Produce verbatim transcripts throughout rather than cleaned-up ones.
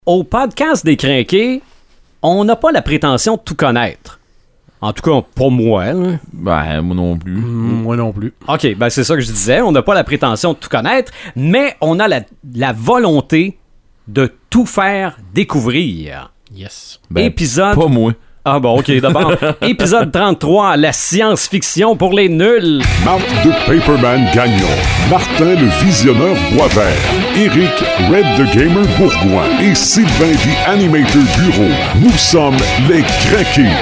Au podcast des Crinqués, on n'a pas la prétention de tout connaître. En tout cas, pas moi. Là. Ben, moi non plus. Mmh, moi non plus. OK, ben c'est ça que je disais. On n'a pas la prétention de tout connaître, mais on a la, la volonté de tout faire découvrir. Yes. Ben, Épisode... Pas moi. Ah bon, OK, d'abord. Épisode trente-trois, la science-fiction pour les nuls. Marc de Paperman Gagnon, Martin le Visionneur Boisvert, Eric Red the Gamer Bourgoin et Sylvain the Animator Bureau. Nous sommes les Crinqués.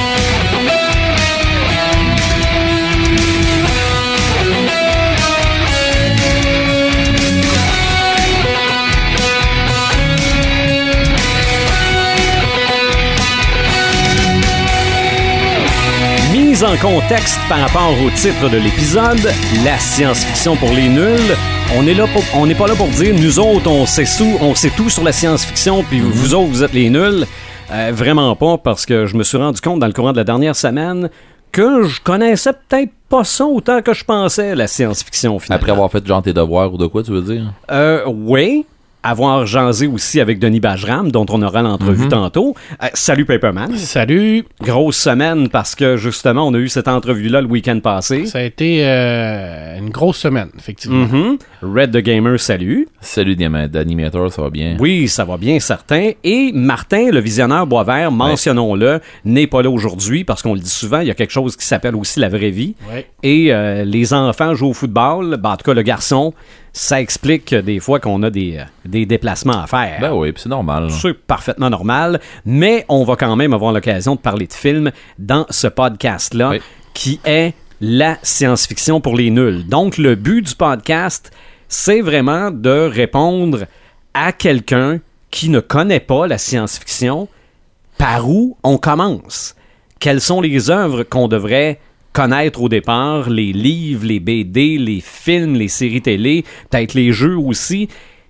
En contexte par rapport au titre de l'épisode, la science-fiction pour les nuls. On est là pour, on n'est pas là pour dire nous autres on sait tout, on sait tout sur la science-fiction, puis mm-hmm. vous autres vous êtes les nuls. Euh, vraiment pas, parce que je me suis rendu compte dans le courant de la dernière semaine que je connaissais peut-être pas ça autant que je pensais, la science-fiction finalement. Après avoir fait genre tes devoirs ou de quoi, tu veux dire? Euh, oui. Avoir jasé aussi avec Denis Bajram, dont on aura l'entrevue mm-hmm. tantôt. Euh, salut Paperman. Salut. Grosse semaine parce que justement, on a eu cette entrevue-là le week-end passé. Ça a été euh, une grosse semaine, effectivement. Mm-hmm. Red the Gamer, salut. Salut d'animateur, ça va bien? Oui, ça va bien, certain. Et Martin, le visionneur Boisvert, mentionnons-le, ouais. n'est pas là aujourd'hui parce qu'on le dit souvent, il y a quelque chose qui s'appelle aussi la vraie vie. Ouais. Et euh, les enfants jouent au football, ben, en tout cas le garçon, ça explique des fois qu'on a des, des déplacements à faire. Ben oui, puis c'est normal. C'est parfaitement normal, mais on va quand même avoir l'occasion de parler de films dans ce podcast-là, oui. qui est la science-fiction pour les nuls. Donc, le but du podcast, c'est vraiment de répondre à quelqu'un qui ne connaît pas la science-fiction, par où on commence. Quelles sont les œuvres qu'on devrait connaître au départ, les livres, les B D, les films, les séries télé, peut-être les jeux aussi.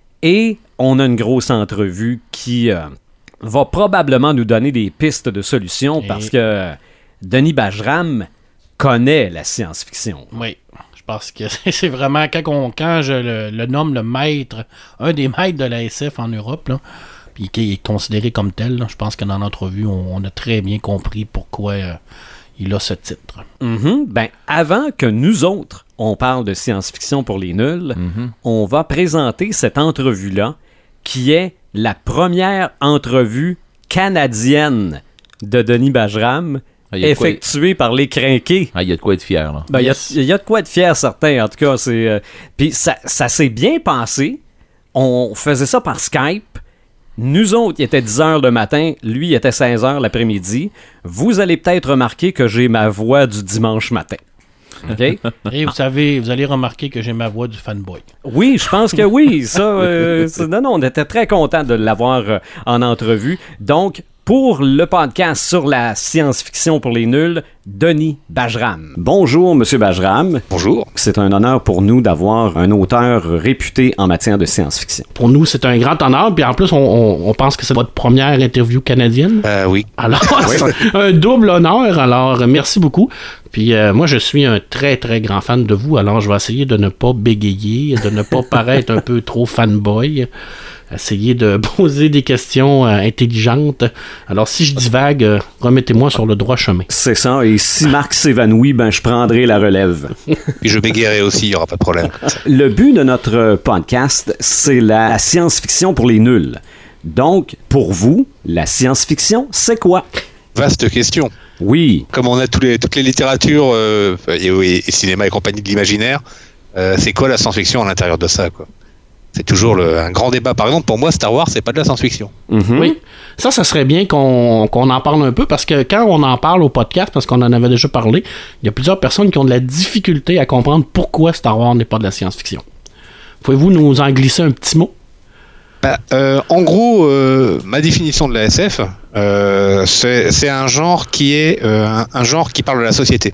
Et on a une grosse entrevue qui euh, va probablement nous donner des pistes de solutions Et... parce que Denis Bajram connaît la science-fiction. Oui, je pense que c'est vraiment, quand, on, quand je le, le nomme le maître, un des maîtres de la S F en Europe, là, puis qui est considéré comme tel, là, je pense que dans l'entrevue, on, on a très bien compris pourquoi... Euh, il a ce titre. Mm-hmm. Ben, avant que nous autres, on parle de science-fiction pour les nuls, mm-hmm. on va présenter cette entrevue-là, qui est la première entrevue canadienne de Denis Bajram, ah, effectuée quoi... par les Crinqués. Ah, il y a de quoi être fier, là. Ben, il yes. y, y a de quoi être fier, certain. En tout cas, c'est... Euh... Puis ça, ça s'est bien passé. On faisait ça par Skype. Nous autres, il était dix heures le matin, lui, il était seize heures l'après-midi. Vous allez peut-être remarquer que j'ai ma voix du dimanche matin. OK? Et vous savez, vous allez remarquer que j'ai ma voix du fanboy. Oui, je pense que oui. Ça, euh, non, non, on était très contents de l'avoir euh, en entrevue. Donc, pour le podcast sur la science-fiction pour les nuls, Denis Bajram. Bonjour, Monsieur Bajram. Bonjour. C'est un honneur pour nous d'avoir un auteur réputé en matière de science-fiction. Pour nous, c'est un grand honneur. Puis en plus, on, on, on pense que c'est votre première interview canadienne. Euh, oui. Alors, oui. C'est un double honneur. Alors, merci beaucoup. Puis euh, moi, je suis un très, très grand fan de vous. Alors, je vais essayer de ne pas bégayer, de ne pas paraître un peu trop fanboy. Essayer de poser des questions euh, intelligentes. Alors, si je divague, euh, remettez-moi sur le droit chemin. C'est ça. Et si Marc s'évanouit, ben, je prendrai la relève. Puis je bégayerai aussi, il n'y aura pas de problème. Le but de notre podcast, c'est la science-fiction pour les nuls. Donc, pour vous, la science-fiction, c'est quoi? Vaste question. Oui. Comme on a tous les, toutes les littératures, euh, et, et, et cinéma et compagnie de l'imaginaire, euh, c'est quoi la science-fiction à l'intérieur de ça, quoi? C'est toujours le, un grand débat. Par exemple, pour moi, Star Wars, c'est pas de la science-fiction. Mm-hmm. Oui. Ça, ça serait bien qu'on, qu'on en parle un peu, parce que quand on en parle au podcast, parce qu'on en avait déjà parlé, il y a plusieurs personnes qui ont de la difficulté à comprendre pourquoi Star Wars n'est pas de la science-fiction. Pouvez-vous nous en glisser un petit mot? Bah, euh, en gros, euh, ma définition de la S F, euh, c'est, c'est un genre qui est euh, un, un genre qui parle de la société.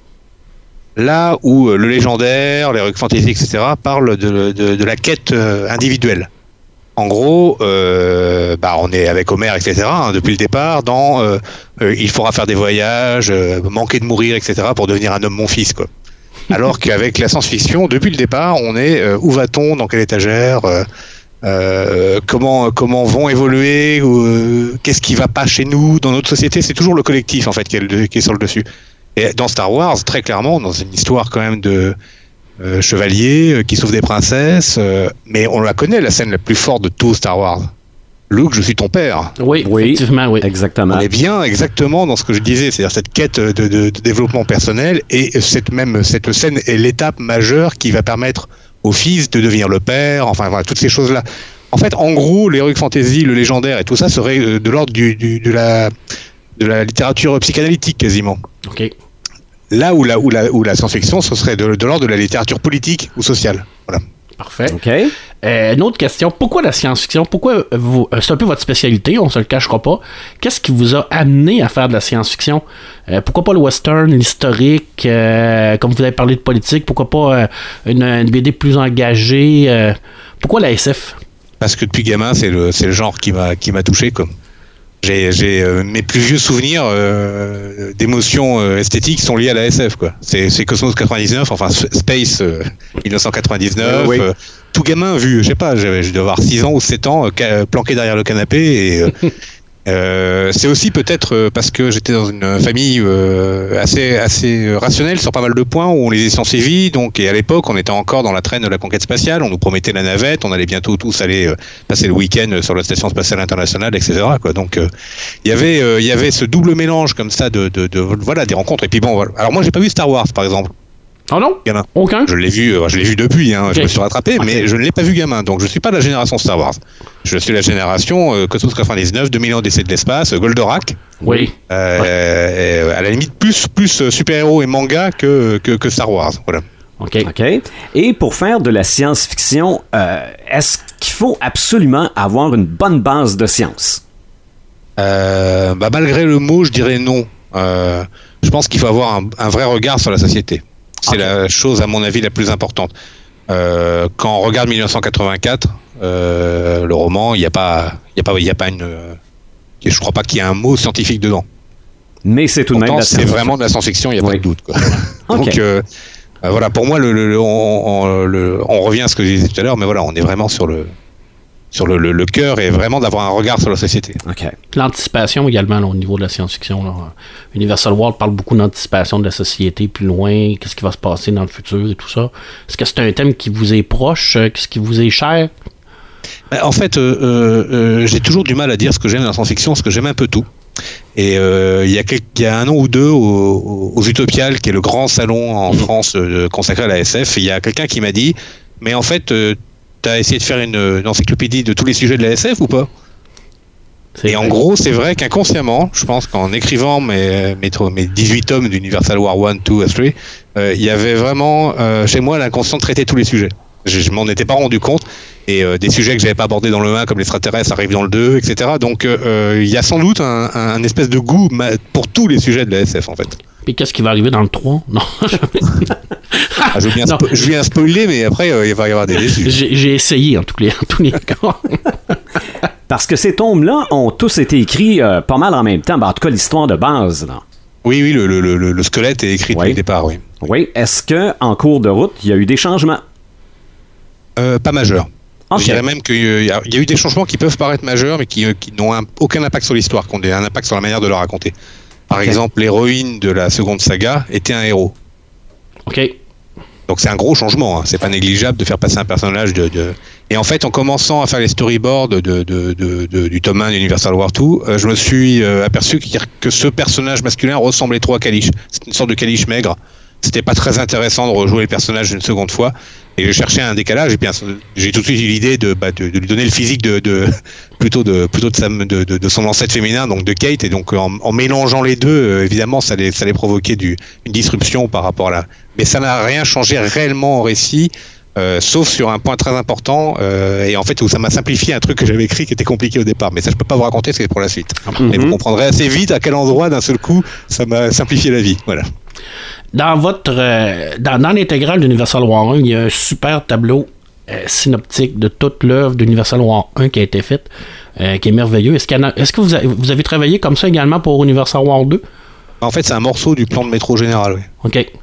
Là où le légendaire, les rues fantasy, et cetera parlent de, de, de la quête individuelle. En gros, euh, bah on est avec Homer, et cetera, hein, depuis le départ, dans euh, euh, il faudra faire des voyages, euh, manquer de mourir, et cetera, pour devenir un homme mon fils, quoi. Alors qu'avec la science-fiction, depuis le départ, on est euh, où va-t-on, dans quelle étagère, euh, euh, comment comment vont évoluer, euh, qu'est-ce qui va pas chez nous dans notre société. C'est toujours le collectif en fait qui est, le, qui est sur le dessus. Et dans Star Wars, très clairement, dans une histoire quand même de euh, chevalier euh, qui sauve des princesses, euh, mais on la connaît, la scène la plus forte de tout Star Wars. Luke, je suis ton père. Oui, oui, effectivement, oui. Exactement. On est bien exactement dans ce que je disais, c'est-à-dire cette quête de, de, de développement personnel, et cette même cette scène est l'étape majeure qui va permettre au fils de devenir le père, enfin voilà, toutes ces choses-là. En fait, en gros, l'heroic fantasy, le légendaire et tout ça serait de l'ordre du, du, de la de la littérature psychanalytique quasiment. Ok. Là où la où la où la science-fiction, ce serait de, de l'ordre de la littérature politique ou sociale. Voilà. Parfait. OK. Euh, une autre question. Pourquoi la science-fiction? Pourquoi vous... C'est un peu votre spécialité, on se le cachera pas. Qu'est-ce qui vous a amené à faire de la science-fiction? Euh, pourquoi pas le western, l'historique, euh, comme vous avez parlé de politique? Pourquoi pas euh, une, une B D plus engagée? Euh, pourquoi la S F? Parce que depuis gamin, c'est le c'est le genre qui m'a qui m'a touché comme. J'ai, j'ai euh, mes plus vieux souvenirs euh, d'émotions euh, esthétiques sont liés à la S F quoi. C'est, c'est Cosmos quatre-vingt-dix-neuf, enfin Space euh, dix-neuf cent quatre-vingt-dix-neuf. Oui. Euh, tout gamin vu, je sais pas, je devais avoir six ans ou sept ans, euh, ca- planqué derrière le canapé. Et euh, euh, c'est aussi peut-être euh, parce que j'étais dans une famille euh, assez assez rationnelle sur pas mal de points où on lisait Sciences et Vie. Donc et à l'époque, on était encore dans la traîne de la conquête spatiale. On nous promettait la navette, on allait bientôt tous aller euh, passer le week-end sur la station spatiale internationale, et cetera. Quoi. Donc il euh, y avait il euh, y avait ce double mélange comme ça de, de, de voilà des rencontres. Et puis bon, voilà. Alors moi j'ai pas vu Star Wars par exemple. Oh non? Gamin. Aucun? Je l'ai vu, euh, je l'ai vu depuis, hein, Okay. je me suis rattrapé, Okay. mais je ne l'ai pas vu gamin, donc je suis pas de la génération Star Wars. Je suis la génération euh, Cosmos quatre-vingt-dix-neuf, deux mille ans d'essai de l'espace, euh, Goldorak, Oui. euh, ouais. euh, à la limite plus, plus super-héros et manga que, que, que Star Wars. Voilà. OK. OK. Et pour faire de la science-fiction, euh, est-ce qu'il faut absolument avoir une bonne base de science? Euh, bah, malgré le mot, je dirais non. Euh, je pense qu'il faut avoir un, un vrai regard sur la société. C'est okay. La chose, à mon avis, la plus importante. Euh, quand on regarde dix-neuf cent quatre-vingt-quatre, euh, le roman, il n'y a pas, il y a pas, il y a pas une. Euh, je crois pas qu'il y ait un mot scientifique dedans. Mais c'est tout de même de la c'est vraiment de la science-fiction, il n'y a oui. pas de doute. Quoi. Okay. Donc euh, euh, voilà, pour moi, le, le, le, on, on, le, on revient à ce que je disais tout à l'heure, mais voilà, on est vraiment sur le. sur le, le, le cœur et vraiment d'avoir un regard sur la société. Okay. L'anticipation également là, au niveau de la science-fiction. Là. Universal World parle beaucoup d'anticipation de la société plus loin, qu'est-ce qui va se passer dans le futur et tout ça. Est-ce que c'est un thème qui vous est proche, qu'est-ce qui vous est cher? En fait, euh, euh, j'ai toujours du mal à dire ce que j'aime dans la science-fiction, parce que j'aime un peu tout. Et euh, il, y a quelques, il y a un an ou deux aux, aux Utopiales, qui est le grand salon en France euh, consacré à la S F, il y a quelqu'un qui m'a dit, mais en fait... Euh, t'as essayé de faire une, une encyclopédie de tous les sujets de la S F ou pas? C'est Et vrai. En gros, c'est vrai qu'inconsciemment, je pense qu'en écrivant mes, mes, mes dix-huit tomes d'Universal War un, deux et trois, euh, il y avait vraiment, euh, chez moi, l'inconscient de traiter tous les sujets. Je, je m'en étais pas rendu compte. Et euh, des sujets que j'avais pas abordés dans le un, comme l'extraterrestre, arrivent dans le deux, et cetera. Donc, euh, il y a sans doute un, un espèce de goût pour tous les sujets de la S F, en fait. Et qu'est-ce qui va arriver dans le trois? Non. ah, je, viens spo- je viens spoiler, mais après, euh, il va y avoir des déçus. J'ai, j'ai essayé, en tous les, en tous les cas. Parce que ces tomes-là ont tous été écrits euh, pas mal en même temps. Ben, en tout cas, l'histoire de base. Là. Oui, oui, le, le, le, le squelette est écrit oui. depuis le départ, oui. Oui. Est-ce qu'en cours de route, il y a eu des changements? Euh, pas majeurs. Okay. Je dirais même qu'il y a, il y a eu des changements qui peuvent paraître majeurs, mais qui, qui n'ont un, aucun impact sur l'histoire, qui ont un impact sur la manière de le raconter. Par okay. exemple, l'héroïne de la seconde saga était un héros. Ok. Donc c'est un gros changement, hein. C'est pas négligeable de faire passer un personnage de, de... Et en fait, en commençant à faire les storyboards de, de, de, de, de, du tome un d'Universal War deux, euh, je me suis euh, aperçu que ce personnage masculin ressemblait trop à Kalish. C'est une sorte de Kalish maigre. C'était pas très intéressant de rejouer le personnage une seconde fois. Et j'ai cherché un décalage, et bien j'ai tout de suite eu l'idée de, bah, de, de lui donner le physique de, de plutôt de plutôt de, sa, de, de, de son ancêtre féminin, donc de Kate. Et donc en, en mélangeant les deux, euh, évidemment, ça allait, ça allait provoquer du, une disruption par rapport à la. Mais ça n'a rien changé réellement au récit, euh, sauf sur un point très important. Euh, et en fait, où ça m'a simplifié un truc que j'avais écrit qui était compliqué au départ. Mais ça, je peux pas vous raconter, c'est pour la suite. Mm-hmm. Mais vous comprendrez assez vite à quel endroit, d'un seul coup, ça m'a simplifié la vie. Voilà. Dans votre euh, dans, dans l'intégrale d'Universal War un, il y a un super tableau euh, synoptique de toute l'œuvre d'Universal War un qui a été faite, euh, qui est merveilleux. Est-ce, qu'il y en a, est-ce que vous avez, vous avez travaillé comme ça également pour Universal War deux? En fait, c'est un morceau du plan de métro général, oui. OK.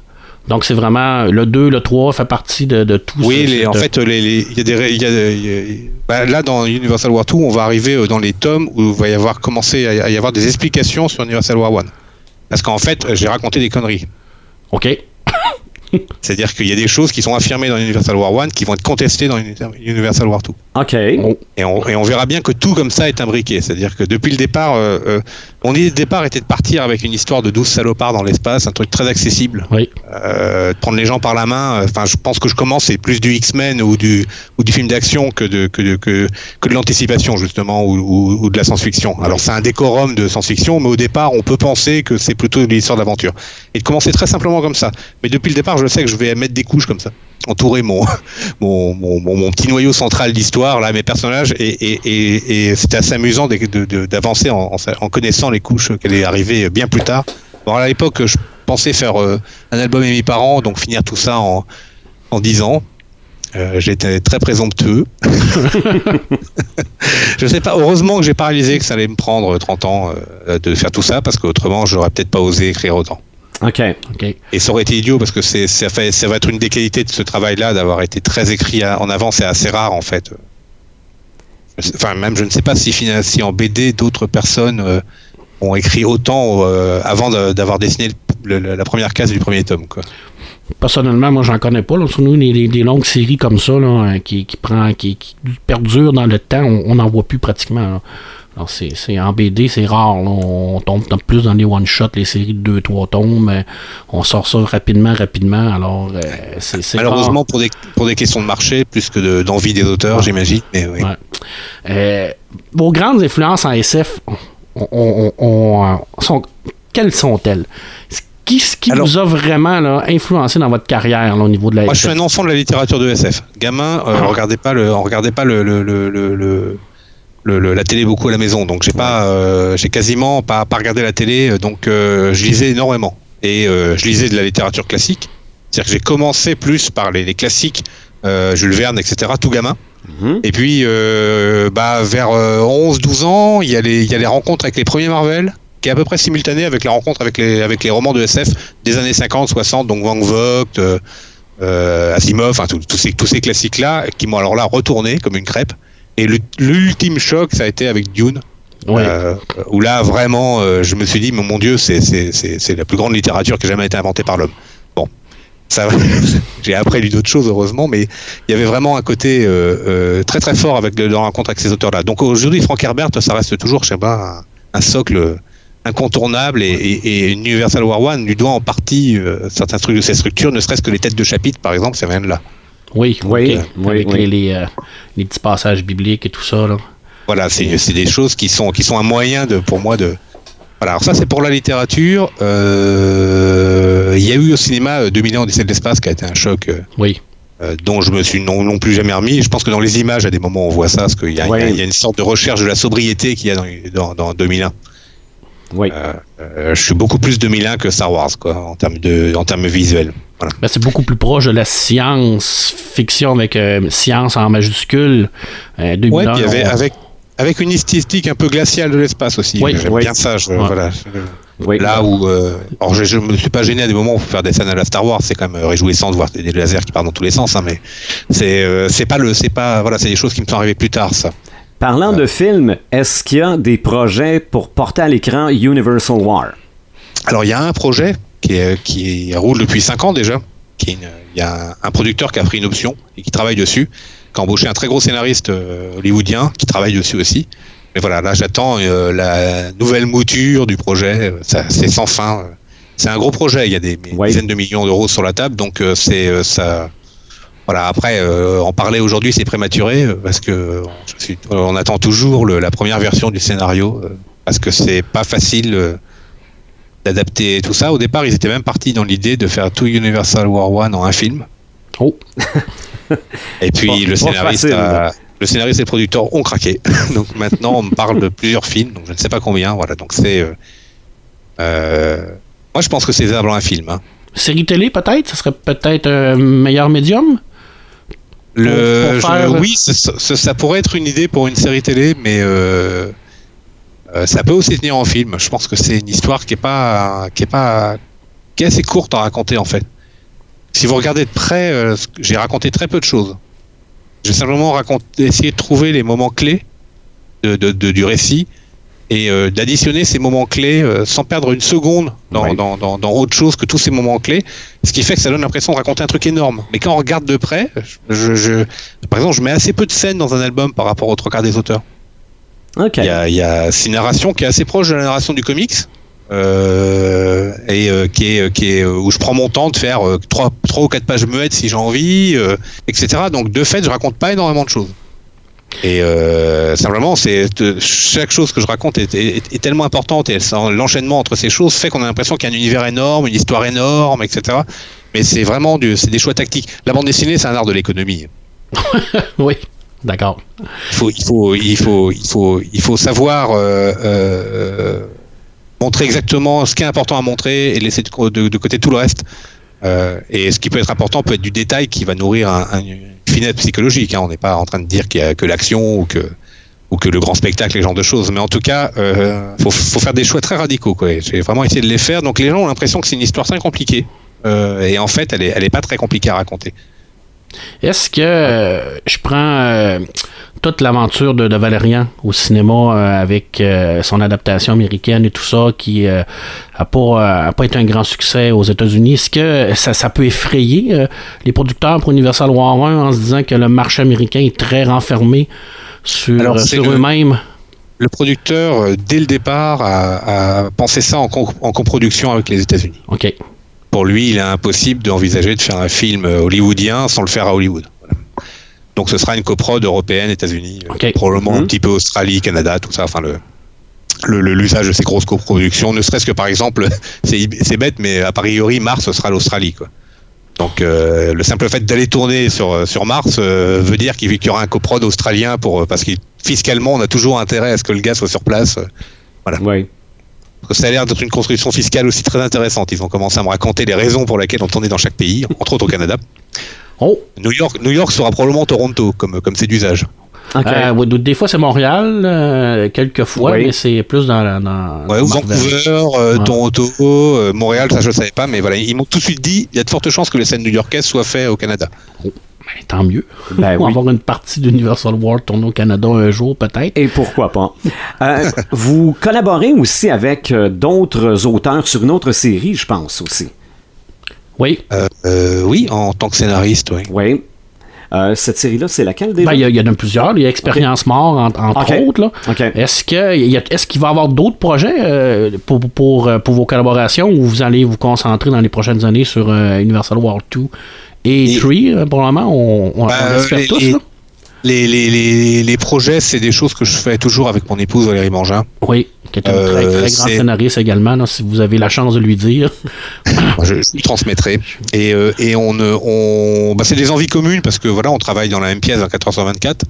Donc, c'est vraiment le deux, le trois fait partie de, de tout. Oui, ce, les, cette... en fait, il y a des, y a, y a, bah, là dans Universal War deux, on va arriver dans les tomes où il va y avoir commencé à y avoir des explications sur Universal War un. Parce qu'en fait, j'ai raconté des conneries. Ok. C'est-à-dire qu'il y a des choses qui sont affirmées dans Universal War un qui vont être contestées dans Universal War deux. OK. Et on, et on verra bien que tout comme ça est imbriqué. C'est-à-dire que depuis le départ, euh, euh, mon idée de départ était de partir avec une histoire de douze salopards dans l'espace, un truc très accessible. Oui. Euh, de prendre les gens par la main. Enfin, je pense que je commence, c'est plus du X-Men ou du, ou du film d'action que de, que de, que, que de l'anticipation, justement, ou, ou, ou de la science-fiction. Alors, c'est un décorum de science-fiction, mais au départ, on peut penser que c'est plutôt de l'histoire d'aventure. Et de commencer très simplement comme ça. Mais depuis le départ, je sais que je vais mettre des couches comme ça. Entourer mon, mon, mon, mon, mon petit noyau central d'histoire, là, mes personnages, et, et, et, et c'était assez amusant de, de, de, d'avancer en, en, en connaissant les couches qu'elle est arrivée bien plus tard. Bon, à l'époque, je pensais faire euh, un album émis par an, donc finir tout ça en, en dix ans. Euh, j'étais très présomptueux. Je sais pas, heureusement que j'ai pas réalisé que ça allait me prendre trente ans euh, de faire tout ça, parce qu'autrement, j'aurais peut-être pas osé écrire autant. OK. OK. Et ça aurait été idiot parce que c'est, ça, fait, ça va être une des qualités de ce travail-là, d'avoir été très écrit en avant. C'est assez rare en fait. Enfin, même je ne sais pas si, si en B D d'autres personnes euh, ont écrit autant euh, avant de, d'avoir dessiné le, le, la première case du premier tome, quoi. Personnellement, moi, j'en connais pas. Là. Sur nous, des, des longues séries comme ça, là, qui, qui, prend, qui, qui perdurent dans le temps, on n'en voit plus pratiquement. Là. Alors c'est, c'est en B D, c'est rare. Là. On tombe plus dans les one-shots, les séries de deux trois tomes. On sort ça rapidement, rapidement. Alors, euh, c'est, c'est malheureusement, rare. pour des, pour des questions de marché, plus que de, d'envie des auteurs, ouais. J'imagine. Mais oui. Ouais. Euh, vos grandes influences en S F, on, on, on, on, sont, quelles sont-elles? Qui, qui Alors, vous a vraiment là, influencé dans votre carrière là, au niveau de la moi, S F? Moi, je suis un enfant de la littérature de S F. Gamin, euh, on regardait pas le, on regardait pas le, le, le, le, le Le, le, la télé beaucoup à la maison, donc j'ai pas, euh, j'ai quasiment pas, pas regardé la télé, donc euh, je lisais énormément et euh, je lisais de la littérature classique, c'est-à-dire que j'ai commencé plus par les, les classiques, euh, Jules Verne, et cetera, tout gamin. Mm-hmm. Et puis euh, bah vers euh, onze douze ans, il y a les, il y a les rencontres avec les premiers Marvel, qui est à peu près simultané avec la rencontre avec les, avec les romans de S F des années cinquante soixante, donc Van Vogt, euh, euh, Asimov, enfin tous ces, tous ces classiques-là, qui m'ont alors là retourné comme une crêpe. Et le, l'ultime choc, ça a été avec Dune, ouais. euh, où là vraiment, euh, je me suis dit, mais mon Dieu, c'est, c'est, c'est, c'est la plus grande littérature qui a jamais été inventée par l'homme. Bon, ça, j'ai après lu d'autres choses heureusement, mais il y avait vraiment un côté euh, euh, très très fort avec le, la rencontre avec ces auteurs-là. Donc aujourd'hui, Frank Herbert, ça reste toujours, je sais pas, un, un socle incontournable, et, et, et Universal War un lui doit en partie euh, certains trucs de ses structures, ne serait-ce que les têtes de chapitre, par exemple, ça vient de là. Oui, oui, okay. oui, avec oui. Les, les, euh, les petits passages bibliques et tout ça. Là. Voilà, c'est, c'est des choses qui sont, qui sont un moyen de, pour moi de... Voilà, alors ça c'est pour la littérature. Euh, il y a eu au cinéma deux mille ans Odyssée de l'espace qui a été un choc. Oui. Euh, dont je me suis non, non plus jamais remis. Je pense que dans les images, à des moments, on voit ça, parce qu'il y a, oui. il y a, il y a une sorte de recherche de la sobriété qu'il y a dans, dans, dans deux mille un. Oui. Euh, euh, je suis beaucoup plus deux mille un que Star Wars, quoi, en termes de, en termes visuels. Voilà. Ben, c'est beaucoup plus proche de la science-fiction avec euh, science en majuscule. Euh, deux mille un, ouais, puis avec, on... avec, avec une esthétique un peu glaciale de l'espace aussi. Oui, J'aime oui. bien ça. Je, ouais. voilà. Oui, Là où, euh, alors je, je me suis pas gêné à des moments pour faire des scènes à la Star Wars. C'est quand même réjouissant de voir des lasers qui partent dans tous les sens, hein, mais c'est, euh, c'est pas le, c'est pas, voilà, c'est des choses qui me sont arrivées plus tard, ça. Parlant de films, est-ce qu'il y a des projets pour porter à l'écran Universal War? Alors, il y a un projet qui, est, qui roule depuis cinq ans déjà. Qui est une, il y a un, un producteur qui a pris une option et qui travaille dessus, qui a embauché un très gros scénariste euh, hollywoodien qui travaille dessus aussi. Mais voilà, là, j'attends euh, la nouvelle mouture du projet. Ça, c'est sans fin. C'est un gros projet. Il y a des ouais. dizaines de millions d'euros sur la table, donc euh, c'est euh, ça. Voilà, après, euh, en parler aujourd'hui, c'est prématuré, parce que je suis, on attend toujours le, la première version du scénario, euh, parce que c'est pas facile euh, d'adapter tout ça. Au départ, ils étaient même partis dans l'idée de faire tout Universal War un en un film. Oh. Et puis bon, le scénariste, a, le scénariste et le producteur ont craqué. Donc maintenant, on me parle de plusieurs films, donc je ne sais pas combien. Voilà, donc c'est. Euh, euh, moi, je pense que c'est faisable en un film. Hein. Série télé, peut-être? Ce serait peut-être un meilleur médium? Le, pour, pour faire... je, oui, ça, ça, ça pourrait être une idée pour une série télé, mais euh, euh, ça peut aussi tenir en film. Je pense que c'est une histoire qui est pas, qui est pas, qui est assez courte à raconter en fait. si vous regardez de près, euh, j'ai raconté très peu de choses. J'ai simplement raconté, essayé de trouver les moments clés de, de, de, du récit et euh, d'additionner ces moments clés euh, sans perdre une seconde dans, ouais. dans, dans, dans autre chose que tous ces moments clés, ce qui fait que ça donne l'impression de raconter un truc énorme. Mais quand on regarde de près, je, je, par exemple, je mets assez peu de scènes dans un album par rapport aux trois quarts des auteurs. Okay. Il y a, il y a, c'est une narration qui est assez proche de la narration du comics. Euh, et euh, qui est qui est où je prends mon temps de faire euh, trois trois ou quatre pages muettes si j'ai envie, euh, et cetera. Donc de fait, je raconte pas énormément de choses. Et euh, simplement, c'est de, chaque chose que je raconte est, est, est tellement importante et l'enchaînement entre ces choses fait qu'on a l'impression qu'il y a un univers énorme, une histoire énorme, et cetera. Mais c'est vraiment du, c'est des choix tactiques. La bande dessinée, c'est un art de l'économie. Oui. D'accord. Il faut, il faut, il faut, il faut, il faut savoir euh, euh, montrer exactement ce qui est important à montrer et laisser de, de, de côté tout le reste. Euh, et ce qui peut être important peut être du détail qui va nourrir un, un, une finesse psychologique. Hein. On n'est pas en train de dire qu'il y a que l'action ou que ou que le grand spectacle, les genres de choses. Mais en tout cas, euh, faut, faut faire des choix très radicaux, quoi. J'ai vraiment essayé de les faire. Donc les gens ont l'impression que c'est une histoire très compliquée. Euh, et en fait, elle est, elle est pas très compliquée à raconter. Est-ce que euh, je prends euh, toute l'aventure de, de Valérian au cinéma euh, avec euh, son adaptation américaine et tout ça qui n'a euh, pas, euh, pas été un grand succès aux États-Unis, est-ce que ça, ça peut effrayer euh, les producteurs pour Universal War un en se disant que le marché américain est très renfermé sur, Alors, sur le, eux-mêmes? Le producteur, dès le départ, a, a pensé ça en, co- en coproduction avec les États-Unis. OK. Pour lui, il est impossible d'envisager de faire un film hollywoodien sans le faire à Hollywood. Voilà. Donc ce sera une coprode européenne, États-Unis, okay. probablement mmh. un petit peu Australie, Canada, tout ça. Enfin le, le, le l'usage de ces grosses coproductions, ne serait-ce que par exemple, c'est, c'est bête, mais a priori Mars ce sera l'Australie, quoi. Donc euh, le simple fait d'aller tourner sur sur Mars euh, veut dire qu'il y aura un coprode australien pour parce que fiscalement on a toujours intérêt à ce que le gars soit sur place. Euh, voilà. Oui. Parce que ça a l'air d'être une construction fiscale aussi très intéressante. Ils ont commencé à me raconter les raisons pour lesquelles on tournait dans chaque pays, entre autres au Canada. Oh. New York, New York sera probablement Toronto, comme, comme c'est d'usage. Okay. Euh, des fois c'est Montréal, euh, quelques fois, oui. mais c'est plus dans... dans ouais, ou Vancouver, euh, ouais. Toronto, euh, Montréal, ça je ne savais pas, mais voilà, ils m'ont tout de suite dit il y a de fortes chances que les scènes new-yorkaises soient faites au Canada. Oh. Ben, tant mieux. Ben, On va oui. avoir une partie d'Universal World tournée au Canada un jour, peut-être. Et pourquoi pas. Euh, vous collaborez aussi avec euh, d'autres auteurs sur une autre série, je pense, aussi. Oui. Euh, euh, oui, en tant que scénariste, oui. Oui. Euh, cette série-là, c'est laquelle déjà? Ben, il y, y en a plusieurs. Il y a Expérience okay. Mort, en, entre okay. autres. Là. Okay. Est-ce, que, y a, est-ce qu'il va y avoir d'autres projets euh, pour, pour, pour vos collaborations ou vous allez vous concentrer dans les prochaines années sur euh, Universal World deux et, et trois, probablement? On, on, bah, on espère les, tous, les, là. Les, les, les, les projets, c'est des choses que je fais toujours avec mon épouse Valérie Mangin. Oui, qui est une euh, très, très grande c'est... scénariste également, là, si vous avez la chance de lui dire. je, je lui transmettrai. Et, euh, et on, on, bah, c'est des envies communes parce que voilà, on travaille dans la même pièce vingt-quatre heures sur vingt-quatre.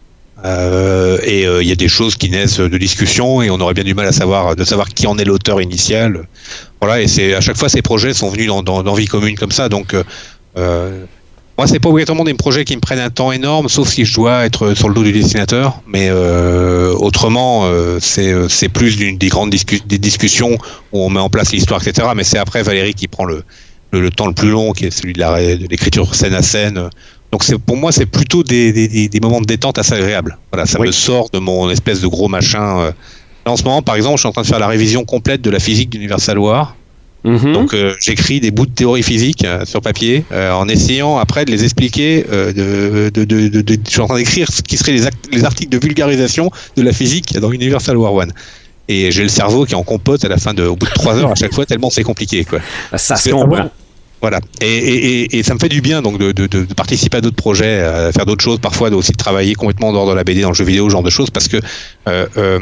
Euh, et il euh, y a des choses qui naissent de discussions et on aurait bien du mal à savoir, de savoir qui en est l'auteur initial. Voilà, et c'est, à chaque fois, ces projets sont venus dans, dans, d'envies communes comme ça. Donc, euh, moi, c'est pas obligatoirement des projets qui me prennent un temps énorme, sauf si je dois être sur le dos du dessinateur. Mais euh, autrement, euh, c'est, c'est plus d'une, des grandes discu- des discussions où on met en place l'histoire, et cetera. Mais c'est après Valérie qui prend le, le, le temps le plus long, qui est celui de, la, de l'écriture scène à scène. Donc c'est, pour moi, c'est plutôt des, des, des moments de détente assez agréables. Voilà, ça oui. me sort de mon espèce de gros machin. Là, en ce moment, par exemple, je suis en train de faire la révision complète de la physique d'Universal War. Mm-hmm. Donc euh, j'écris des bouts de théorie physique euh, sur papier euh, en essayant après de les expliquer. Euh, de, de, de, de, de, je suis en train d'écrire ce qui seraient les, act- les articles de vulgarisation de la physique dans Universal War un. Et j'ai le cerveau qui est en compote à la fin de, au bout de trois heures à chaque fois tellement c'est compliqué, quoi. Ça se comprend. Voilà. Et, et, et, et ça me fait du bien donc de, de, de participer à d'autres projets, à faire d'autres choses, parfois aussi de travailler complètement en dehors de la B D, dans le jeu vidéo, ce genre de choses, parce que euh, euh,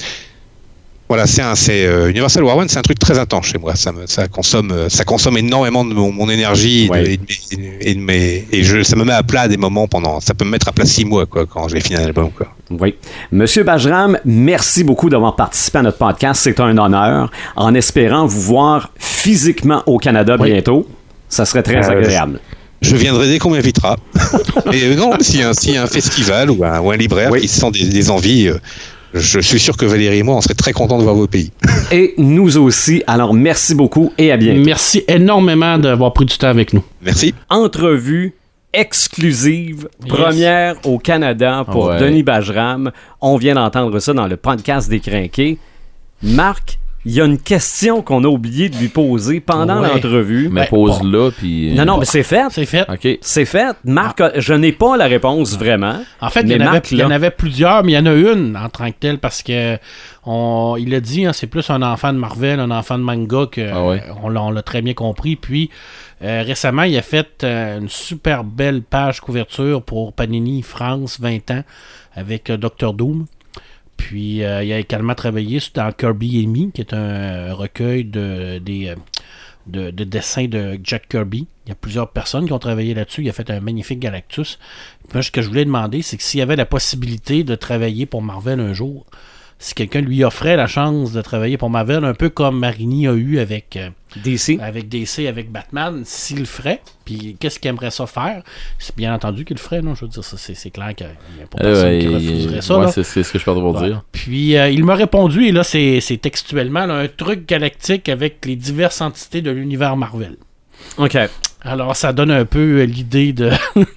voilà, c'est un, c'est euh, Universal War un, c'est un truc très intense chez moi. Ça me, ça consomme, ça consomme énormément de mon, mon énergie ouais. et, de, et, de mes, et, de mes, et je, ça me met à plat à des moments pendant, ça peut me mettre à plat six mois quoi quand j'ai fini un album quoi. Oui, Monsieur Bajram, merci beaucoup d'avoir participé à notre podcast. C'est un honneur. En espérant vous voir physiquement au Canada oui. bientôt, ça serait très euh, agréable. Je viendrai dès qu'on m'invitera. Et euh, non, s'il y a un, s'il y a un festival ou un, ou un libraire oui. qui sent des, des envies. Euh, je suis sûr que Valérie et moi, on serait très contents de voir vos pays. Et nous aussi. Alors, merci beaucoup et à bientôt. Merci énormément d'avoir pris du temps avec nous. Merci. Entrevue exclusive, yes. Première au Canada pour ouais. Denis Bajram. On vient d'entendre ça dans le podcast des Crinqués. Marc, il y a une question qu'on a oublié de lui poser pendant ouais. l'entrevue. Mais ben, pose-la, puis... Non, non, mais c'est fait. C'est fait. Okay. C'est fait. Marc, ah. je n'ai pas la réponse, vraiment. En fait, il y, en avait, il y en avait plusieurs, mais il y en a une en tant que telle, parce que on, il a dit, hein, c'est plus un enfant de Marvel, un enfant de manga, que ah ouais. euh, on, l'a, on l'a très bien compris. Puis, euh, récemment, il a fait euh, une super belle page couverture pour Panini France vingt ans avec euh, docteur Doom. Puis, euh, il a également travaillé dans Kirby et Me, qui est un recueil de, des, de, de dessins de Jack Kirby. Il y a plusieurs personnes qui ont travaillé là-dessus. Il a fait un magnifique Galactus. Puis moi, ce que je voulais demander, c'est que s'il y avait la possibilité de travailler pour Marvel un jour, si quelqu'un lui offrait la chance de travailler pour Marvel, un peu comme Marini a eu avec euh, D C, avec D C, avec Batman, s'il le ferait, puis qu'est-ce qu'il aimerait ça faire? C'est bien entendu qu'il le ferait, non? Je veux dire, ça, c'est, c'est clair qu'il n'y a pas personne euh, qui refuserait ça. Ouais, là. C'est, c'est ce que je peux vous ouais. dire. Puis euh, il m'a répondu, et là, c'est, c'est textuellement là, un truc galactique avec les diverses entités de l'univers Marvel. OK. Alors, ça donne un peu l'idée de...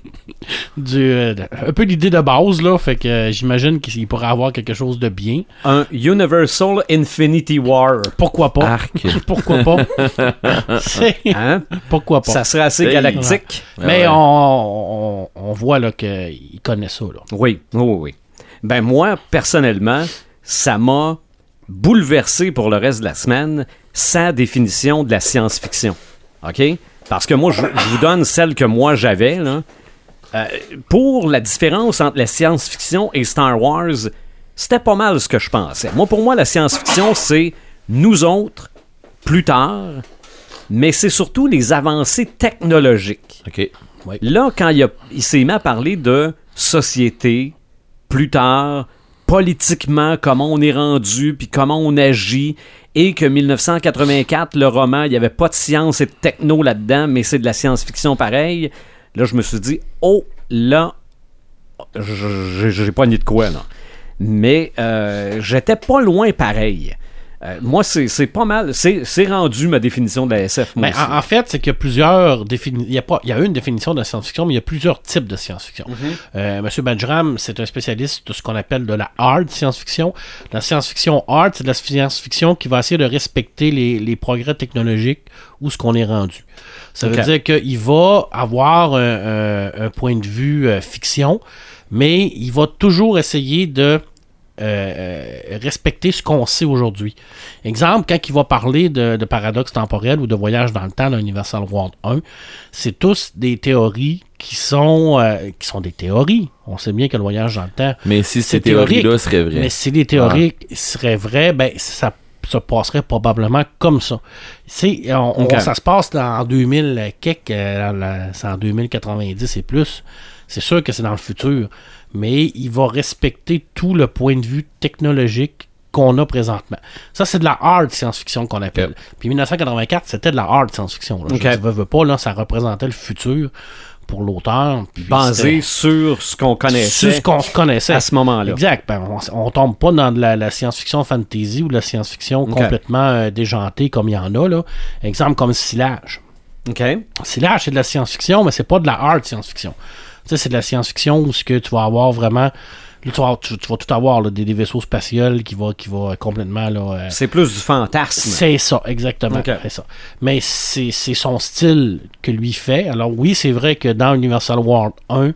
du, euh, un peu l'idée de base, là. Fait que euh, j'imagine qu'il pourrait avoir quelque chose de bien. Un Universal Infinity War. Pourquoi pas? Arc. Pourquoi pas? C'est... Hein? Pourquoi pas? Ça serait assez hey. galactique. Ouais. Mais ouais. on, on, on voit là qu'il connaît ça, là. Oui, oui, oui. Ben moi, personnellement, ça m'a bouleversé pour le reste de la semaine sa définition de la science-fiction. OK? Parce que moi, je, je vous donne celle que moi j'avais, là. Euh, pour la différence entre la science-fiction et Star Wars, c'était pas mal ce que je pensais. Moi, pour moi, la science-fiction, c'est nous autres, plus tard, mais c'est surtout les avancées technologiques. OK. Oui. Là, quand il, a, il s'est mis à parler de société, plus tard, politiquement, comment on est rendu, puis comment on agit, et que dix-neuf cent quatre-vingt-quatre, le roman, il n'y avait pas de science et de techno là-dedans, mais c'est de la science-fiction pareil. Là, je me suis dit, oh, là, j'ai, j'ai pas ni de quoi, là. Mais euh, j'étais pas loin pareil. Euh, moi, c'est, c'est pas mal. C'est, c'est rendu ma définition de la S F. Moi ben, en, en fait, c'est qu'il y a plusieurs définitions. Il y a pas, il y a une définition de la science-fiction, mais il y a plusieurs types de science-fiction. Mm-hmm. Euh, Monsieur Bajram, c'est un spécialiste de ce qu'on appelle de la hard science-fiction. La science-fiction hard, c'est de la science-fiction qui va essayer de respecter les, les progrès technologiques où ce qu'on est rendu. Ça okay. veut dire qu'il va avoir un, un, un point de vue euh, fiction, mais il va toujours essayer de Euh, respecter ce qu'on sait aujourd'hui. Exemple, quand il va parler de, de paradoxe temporel ou de voyage dans le temps dans Universal World un, c'est tous des théories qui sont euh, qui sont des théories. On sait bien que le voyage dans le temps, mais si ces théories-là seraient vraies. Mais si les théories ah. seraient vraies, ben ça se passerait probablement comme ça. C'est, on, okay. on, ça se passe dans, en deux mille quelque, euh, c'est en deux mille quatre-vingt-dix et plus. C'est sûr que c'est dans le futur, mais il va respecter tout le point de vue technologique qu'on a présentement. Ça, c'est de la hard science-fiction qu'on appelle. Okay. Puis dix-neuf cent quatre-vingt-quatre, c'était de la hard science-fiction. Là. Okay. Je ne veux, veux pas, là, ça représentait le futur pour l'auteur. Basé sur ce qu'on connaissait. Sur ce qu'on se connaissait. À ce moment-là. Exact. Ben, on, on tombe pas dans de la, la science-fiction fantasy ou de la science-fiction okay. complètement euh, déjantée comme il y en a. Là. Exemple comme Silage. OK. Silage, c'est de la science-fiction, mais c'est pas de la hard science-fiction. Tu sais, c'est de la science-fiction où ce que tu vas avoir vraiment... Là, tu, vas, tu, tu vas tout avoir, là, des, des vaisseaux spatiaux qui vont qui va complètement... Là, euh, c'est plus du fantasme. C'est ça, exactement. Okay. C'est ça. Mais c'est, c'est son style que lui fait. Alors oui, c'est vrai que dans Universal World un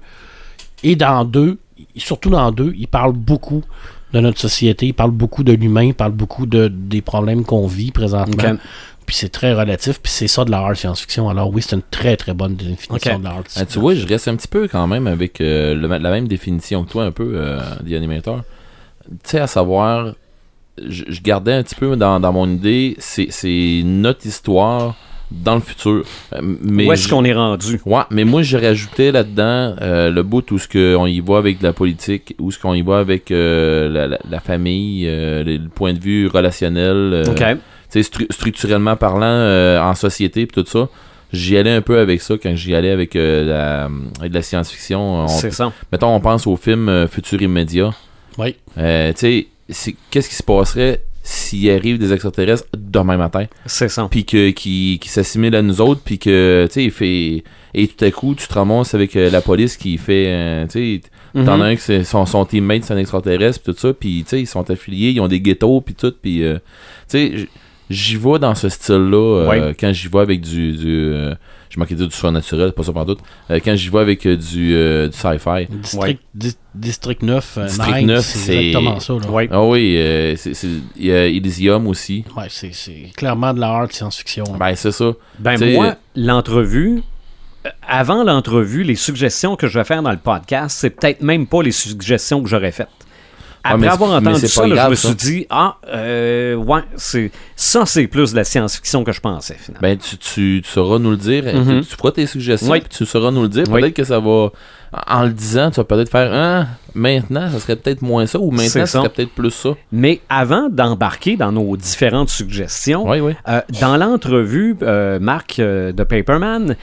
et dans deux, surtout dans deux, il parle beaucoup de notre société, il parle beaucoup de l'humain, il parle beaucoup de, des problèmes qu'on vit présentement. Okay. Puis c'est très relatif, puis c'est ça de la hard science-fiction. Alors oui, c'est une très très bonne définition okay. de la hard science-fiction. Ah, tu vois, je reste un petit peu quand même avec euh, le, la même définition que toi, un peu, euh, des animateurs. Tu sais, à savoir, je, je gardais un petit peu dans, dans mon idée, c'est, c'est notre histoire dans le futur. Mais où est-ce qu'on est rendu? Ouais, mais moi, je rajoutais là-dedans euh, le bout où ce qu'on y va avec la politique, où ce qu'on y va avec euh, la, la, la famille, euh, le, le point de vue relationnel. Euh, OK. Stru- structurellement parlant euh, en société et tout ça, j'y allais un peu avec ça quand j'y allais avec, euh, la, avec la science-fiction. On, c'est ça. Mettons, on pense au film euh, Futur immédiat. Oui. Euh, tu sais, c'est qu'est-ce qui se passerait s'il arrive des extraterrestres demain matin. C'est ça. Puis que, qui, qui s'assimilent à nous autres, puis que, tu sais, il fait... Et tout à coup, tu te ramasses avec euh, la police qui fait, euh, tu sais, mm-hmm. t'en as un que son, son teammate, c'est un extraterrestre, puis tout ça, puis, tu sais, ils sont affiliés, ils ont des ghettos, puis tout, puis, euh, tu sais, j'y vais dans ce style-là, euh, ouais. quand j'y vais avec du... du euh, je manquais de dire du surnaturel, pas ça partout. Euh, quand j'y vais avec euh, du, euh, du sci-fi. District, ouais. di- District neuf, euh, District Night, neuf, c'est, c'est exactement ça. Là. Ouais. Ah oui, euh, c'est, c'est, il y a Elysium aussi. Ouais, c'est, c'est clairement de la hard science-fiction. Là. Ben, c'est ça. Ben, T'sais, moi, l'entrevue, euh, avant l'entrevue, les suggestions que je vais faire dans le podcast, c'est peut-être même pas les suggestions que j'aurais faites. Après ah, avoir entendu ça, là, grave, je me ça. suis dit, ah, euh, ouais, c'est, ça, c'est plus de la science-fiction que je pensais, finalement. Ben, tu, tu, tu sauras nous le dire. Mm-hmm. Tu, tu feras tes suggestions, oui. puis tu sauras nous le dire. Oui. Peut-être que ça va... En le disant, tu vas peut-être faire ah, maintenant, ça serait peut-être moins ça, ou maintenant, C'est ça ça. serait peut-être plus ça. Mais avant d'embarquer dans nos différentes suggestions, Oui, oui. euh, dans l'entrevue, euh, Marc euh, de Paperman,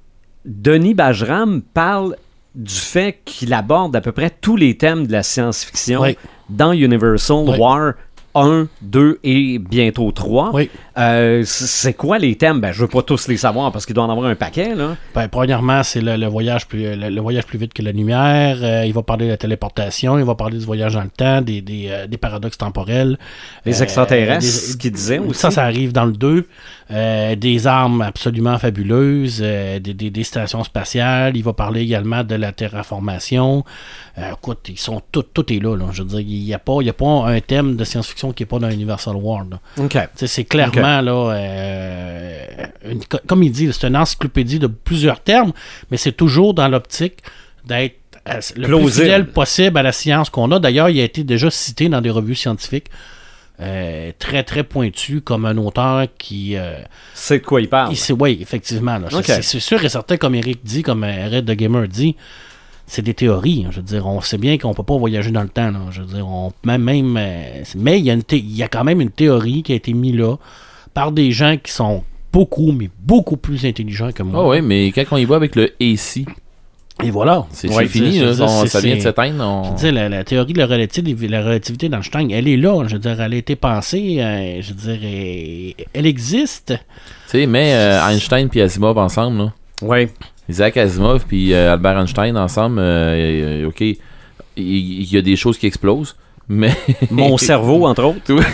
Denis Bajram parle du fait qu'il aborde à peu près tous les thèmes de la science-fiction Oui. dans Universal Oui. War un, deux et bientôt trois. Oui. Euh, c'est quoi les thèmes? Ben, je veux pas tous les savoir parce qu'il doit en avoir un paquet, là. Ben, premièrement, c'est le, le, voyage plus, le, le voyage plus vite que la lumière. Euh, il va parler de la téléportation. Il va parler du voyage dans le temps, des, des, euh, des paradoxes temporels. Les Euh, extraterrestres, des- ce qu'il disait aussi. Ça, ça arrive dans le deux. Euh, des armes absolument fabuleuses, euh, des, des, des stations spatiales. Il va parler également de la terraformation. Euh, écoute, ils sont tout, tout est là, là. Je veux dire, il n'y a, pas- il y a pas un thème de science-fiction qui n'est pas dans Universal War. Là. OK. Tu sais, c'est clairement, là, euh, une- comme il dit, c'est une encyclopédie de plusieurs termes, mais c'est toujours dans l'optique d'être euh, le plus Plausible. fidèle possible à la science qu'on a. D'ailleurs, il a été déjà cité dans des revues scientifiques euh, très, très pointues comme un auteur qui... euh, C'est de quoi il parle. il sait- oui, effectivement. Là. Ok. C'est, c'est sûr et certain, comme Eric dit, comme euh, Red the Gamer dit, c'est des théories. Hein. Je veux dire, on sait bien qu'on ne peut pas voyager dans le temps. Là. Je veux dire, on même, même euh, mais il y, a une thé- il y a quand même une théorie qui a été mise là par des gens qui sont beaucoup, mais beaucoup plus intelligents que moi. Ah oui, mais quand on y va avec le « et si Et voilà. », c'est, Ouais, c'est fini, je veux là, dire, on- c'est- ça vient de c'est- s'éteindre. On... Je veux dire, la, la théorie de la relativité, la relativité d'Einstein, elle est là. Je veux dire, elle a été pensée. euh, je veux dire, elle, elle existe. Tu sais, mais euh, Einstein puis Asimov ensemble, là. Oui. Isaac Asimov puis euh, Albert Einstein ensemble, euh, euh, ok, il il y, a des choses qui explosent, mais... Mon cerveau, entre autres.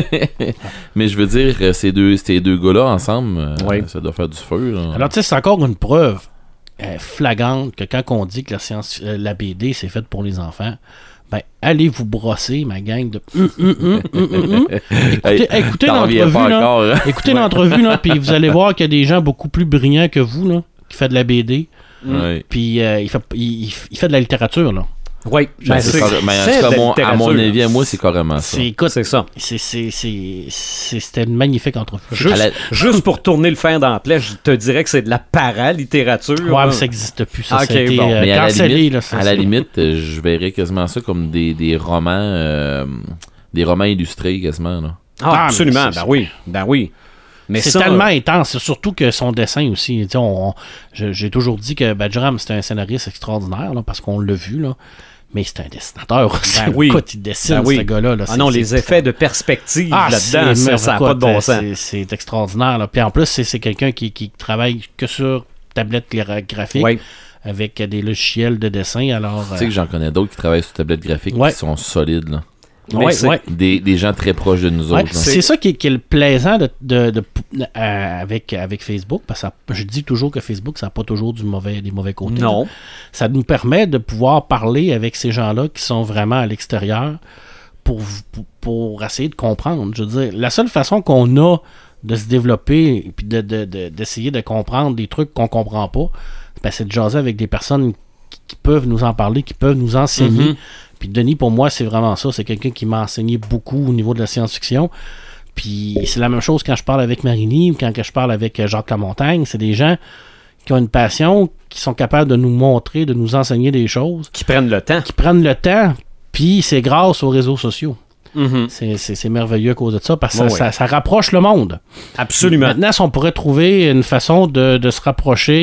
mais je veux dire, euh, ces deux, ces deux gars-là ensemble, euh, Oui. ça doit faire du feu. Là. Alors, tu sais, c'est encore une preuve euh, flagrante que quand on dit que la science, euh, la B D, c'est faite pour les enfants, ben, allez vous brosser, ma gang de... Hum, hum, hum, hum, hum, hum. Écoutez, Hey, écoutez t'en reviens l'entrevue, pas là. encore, hein? Écoutez l'entrevue, là, puis vous allez voir qu'il y a des gens beaucoup plus brillants que vous, là, qui fait de la B D, Ouais. puis euh, il, fait, il, il fait de la littérature, là. Oui. Ben, c'est ça. Mais en tout cas, mon- à mon avis, à moi, c'est carrément ça. C'est, écoute, C'est ça. c'est, c'est, c'est, c'est- c'était une magnifique entrevue. Juste, À la- juste pour tourner le fer dans la plaie, je te dirais que c'est de la paralittérature. Ouais, là. mais ça n'existe plus. Ça, Ok, ça a été bon. euh, Mais à la cancellé, limite, là, ça, à la c'est- limite, euh, je verrais quasiment ça comme des, des romans, euh, des romans illustrés quasiment. Là. Ah, Ah, mais absolument. c'est- Ben oui. Ben oui. Mais c'est ça, tellement intense, c'est surtout que son dessin aussi. Tu sais, on- on- je- j'ai toujours dit que Bajram c'était un scénariste extraordinaire là, parce qu'on l'a vu là, mais c'est un dessinateur. Ben oui. Écoute, il dessine Ben oui. ce gars-là. Là, Ah c'est- non, c'est- les effets de perspective Ah, là-dedans, c'est- ça ça n'a écoute, pas de bon sens. C'est, c'est extraordinaire. Là. Puis en plus, c'est, c'est quelqu'un qui, qui travaille que sur tablette gra- graphique Oui. avec des logiciels de dessin. Alors, Tu sais que j'en connais d'autres qui travaillent sur tablette graphique Ouais. qui sont solides. Là. Mais ouais, c'est- ouais. Des, des gens très proches de nous Ouais, autres. là. c'est ça qui est, qui est le plaisant de, de, de- euh, avec, avec Facebook, parce que ça- je dis toujours que Facebook, ça n'a pas toujours du mauvais, des mauvais côtés. Non. Ça nous permet de pouvoir parler avec ces gens-là qui sont vraiment à l'extérieur pour, pour, pour essayer de comprendre. Je veux dire, la seule façon qu'on a de se développer et puis de, de, de- d'essayer de comprendre des trucs qu'on comprend pas, ben, c'est de jaser avec des personnes qui, qui peuvent nous en parler, qui peuvent nous enseigner. Mhm. Puis Denis, pour moi, c'est vraiment ça. C'est quelqu'un qui m'a enseigné beaucoup au niveau de la science-fiction. Puis c'est la même chose quand je parle avec Marini ou quand que je parle avec euh, Jacques Lamontagne. C'est des gens qui ont une passion, qui sont capables de nous montrer, de nous enseigner des choses, Qui prennent le temps. qui prennent le temps. Puis c'est grâce aux réseaux sociaux. Mhm. C'est, c'est, c'est merveilleux à cause de ça parce que Ouais, ça, ouais. ça, ça rapproche le monde. Absolument. Maintenant, si on pourrait trouver une façon de, de se rapprocher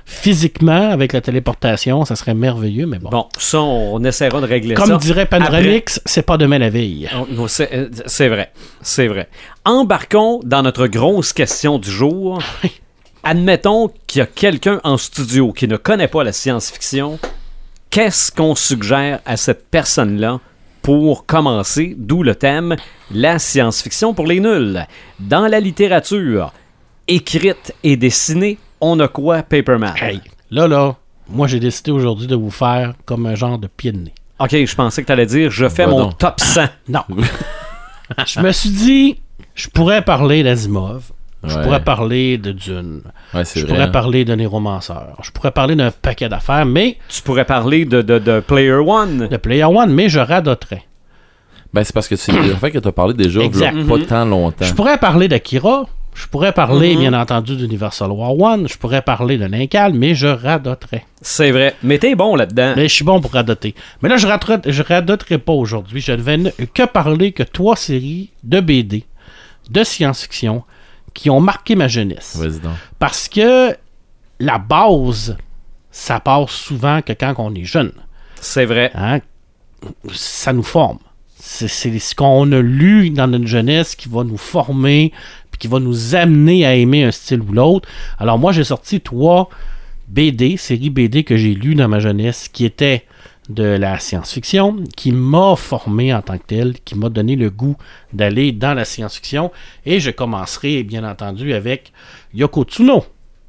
physiquement, avec la téléportation, ça serait merveilleux, mais bon. Bon, ça, on essaiera de régler Comme ça. Comme dirait Panoramix, c'est pas demain la veille. On, c'est, c'est vrai, c'est vrai. Embarquons dans notre grosse question du jour. Admettons qu'il y a quelqu'un en studio qui ne connaît pas la science-fiction. Qu'est-ce qu'on suggère à cette personne-là pour commencer? D'où le thème, la science-fiction pour les nuls. Dans la littérature écrite et dessinée, on a quoi, Paperman? Hey, là, là, moi, j'ai décidé aujourd'hui de vous faire comme un genre de pied de nez. OK, je pensais que tu allais dire, je fais bah mon non. top cent. Non. Je me suis dit, je pourrais parler d'Asimov. Je Ouais. pourrais parler de Dune. Ouais, c'est Je vrai. pourrais parler de Néromanceur. Je pourrais parler d'un paquet d'affaires, mais Tu pourrais parler de, de, de Player One. de Player One, mais je radoterais. Ben, c'est parce que c'est le fait que tu as parlé déjà il y a Exact. pas Mhm. tant longtemps. Je pourrais parler d'Akira. Je pourrais parler, Mhm. bien entendu, d'Universal War One. Je pourrais parler de Lincal, mais je radoterais. C'est vrai. Mais t'es bon là-dedans. Mais je suis bon pour radoter. Mais là, je radoterai, je radoterai pas aujourd'hui. Je ne vais ne- que parler que trois séries de B D, de science-fiction, qui ont marqué ma jeunesse. Vas-y donc. Parce que la base, ça passe souvent que quand on est jeune. C'est vrai. Hein? Ça nous forme. C'est, c'est ce qu'on a lu dans notre jeunesse qui va nous former, puis qui va nous amener à aimer un style ou l'autre. Alors moi, j'ai sorti trois B D, séries B D que j'ai lues dans ma jeunesse, qui étaient de la science-fiction, qui m'a formé en tant que tel, qui m'a donné le goût d'aller dans la science-fiction. Et je commencerai, bien entendu, avec Yoko Tsuno.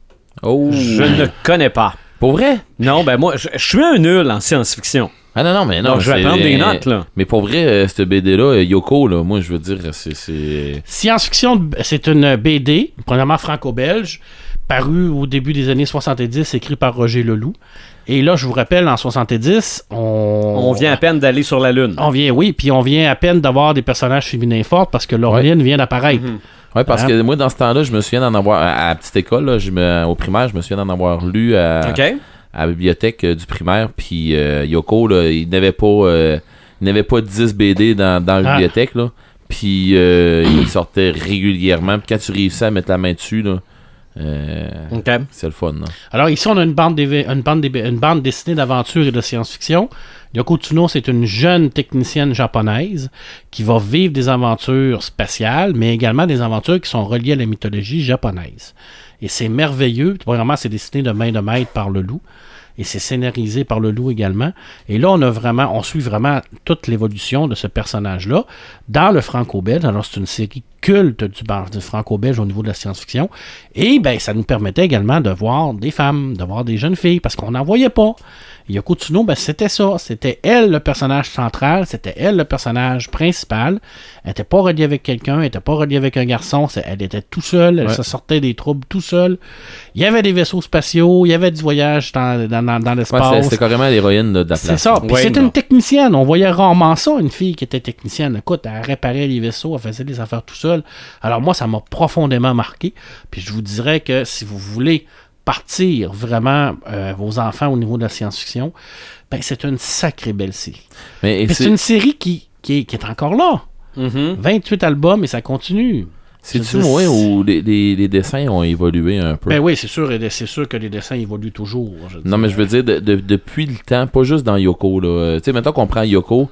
Oh! Je ne connais pas. Pour vrai? Non, ben moi, je, je suis un nul en science-fiction. Ah non, non, mais non. Donc, je vais c'est- prendre des notes, là. Mais pour vrai, euh, cette B D-là, euh, Yoko, là, moi, je veux dire, c'est... c'est... Science-fiction, c'est une B D, premièrement franco-belge, parue au début des années soixante-dix, écrit par Roger Leloup. Et là, je vous rappelle, en soixante-dix, on... On vient à peine d'aller sur la Lune. On vient, oui, puis on vient à peine d'avoir des personnages féminins forts parce que Laureline vient d'apparaître. Mhm. Ouais, parce Hein? que moi, dans ce temps-là, je me souviens d'en avoir... À, à la petite école, là, je me, au primaire, je me souviens d'en avoir lu à, OK? à la bibliothèque euh, du primaire, puis euh, Yoko, là, il n'avait pas... euh, il n'avait pas dix B D dans, dans la Ah. bibliothèque, là. Puis euh, il sortait régulièrement. Puis quand tu réussissais à mettre la main dessus, là, euh, OK. c'est le fun, là. Alors ici, on a une bande, d'éve- une bande, d'éve- une bande dessinée d'aventure et de science-fiction. Yoko Tsuno, c'est une jeune technicienne japonaise qui va vivre des aventures spatiales, mais également des aventures qui sont reliées à la mythologie japonaise. Et c'est merveilleux. Vraiment, c'est dessiné de main de maître par Leloup. Et c'est scénarisé par Leloup également. Et là, on a vraiment, on suit vraiment toute l'évolution de ce personnage-là dans le franco-belge. Alors, c'est une série culte du, bar- du franco-belge au niveau de la science-fiction. Et ben, ça nous permettait également de voir des femmes, de voir des jeunes filles, parce qu'on n'en voyait pas. Yoko Tsuno, ben, c'était ça. C'était elle le personnage central, c'était elle le personnage principal. Elle n'était pas reliée avec quelqu'un, elle n'était pas reliée avec un garçon, c'est- elle était tout seule, elle Ouais. se sortait des troubles tout seule. Il y avait des vaisseaux spatiaux, il y avait du voyage dans, dans, dans, dans Ouais, l'espace. c'est- c'était carrément l'héroïne là, de la C'est place. ça. Puis Ouais, c'est non. une technicienne. On voyait rarement ça, une fille qui était technicienne. Écoute, elle réparait les vaisseaux, elle faisait des affaires tout seule. Alors moi, ça m'a profondément marqué. Puis je vous dirais que si vous voulez partir vraiment euh, vos enfants au niveau de la science-fiction, ben c'est une sacrée belle série. Mais et Puis c'est c'est une série qui, qui, est, qui est encore là. Mhm. vingt-huit albums et ça continue. c'est-tu je veux dire, moi où les, les, les dessins ont évolué un peu? Ben oui, c'est sûr, et c'est sûr que les dessins évoluent toujours. je Non, mais je veux dire, de- de- depuis le temps, pas juste dans Yoko, là. Euh, Tu sais, maintenant qu'on prend Yoko,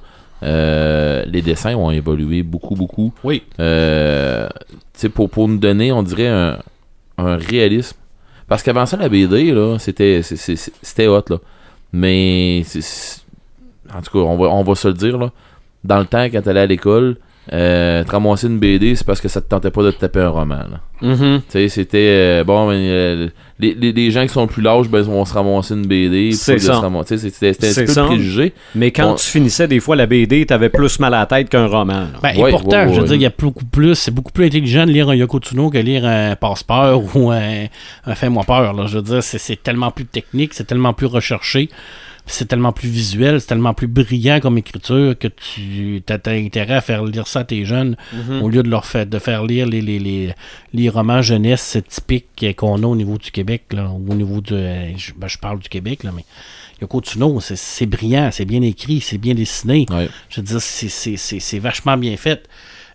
euh, les dessins ont évolué beaucoup, beaucoup. Oui. Euh, tu sais, pour, pour nous donner, on dirait, un, un réalisme. Parce qu'avant ça, la B D, là, c'était, c'est- c'est- c'était hot, là. Mais, c'est- c'est- en tout cas, on va, on va se le dire, là. Dans le temps, quand t'allais à l'école, euh, te ramasser une B D, c'est parce que ça te tentait pas de te taper un roman, là. Mhm. Tu sais, c'était euh, bon, ben, euh, les, les, les gens qui sont plus larges, ben, vont se ramasser une B D. C'est puis de ça. se ramasser- tu sais, C'était c'était un C'est petit peu ça. préjugé. Mais quand On- tu finissais des fois la B D, t'avais plus mal à la tête qu'un roman. là. Ben, Ouais, et pourtant, ouais, ouais, je veux ouais. dire, il y a beaucoup plus, c'est beaucoup plus intelligent de lire un Yoko Tsuno que lire un Passe-Peur ou un, un Fais-moi peur. Là. Je veux dire, c'est, c'est tellement plus technique, c'est tellement plus recherché, c'est tellement plus visuel, c'est tellement plus brillant comme écriture que tu as intérêt à faire lire ça à tes jeunes Mhm. au lieu de leur faire, de faire lire les, les, les, les romans jeunesse typiques qu'on a au niveau du Québec, là, ou au niveau de. Je, ben, je parle du Québec, là, mais Yoko Tsuno, c'est, c'est brillant, c'est bien écrit, c'est bien dessiné. Ouais. Je veux dire, c'est, c'est, c'est, c'est vachement bien fait.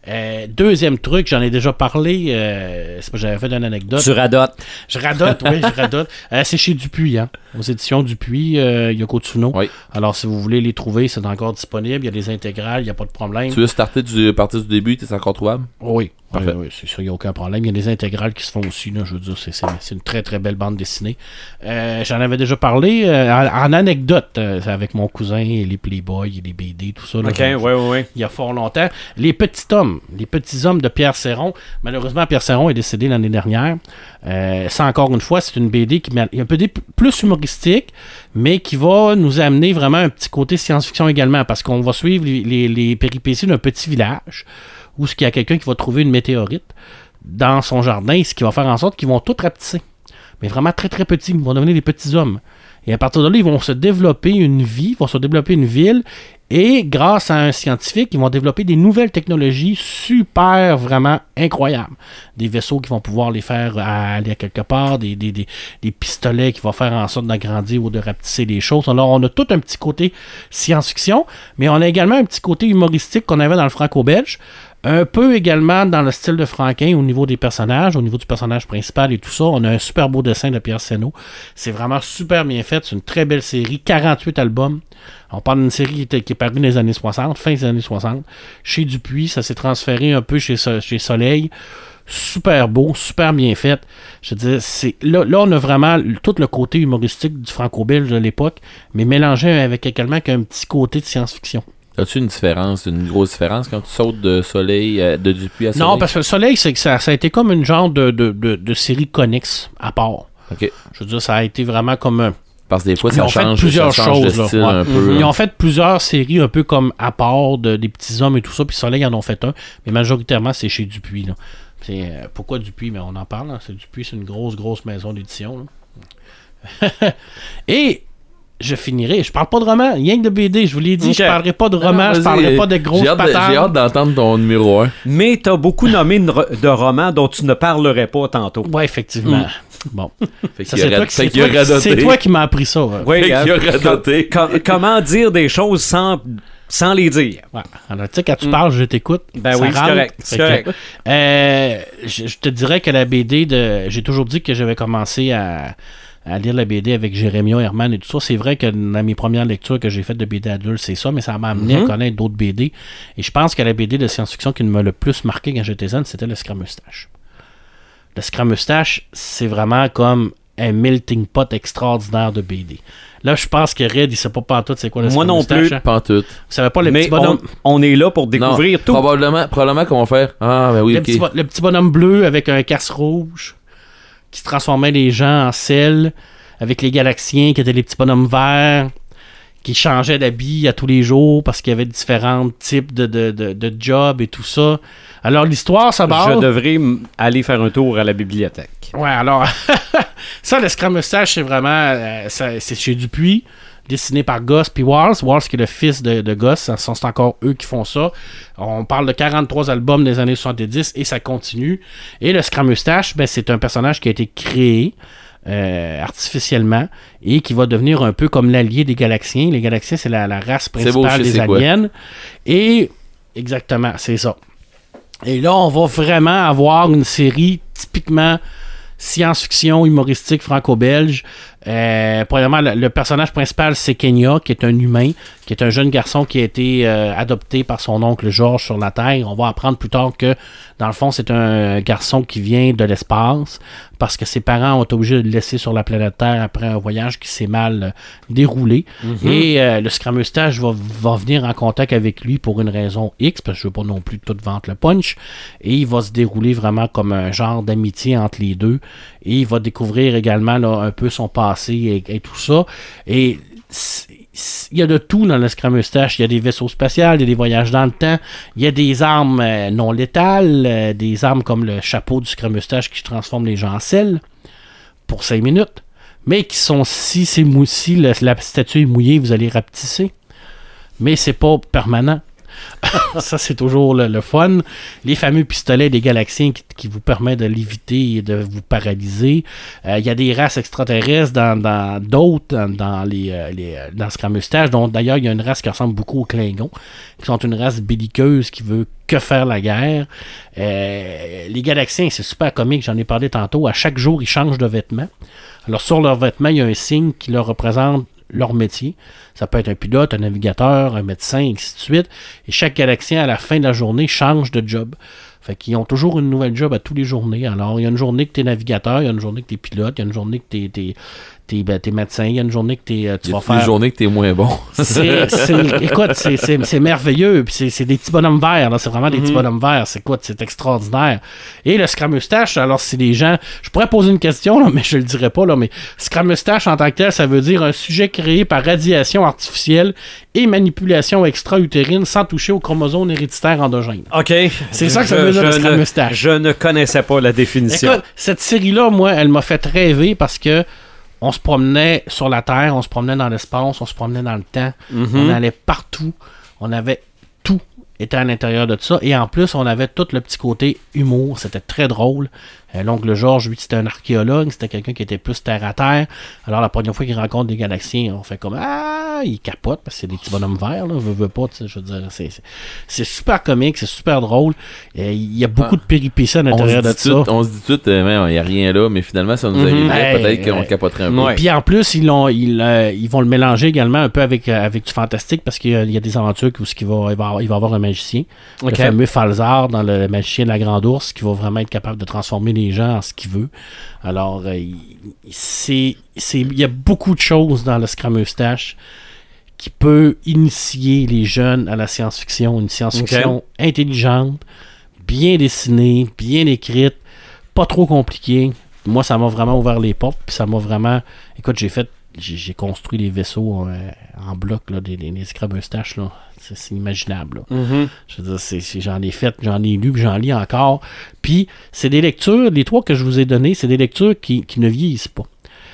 Euh, deuxième truc, j'en ai déjà parlé, euh, c'est pas, j'avais fait une anecdote. Tu radotes. Je radote, oui, je radote. Euh, c'est chez Dupuis, hein, aux éditions Dupuis, euh, Yoko Tsuno. Oui. Alors, si vous voulez les trouver, c'est encore disponible. Il y a des intégrales, il n'y a pas de problème. Tu veux starter du partir du début, c'est encore trouvable? Oui, Parfait. oui, oui, c'est sûr, il n'y a aucun problème. Il y a des intégrales qui se font aussi, là, je veux dire, c'est, c'est, c'est une très très belle bande dessinée. Euh, j'en avais déjà parlé euh, en, en anecdote euh, avec mon cousin et les Playboy et les B D, tout ça. Là, OK, oui, oui, oui. Il y a fort longtemps. Les petits hommes, les petits hommes de Pierre Serron. Malheureusement, Pierre Serron est décédé l'année dernière. Euh, ça, encore une fois, c'est une B D qui est un peu plus humoristique, mais qui va nous amener vraiment un petit côté science-fiction également, parce qu'on va suivre les, les, les péripéties d'un petit village où il y a quelqu'un qui va trouver une météorite dans son jardin, ce qui va faire en sorte qu'ils vont tous rapetisser. Mais vraiment très très petits, ils vont devenir des petits hommes. Et à partir de là, ils vont se développer une vie, vont se développer une ville, et grâce à un scientifique, ils vont développer des nouvelles technologies super, vraiment incroyables. Des vaisseaux qui vont pouvoir les faire aller à quelque part, des, des, des, des pistolets qui vont faire en sorte d'agrandir ou de rapetisser les choses. Alors, on a tout un petit côté science-fiction, mais on a également un petit côté humoristique qu'on avait dans le franco-belge. Un peu également dans le style de Franquin au niveau des personnages, au niveau du personnage principal et tout ça. On a un super beau dessin de Pierre Seno. C'est vraiment super bien fait. C'est une très belle série. quarante-huit albums. On parle d'une série qui, était, qui est parue dans les années soixante, fin des années soixante. Chez Dupuis, ça s'est transféré un peu chez, chez Soleil. Super beau, super bien fait. Je veux dire, c'est, là, là, on a vraiment tout le côté humoristique du franco-belge de l'époque, mais mélangé avec également un petit côté de science-fiction. As-tu une différence, une grosse différence quand tu sautes de Soleil, euh, de Dupuis à Soleil? Non, parce que le Soleil, c'est que ça, ça a été comme une genre de, de, de, de série connexe à part. OK. Je veux dire, ça a été vraiment comme un... Parce que des fois, Ils ça ont change, fait plusieurs ça change choses, de là, style ouais. un peu. Ils là. ont fait plusieurs séries un peu comme à part de, des petits hommes et tout ça, puis Soleil en ont fait un, mais majoritairement, c'est chez Dupuis. Là. C'est, euh, pourquoi Dupuis? Mais on en parle, hein. C'est Dupuis, c'est une grosse, grosse maison d'édition. Là. Et... je finirai. Je parle pas de roman, rien que de B D. Je vous l'ai dit, okay. Je parlerai pas de roman, je parlerai pas de grosses j'ai hâte de, patates. J'ai hâte d'entendre ton numéro un. Mais t'as beaucoup nommé de romans dont tu ne parlerais pas tantôt. Ouais, effectivement. Mm. Bon. Fait ça, c'est, toi qui, c'est, toi, c'est toi qui m'as appris ça. Ouais. Oui, hein, com- comment dire des choses sans... sans les dire. Ouais. Alors, tu sais, quand tu mm. parles, je t'écoute. Ben oui, c'est correct. C'est correct. Que, euh, je, je te dirais que la B D, de, j'ai toujours dit que j'avais commencé à... à lire la B D avec Jérémia Herman et tout ça. C'est vrai que dans mes premières lectures que j'ai faites de B D adulte, c'est ça, mais ça m'a amené mm-hmm. à connaître d'autres B D. Et je pense que la B D de science-fiction qui m'a le plus marqué quand j'étais jeune, c'était le Scrameustache. Le Scrameustache, c'est vraiment comme un melting pot extraordinaire de B D. Là, je pense que Red, il sait pas pantoute c'est quoi le Scrameustache. Moi non plus, hein? Pantoute. Vous savez pas le mais petit bonhomme... On, on est là pour découvrir non, tout. Probablement, probablement qu'on va faire... Ah, ben oui, le, ok. petit, le petit bonhomme bleu avec un casque rouge qui transformait les gens en sel, avec les Galaxiens qui étaient les petits bonhommes verts, qui changeaient d'habit à tous les jours parce qu'il y avait différents types de, de, de, de jobs et tout ça. Alors, l'histoire, ça base... Je devrais m- aller faire un tour à la bibliothèque. Ouais, alors... ça, le Scrameustache, c'est vraiment... Euh, ça, c'est chez Dupuis, dessiné par Goss puis Walls. Walls qui est le fils de, de Goss. Ce sont encore eux qui font ça. On parle de quarante-trois albums des années soixante-dix et ça continue. Et le Scrameustache, ben, c'est un personnage qui a été créé Euh, artificiellement et qui va devenir un peu comme l'allié des Galaxiens. Les Galaxiens, c'est la, la race principale beau, des aliens. Et exactement, c'est ça. Et là, on va vraiment avoir une série typiquement science-fiction humoristique franco-belge. Euh, premièrement, le, le personnage principal, c'est Kenya, qui est un humain, qui est un jeune garçon qui a été euh, adopté par son oncle Georges sur la Terre. On va apprendre plus tard que, dans le fond, c'est un garçon qui vient de l'espace parce que ses parents ont été obligés de le laisser sur la planète Terre après un voyage qui s'est mal euh, déroulé. Mm-hmm. Et euh, le Scrameustache va, va venir en contact avec lui pour une raison X, parce que je ne veux pas non plus tout vendre le punch. Et il va se dérouler vraiment comme un genre d'amitié entre les deux. Et il va découvrir également là, un peu son passé et, et tout ça. Et il y a de tout dans le Scrameustache. Il y a des vaisseaux spatials, il y a des voyages dans le temps, il y a des armes euh, non létales, euh, des armes comme le chapeau du Scrameustache qui transforme les gens en sel pour cinq minutes, mais qui sont, si, c'est mou- si la, la statue est mouillée, vous allez rapetisser. Mais c'est pas permanent. Ça, c'est toujours le, le fun. Les fameux pistolets des Galaxiens qui, qui vous permettent de l'éviter et de vous paralyser. Il euh, y a des races extraterrestres dans, dans d'autres, dans, dans, les, euh, les, dans Scrameustache, dont d'ailleurs, il y a une race qui ressemble beaucoup aux Klingons, qui sont une race belliqueuse qui veut que faire la guerre. Euh, les Galaxiens, c'est super comique, j'en ai parlé tantôt. À chaque jour, ils changent de vêtements. Alors, sur leurs vêtements, il y a un signe qui leur représente leur métier. Ça peut être un pilote, un navigateur, un médecin, et ainsi de suite. Et chaque Galaxien, à la fin de la journée, change de job. Fait qu'ils ont toujours une nouvelle job à tous les journées. Alors, il y a une journée que tu es navigateur, il y a une journée que tu es pilote, il y a une journée que tu es, t'es, t'es, ben, t'es médecin, il y a une journée que t'es, tu vas faire... Il y a une journée que tu es moins bon. c'est, c'est, écoute, c'est, c'est, c'est merveilleux. Puis c'est, c'est des petits bonhommes verts. Là. C'est vraiment des mm-hmm. petits bonhommes verts. C'est quoi? C'est extraordinaire. Et le Scrameustache, alors c'est des gens... Je pourrais poser une question, là, mais je le dirais pas. Là, mais Scrameustache, en tant que tel, ça veut dire un sujet créé par radiation artificielle et manipulation extra-utérine sans toucher aux chromosomes héréditaires endogènes. OK. C'est ça que ça veut dire, le Scrameustache. Je ne connaissais pas la définition. Écoute, cette série-là, moi, elle m'a fait rêver parce que on se promenait sur la Terre, on se promenait dans l'espace, on se promenait dans le temps, mm-hmm. on allait partout, on avait tout était à l'intérieur de tout ça, et en plus, on avait tout le petit côté humour, c'était très drôle. Euh, l'oncle Georges, lui, c'était un archéologue, c'était quelqu'un qui était plus terre à terre. Alors, la première fois qu'il rencontre des Galaxiens, on fait comme « Ah! » Il capote, parce que c'est des petits bonhommes verts, là, veut, veut pas, je veux dire, c'est, c'est, c'est super comique, c'est super drôle. Il y a beaucoup ah. de péripéties à l'intérieur de tout ça. On se dit tout, il euh, n'y a rien là, mais finalement, ça nous arriverait, mm-hmm. hey, peut-être qu'on euh, capoterait un peu. Ouais. Puis en plus, ils, l'ont, ils, euh, ils vont le mélanger également un peu avec, euh, avec du fantastique, parce qu'il y a, il y a des aventures où il va, il va, il va avoir un magicien, okay. le fameux Falzar dans le magicien de la Grande Ourse, qui va vraiment être capable de transformer les gens en ce qu'il veut. Alors, euh, c'est, c'est, il y a beaucoup de choses dans le Scrameustache qui peut initier les jeunes à la science-fiction. Une science-fiction okay. intelligente, bien dessinée, bien écrite, pas trop compliquée. Moi, ça m'a vraiment ouvert les portes, puis ça m'a vraiment... Écoute, j'ai fait... J'ai, j'ai construit les vaisseaux euh, en bloc, là, des, des, des Scrameustaches, là. C'est, c'est inimaginable, là. Mm-hmm. Je veux dire, c'est, c'est, j'en ai fait, j'en ai lu, puis j'en lis encore. Puis, c'est des lectures, les trois que je vous ai données, c'est des lectures qui, qui ne vieillissent pas.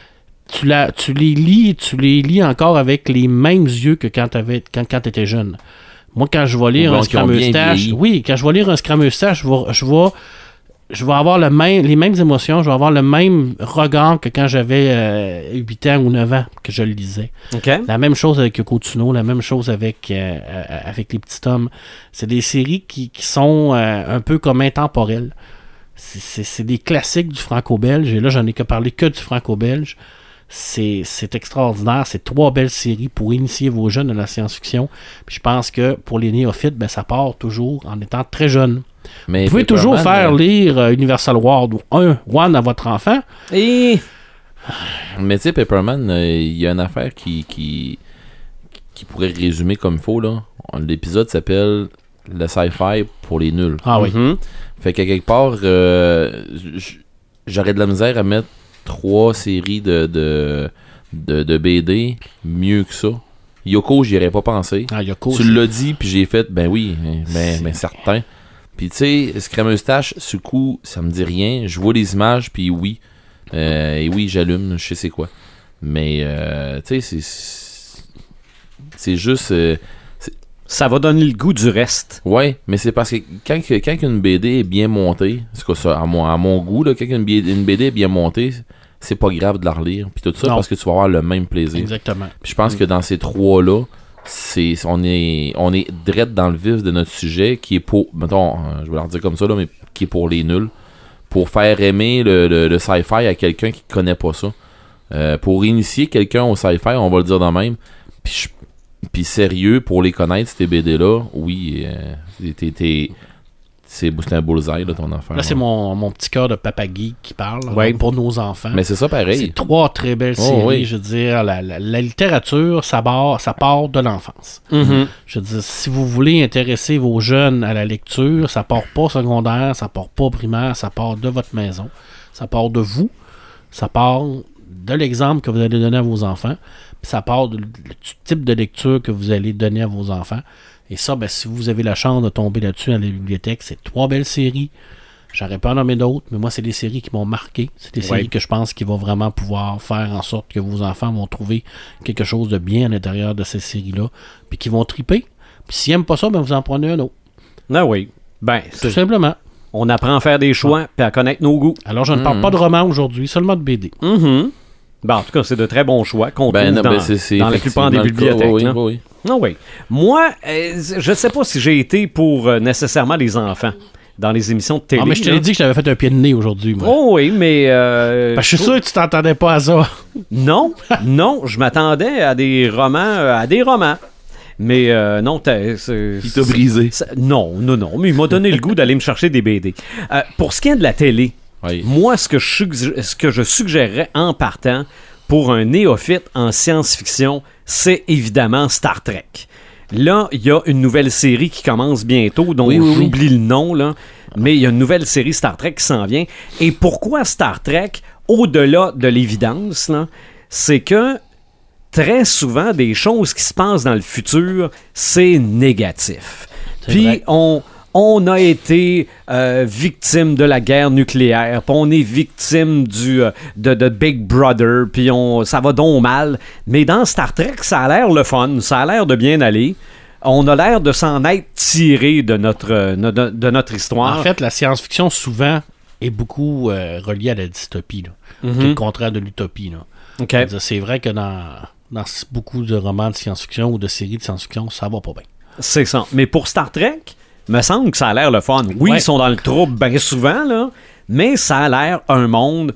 Tu, la, tu les lis, tu les lis encore avec les mêmes yeux que quand tu quand, quand étais jeune. Moi, quand je vais lire bon, un Scrameustache, oui, quand je vais lire un Scrameustache, je vais, je vais, je vais avoir le même, les mêmes émotions, je vais avoir le même regard que quand j'avais euh, huit ans ou neuf ans que je le lisais. Okay. La même chose avec Yoko Tsuno, la même chose avec, euh, avec Les Petits Hommes. C'est des séries qui, qui sont euh, un peu comme intemporelles. C'est, c'est, c'est des classiques du franco-belge, et là, j'en ai que parlé que du franco-belge. C'est, c'est extraordinaire. C'est trois belles séries pour initier vos jeunes à la science-fiction. Puis je pense que pour les néophytes, ben, ça part toujours en étant très jeune. Mais vous pouvez toujours faire euh... lire euh, Universal World un One à votre enfant. Et... Mais tu sais, Paperman, il euh, y a une affaire qui, qui, qui pourrait résumer comme il faut, là. L'épisode s'appelle le sci-fi pour les nuls. Ah oui. Mm-hmm. Fait qu'à quelque part, euh, j'aurais de la misère à mettre trois séries de, de, de, de B D mieux que ça. Yoko, j'y aurais pas pensé. Ah, Yoko, tu c'est... l'as dit, puis j'ai fait, ben oui, ben, ben certain. Puis tu sais, Scrameustache, ce coup, ça me dit rien. Je vois les images, puis oui. Euh, et oui, j'allume, je sais c'est quoi. Mais, euh, tu sais, c'est... C'est juste... Euh, ça va donner le goût du reste. Ouais, mais c'est parce que quand, quand une B D est bien montée, c'est quoi ça, à mon, à mon goût, là, quand une B D, une B D est bien montée, c'est pas grave de la relire. Puis tout ça, non. Parce que tu vas avoir le même plaisir. Exactement. Puis je pense mmh. que dans ces trois-là, c'est, on est, on est direct dans le vif de notre sujet, qui est pour, mettons, je vais leur dire comme ça, là, mais qui est pour les nuls. Pour faire aimer le, le, le sci-fi à quelqu'un qui connaît pas ça. Euh, pour initier quelqu'un au sci-fi, on va le dire de même. Puis je Puis sérieux, pour les connaître, ces B D-là, oui, euh, t'es, t'es, c'est, c'est un bullseye, là, ton affaire. Là, c'est mon, mon petit cœur de papa geek qui parle, ouais. Pour nos enfants. Mais c'est ça pareil. C'est trois très belles séries. Oh, oui. Je veux dire, la, la, la littérature, ça part, ça part de l'enfance. Mm-hmm. Je veux dire, si vous voulez intéresser vos jeunes à la lecture, ça part pas secondaire, ça part pas primaire, ça part de votre maison. Ça part de vous. Ça part de l'exemple que vous allez donner à vos enfants. Ça part du type de lecture que vous allez donner à vos enfants. Et ça, ben, si vous avez la chance de tomber là-dessus dans la bibliothèque, c'est trois belles séries. J'aurais pas nommé d'autres, mais moi, c'est des séries qui m'ont marqué. C'est des ouais. séries que je pense qu'il va vraiment pouvoir faire en sorte que vos enfants vont trouver quelque chose de bien à l'intérieur de ces séries-là, puis qu'ils vont triper. Puis s'ils n'aiment pas ça, ben vous en prenez un autre. Ah oui. Ben, Tout c'est- simplement. on apprend à faire des choix puis à connaître nos goûts. Alors, je ne parle Mhm. pas de roman aujourd'hui, seulement de B D. Mhm. Ben, en tout cas, c'est de très bons choix qu'on Ben, trouve non, dans, ben, c'est- c'est dans la plupart des effectivement le cas. bibliothèques. Oui, là. oui, oui. Ah oui. Moi, euh, je ne sais pas si j'ai été pour euh, nécessairement les enfants dans les émissions de télé. Ah, mais je te là. l'ai dit que j'avais fait un pied de nez aujourd'hui, moi. Oh oui, mais... euh, Parce que je suis sûr que tu t'entendais pas à ça. Non, non, je m'attendais à des romans, euh, à des romans. Mais euh, non, t'as- c'est- Il t'a brisé. ça- non, non, non, mais il m'a donné le goût d'aller me chercher des B D. Euh, pour ce qui est de la télé, Oui. moi, ce que, je, sugg- ce que je suggérerais en partant pour un néophyte en science-fiction, c'est évidemment Star Trek. Là, il y a une nouvelle série qui commence bientôt, dont Oui, oui, oui. j'oublie le nom, là, mais il y a une nouvelle série Star Trek qui s'en vient. Et pourquoi Star Trek, au-delà de l'évidence, là, c'est que très souvent, des choses qui se passent dans le futur, c'est négatif. C'est Puis vrai. on, on a été euh, victime de la guerre nucléaire, puis on est victime du, euh, de, de Big Brother, puis on, ça va donc mal. Mais dans Star Trek, ça a l'air le fun, ça a l'air de bien aller. On a l'air de s'en être tiré de notre, euh, de, de notre histoire. En fait, la science-fiction, souvent, est beaucoup euh, reliée à la dystopie, là, Mhm. qui est le contraire de l'utopie. Là. OK. C'est-à-dire, C'est vrai que dans, dans beaucoup de romans de science-fiction ou de séries de science-fiction, ça va pas bien. C'est ça. Mais pour Star Trek, me semble que ça a l'air le fun. Oui, Ouais. ils sont dans le trouble bien souvent, là, mais ça a l'air un monde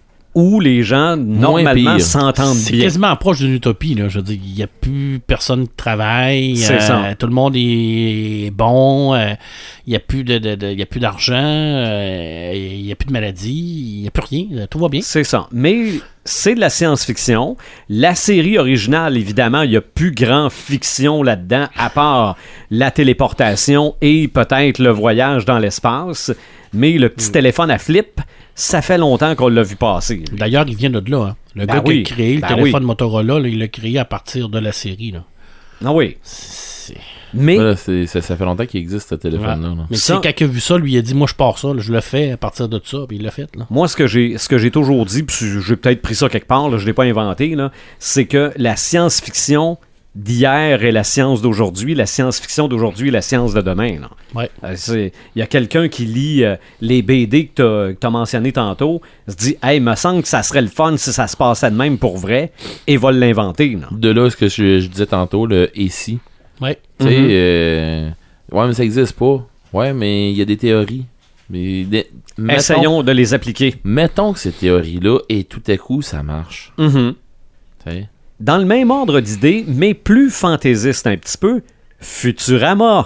où les gens, normalement, pire. s'entendent C'est bien. quasiment proche d'une utopie. Là. Je veux dire, il n'y a plus personne qui travaille. C'est euh, ça. Tout le monde est bon. euh, Il n'y a plus de, de- de- il y a plus d'argent. euh, Il n'y a plus de maladie. Il n'y a plus rien. euh, Tout va bien. C'est ça. Mais c'est de la science-fiction. La série originale, évidemment, il n'y a plus grand fiction là-dedans, à part la téléportation et peut-être le voyage dans l'espace. Mais le petit téléphone à flip, ça fait longtemps qu'on l'a vu passer. D'ailleurs, il vient de là. Hein. Le Ben gars oui. qui a créé le Ben téléphone oui. Motorola, là, il l'a créé à partir de la série. Là. Ah oui. C'est... Mais Voilà, c'est- ça, ça fait longtemps qu'il existe ce téléphone-là. là. Mais Ça- tu sais, quand il a vu ça, lui, il a dit, moi, je pars ça, là, je le fais à partir de ça, puis il l'a fait. Là. moi, ce que j'ai ce que j'ai toujours dit, puis j'ai peut-être pris ça quelque part, là, je ne l'ai pas inventé, là, c'est que la science-fiction d'hier est la science d'aujourd'hui, la science-fiction d'aujourd'hui est la science de demain. là. Ouais. Euh, c'est- Il y a quelqu'un qui lit euh, les B D que tu as mentionné tantôt, se dit « Hey, me semble que ça serait le fun si ça se passait de même pour vrai », et va l'inventer. là. De là, ce que je, je disais tantôt, le « et si Ouais. ». Tu sais, Mhm. euh, ouais, mais ça existe pas. Ouais, mais il y a des théories. Mais des- mettons, Essayons de les appliquer. mettons que ces théories-là, et tout à coup, ça marche. Mhm. Tu sais. Dans le même ordre d'idées, mais plus fantaisiste un petit peu, Futurama.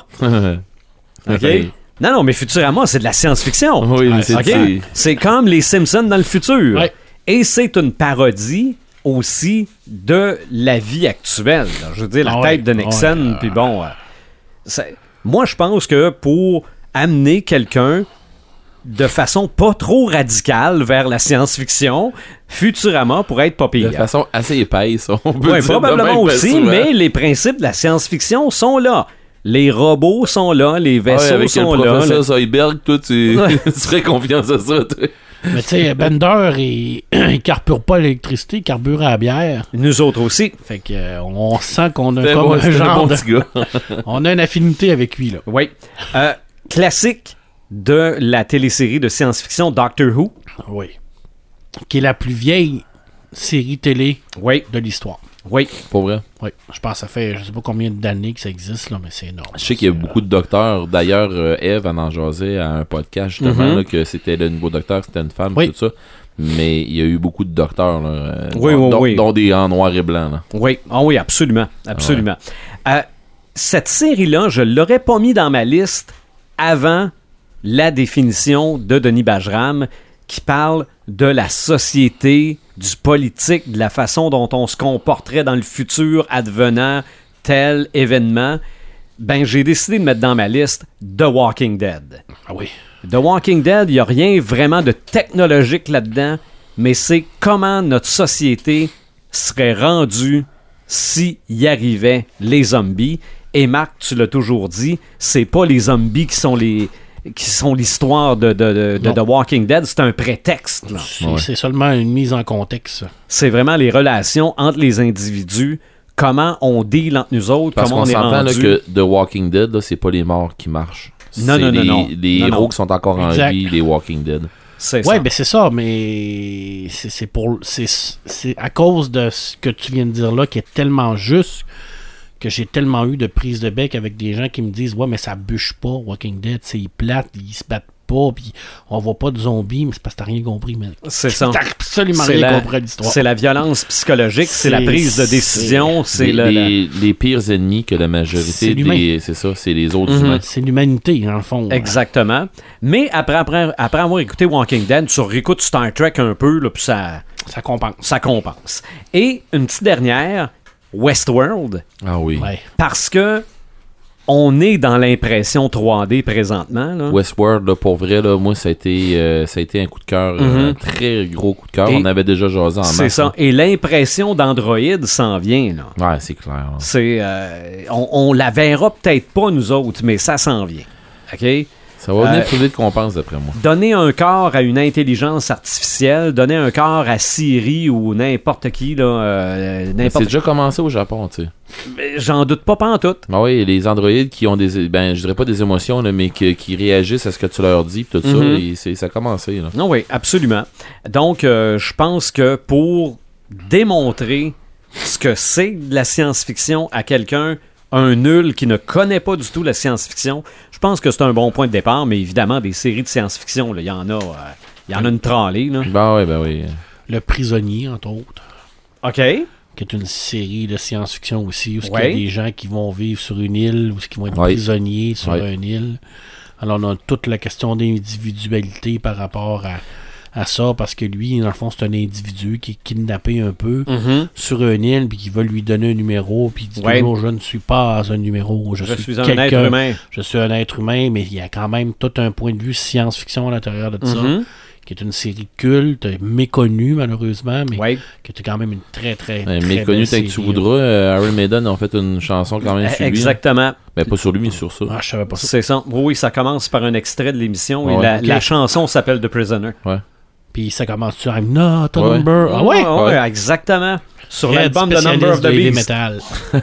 OK? Ouais. Non, non, mais Futurama, c'est de la science-fiction. Oui, mais c'est- OK? c'est- C'est comme les Simpsons dans le futur. Ouais. Et c'est une parodie aussi de la vie actuelle. là. Je veux dire, la Ah ouais. tête de Nixon, Ouais. puis bon... euh, c'est- moi, je pense que pour amener quelqu'un de façon pas trop radicale vers la science-fiction, Futurama pourrait être pas De pire. façon assez épaisse, on peut Oui, dire de probablement même, aussi, souvent. mais les principes de la science-fiction sont là. Les robots sont là, les Ah ouais, vaisseaux avec sont le là. professeur le- Zoidberg, toi, tu, Ouais. tu ferais confiance à ça. toi. Mais tu sais, Bender, il, il carbure pas l'électricité, il carbure à la bière. Nous autres aussi. Fait que euh, on sent qu'on a C'est comme bon, un c'est un genre bon de... petit gars. On a une affinité avec lui, là. Oui. Euh, classique de la télésérie de science-fiction Doctor Who. Oui. Qui est la plus vieille série télé Oui, de l'histoire. oui. Pour vrai. Oui. Je pense que ça fait, je sais pas combien d'années que ça existe, là, mais c'est énorme. Je sais qu'il y a beaucoup de docteurs. D'ailleurs, euh, Eve en en jasait à un podcast, justement, Mhm. là, que c'était le nouveau docteur, c'était une femme, Oui. tout ça. Mais il y a eu beaucoup de docteurs, là, euh, Oui, dont, oui, dont- oui. dont des en noir et blanc. Là. Oui, ah oui, absolument, absolument. Euh, cette série-là, je l'aurais pas mis dans ma liste avant la définition de Denis Bajram qui parle de la société, du politique, de la façon dont on se comporterait dans le futur advenant tel événement. Ben, j'ai décidé de mettre dans ma liste The Walking Dead. Ah oui. The Walking Dead, il n'y a rien vraiment de technologique là-dedans, mais c'est comment notre société serait rendue s'il y arrivait les zombies. Et Marc, tu l'as toujours dit, c'est pas les zombies qui sont les qui sont l'histoire de, de, de, de Non. The Walking Dead, c'est un prétexte. là. C'est, Ouais. c'est seulement une mise en contexte. C'est vraiment les relations entre les individus, comment on deal entre nous autres, Parce comment qu'on on est s'entend là, rendu. que The Walking Dead, là, c'est pas les morts qui marchent. Non, c'est non, non, les, non. les Non, héros non. qui sont encore en Exact. vie, les Walking Dead. C'est Ouais, ça. ben c'est ça, mais c'est c'est pour c'est c'est à cause de ce que tu viens de dire là qui est tellement juste que j'ai tellement eu de prises de bec avec des gens qui me disent ouais mais ça bûche pas Walking Dead, c'est plate, ils se battent pas, puis on voit pas de zombies, mais c'est parce que t'as rien compris, man. C'est ça. T'as absolument C'est rien la- compris à l'histoire. C'est la violence psychologique, c'est la C'est- prise de décision, c'est les, le. les, les pires ennemis que la majorité C'est l'humain. des. C'est ça, c'est les autres Mhm. humains. C'est l'humanité, dans le fond. Exactement. Mais après, après, après avoir écouté Walking Dead, tu réécoutes Star Trek un peu, là, puis ça, Ça compense. ça compense. Et une petite dernière, Westworld, Ah oui. Ouais. parce que on est dans l'impression trois D présentement. Là. Westworld, là, pour vrai, là, moi, ça a été, euh, ça a été un coup de cœur, euh, Mhm. un très gros coup de cœur. Et On avait déjà jasé en masse. C'est ça. là. Et l'impression d'Android s'en vient. Là. Ouais, c'est clair. là. C'est, euh, on, on la verra peut-être pas, nous autres, mais ça s'en vient. OK? Ça va venir Euh, plus vite qu'on pense, d'après moi. Donner un corps à une intelligence artificielle, donner un corps à Siri ou n'importe qui, là, euh, C'est n'importe déjà commencé au Japon, tu sais. J'en doute pas pantoute. Ah oui, les androïdes qui ont des, ben, je dirais pas des émotions, là, mais que- qui réagissent à ce que tu leur dis, pis tout Mhm. ça, et c'est, ça a commencé, là. Non, oui, absolument. Donc, euh, je pense que pour démontrer ce que c'est de la science-fiction à quelqu'un, un nul qui ne connaît pas du tout la science-fiction, je pense que c'est un bon point de départ, mais évidemment, des séries de science-fiction, là, il y en a, euh, il y en a une tralée, là. Ben oui, ben oui. Le prisonnier, entre autres, OK. qui est une série de science-fiction aussi, où il y Ouais. a des gens qui vont vivre sur une île, où qui vont être Ouais. prisonniers sur Ouais. une île. Alors, on a toute la question d'individualité par rapport à, à ça, parce que lui, dans le fond, c'est un individu qui est kidnappé un peu Mhm. sur une île, puis qui va lui donner un numéro, puis il dit Ouais. toujours, je ne suis pas un numéro, je, Je suis, suis un quelqu'un, être humain. je suis un être humain, mais il y a quand même tout un point de vue science-fiction à l'intérieur de ça, Mhm. qui est une série culte, méconnue malheureusement, mais Ouais. qui était quand même une très, très, Ouais, très méconnu belle tant que tu série. voudras, euh, Iron Maiden ont fait une chanson quand même sur lui. hein. Exactement. Ben pas sur lui, mais sur ça. Ah, je savais pas ça. C'est ça. Oui, oui, ça commence par un extrait de l'émission et Ouais. la, Ok. la chanson s'appelle The Prisoner. Puis ça commence sur I'm not a Ouais. number. Ah ouais? ouais, Ouais. exactement. Sur Très l'album The spécialiste Number of the de heavy Beast. metal.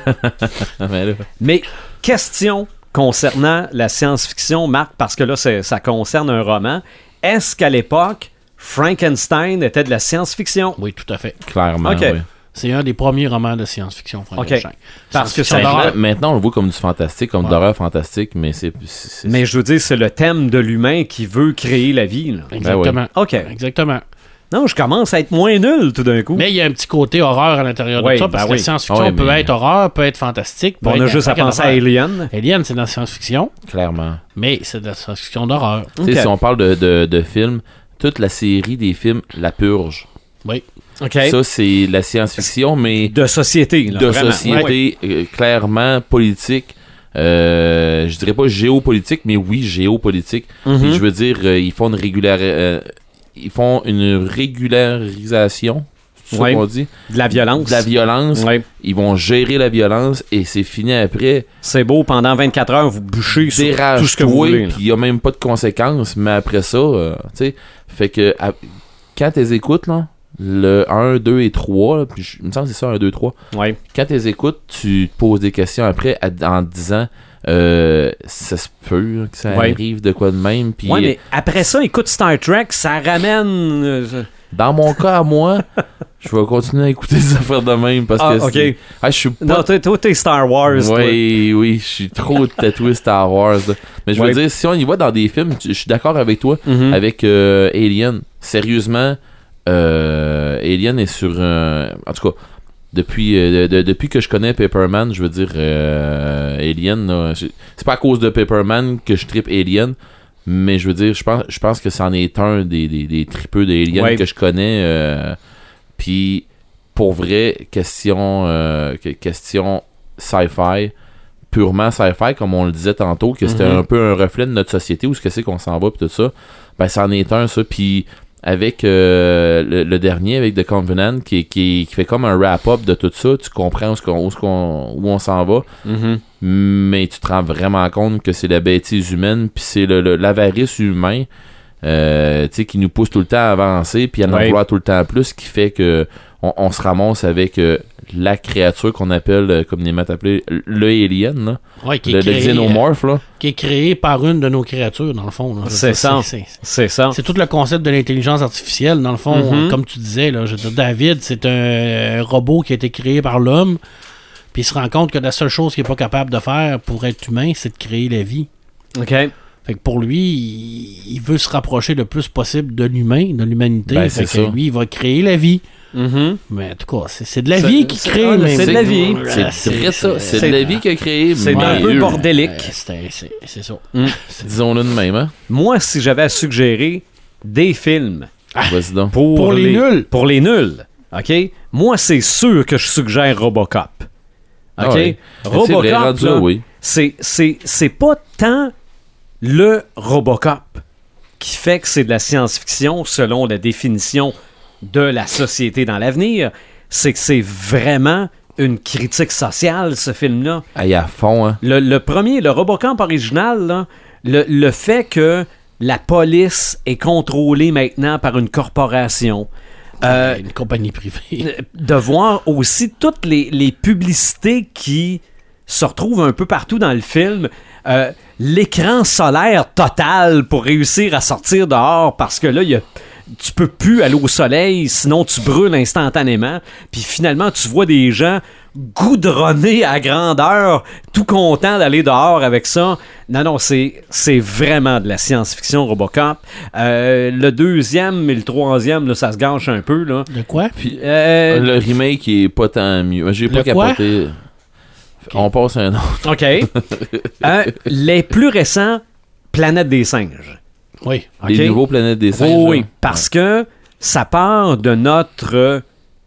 Ah, ben là. Mais question concernant la science-fiction, Marc, parce que là, c'est- ça concerne un roman. Est-ce qu'à l'époque, Frankenstein était de la science-fiction? Oui, tout à fait. Clairement, Ok. oui. C'est un des premiers romans de science-fiction, Frankenstein. Parce que Science-fiction ça- d'horreur. Maintenant, maintenant, on le voit comme du fantastique, comme Ouais. d'horreur fantastique, mais c'est... c'est- c'est- Mais je veux dire, c'est le thème de l'humain qui veut créer la vie. là. Exactement. OK. Exactement. Non, je commence à être moins nul tout d'un coup. Mais il y a un petit côté horreur à l'intérieur Oui, de ça, parce ben que oui. la science-fiction Ah ouais, peut mais- être horreur, peut être fantastique. peut on a être juste à n'importe penser à quelle affaire. Alien. Alien, c'est de la science-fiction, Clairement. mais c'est de la science-fiction d'horreur. Tu sais, Ok. si on parle de, de, de films, toute la série des films La Purge, Oui. OK. ça, c'est la science-fiction, mais De société. Là, de vraiment. société, euh, clairement politique. Euh, je dirais pas géopolitique, mais oui, géopolitique. Mhm. Puis je veux dire, euh, ils font une régulari- euh, ils font une régularisation, c'est Ouais. ça qu'on dit, De la violence. de la violence. Ouais. Ils vont gérer la violence et c'est fini après. C'est beau, pendant vingt-quatre heures, vous bûchez sur tout ce que vous Dérage-toi, voulez. là. puis il y a même pas de conséquences. Mais après ça, euh, tu sais, fait que à- quand tu les écoutes, là, le un, deux et trois, là, puis je- il me semble que c'est ça, un, deux, trois. Ouais. Quand tu les écoutes, tu te poses des questions après à- en te disant euh, ça se peut là, que ça Ouais. arrive de quoi de même. Puis Ouais, mais après ça, écoute Star Trek, ça ramène. euh, dans mon cas à moi, je vais continuer à écouter des affaires de même parce Ah, que ok. c'est- ah, je suis pas. Non, toi, toi, t'es Star Wars. toi. Oui, oui, je suis trop tatoué Star Wars. là. Mais je veux Ouais. dire, si on y va dans des films, je suis d'accord avec toi, Mhm. avec euh, Alien. Sérieusement, euh, Alien est sur un. En tout cas, depuis, euh, de- de- depuis que je connais Paperman, je veux dire, euh, Alien, là, je- c'est pas à cause de Paperman que je trippe Alien, mais je veux dire, je pense, je pense que c'en est un des, des, des tripeux d'Alien Ouais. que je connais. euh, Puis, pour vrai, question, euh, que- question sci-fi, purement sci-fi, comme on le disait tantôt, que c'était Mhm. un peu un reflet de notre société, où ce que c'est qu'on s'en va, puis tout ça, ben, c'en est un, ça. Puis, avec euh, le, le dernier, avec The Covenant, qui, qui, qui fait comme un wrap-up de tout ça, tu comprends où, ce qu'on- où, ce qu'on- où on s'en va, Mhm. mais tu te rends vraiment compte que c'est la bêtise humaine, puis c'est le, le- l'avarice humain, euh, tu sais, qui nous pousse tout le temps à avancer, puis à en Ouais. vouloir tout le temps plus, qui fait que on, on se ramasse avec euh, la créature qu'on appelle, euh, communément appelée, le alien, là. Ouais, qui est le, créé, le xénomorphe, là. Qui est créé par une de nos créatures, dans le fond. Là. C'est ça. C'est, c'est, c'est ça. c'est tout le concept de l'intelligence artificielle, dans le fond. Mm-hmm. Comme tu disais, là, je veux dire, David, c'est un robot qui a été créé par l'homme, puis il se rend compte que la seule chose qu'il n'est pas capable de faire pour être humain, c'est de créer la vie. OK. Fait que pour lui, il, il veut se rapprocher le plus possible de l'humain, de l'humanité. Ben, fait c'est que ça. lui, il va créer la vie. Mm-hmm. Mais en tout cas, c'est, c'est de la C'est- vie qui c'est- crée. ah, mais c'est de la vie. Voilà, C'est vrai ça. C'est c'est- de la vie qu'il a créé. C'est mais un peu eux, bordélique. Euh, c'est, c'est, c'est ça. Disons-le de même, hein. Moi, si j'avais à suggérer des films Vas-y donc. pour, Pour les nuls. Pour les nuls, OK? Moi, c'est sûr que je suggère Robocop. OK? Ah ouais. C'est vrai, Robocop, rendu là, là, oui. c'est, c'est, c'est pas tant le Robocop qui fait que c'est de la science-fiction selon la définition de la société dans l'avenir, c'est que c'est vraiment une critique sociale, ce film-là. Aïe, à fond, hein. Le, le premier, le Robocop original, là, le, le fait que la police est contrôlée maintenant par une corporation, euh, Une compagnie privée. de voir aussi toutes les, les publicités qui se retrouvent un peu partout dans le film. Euh, l'écran solaire total pour réussir à sortir dehors parce que là, il y a tu peux plus aller au soleil, sinon tu brûles instantanément. Puis finalement, tu vois des gens goudronnés à grandeur, tout contents d'aller dehors avec ça. Non, non, c'est, c'est vraiment de la science-fiction, Robocop. Euh, le deuxième et le troisième, là, ça se gâche un peu. Là. De quoi? Puis Euh, le remake est pas tant mieux. J'ai pas Le quoi? capoté. On passe à un autre. OK. Euh, les plus récents, Planète des singes. Oui. Les OK? nouveaux planètes des singes. Oui, oui, là. parce que ça part de notre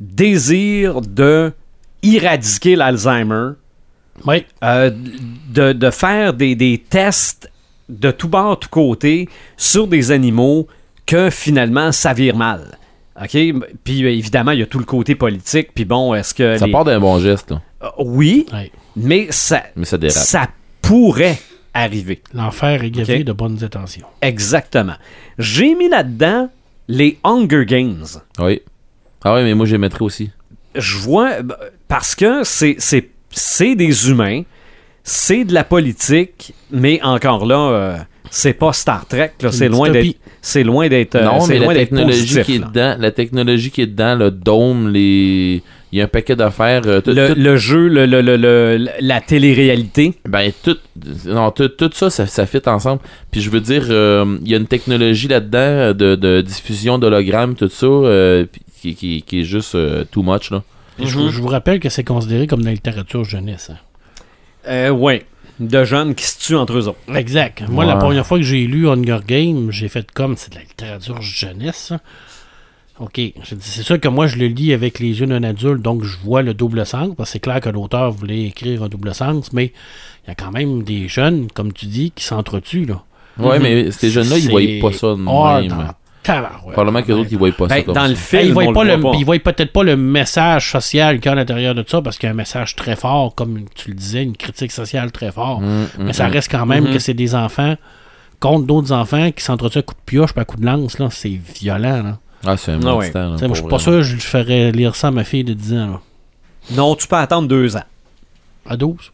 désir de éradiquer l'Alzheimer, Oui. euh, de, de faire des, des tests de tout bord, tout côté sur des animaux que finalement ça vire mal. OK? Puis évidemment, il y a tout le côté politique. Puis bon, est-ce que. Ça les- part d'un bon geste, là. Euh, oui, Oui. mais ça, Mais ça dérape. ça pourrait arriver. L'enfer est gavé Ok. de bonnes intentions. Exactement. J'ai mis là-dedans les Hunger Games. Oui. Ah oui, mais moi, j'ai mettrais aussi. Je vois, parce que c'est, c'est, c'est des humains, c'est de la politique, mais encore là, euh, c'est pas Star Trek, là, c'est, Une loin dystopie. d'être, c'est loin d'être, euh, non, c'est mais loin la d'être technologie positif, qui est là. dedans, la technologie qui est dedans, le dôme, les... il y a un paquet d'affaires. euh, tout- Le, tout- le jeu, le, le, le- le- la télé-réalité. Ben, tout, non, tout, tout ça, ça, ça fit ensemble. Puis je veux dire, euh, il y a une technologie là-dedans de, de diffusion d'hologrammes, tout ça, euh, puis qui, qui, qui est juste euh, too much, là. Puis je, je vous rappelle que c'est considéré comme de la littérature jeunesse. hein. Euh, ouais. De jeunes qui se tuent entre eux autres. Exact. Moi, Ouais. la première fois que j'ai lu Hunger Games, j'ai fait comme c'est de la littérature jeunesse. ça. OK. Je dis, c'est sûr que moi, je le lis avec les yeux d'un adulte, donc je vois le double sens, parce que c'est clair que l'auteur voulait écrire un double sens, mais il y a quand même des jeunes, comme tu dis, qui s'entretuent, là. Ouais, mais ces jeunes-là, ils C'est voyaient pas ça de hard même. dans tabarouette. Probablement que les autres, ils voyaient pas ça Ben, comme dans ça. le film, Ils on voient le pas le, voit pas. ils voient peut-être pas le message social qu'il y a à l'intérieur de ça, parce qu'il y a un message très fort, comme tu le disais, une critique sociale très forte. Hum, Mais hum, ça hum. reste quand même Mhm. que c'est des enfants contre d'autres enfants qui s'entretuent à coups de pioche pas à coups de lance. Là. C'est violent. Là. Ah, c'est un Ah bon ouais. temps, là, Tu sais, moi, je suis pour pas vrai. sûr que je lui ferais lire ça à ma fille de dix ans. Là. Non, tu peux attendre deux ans. À douze.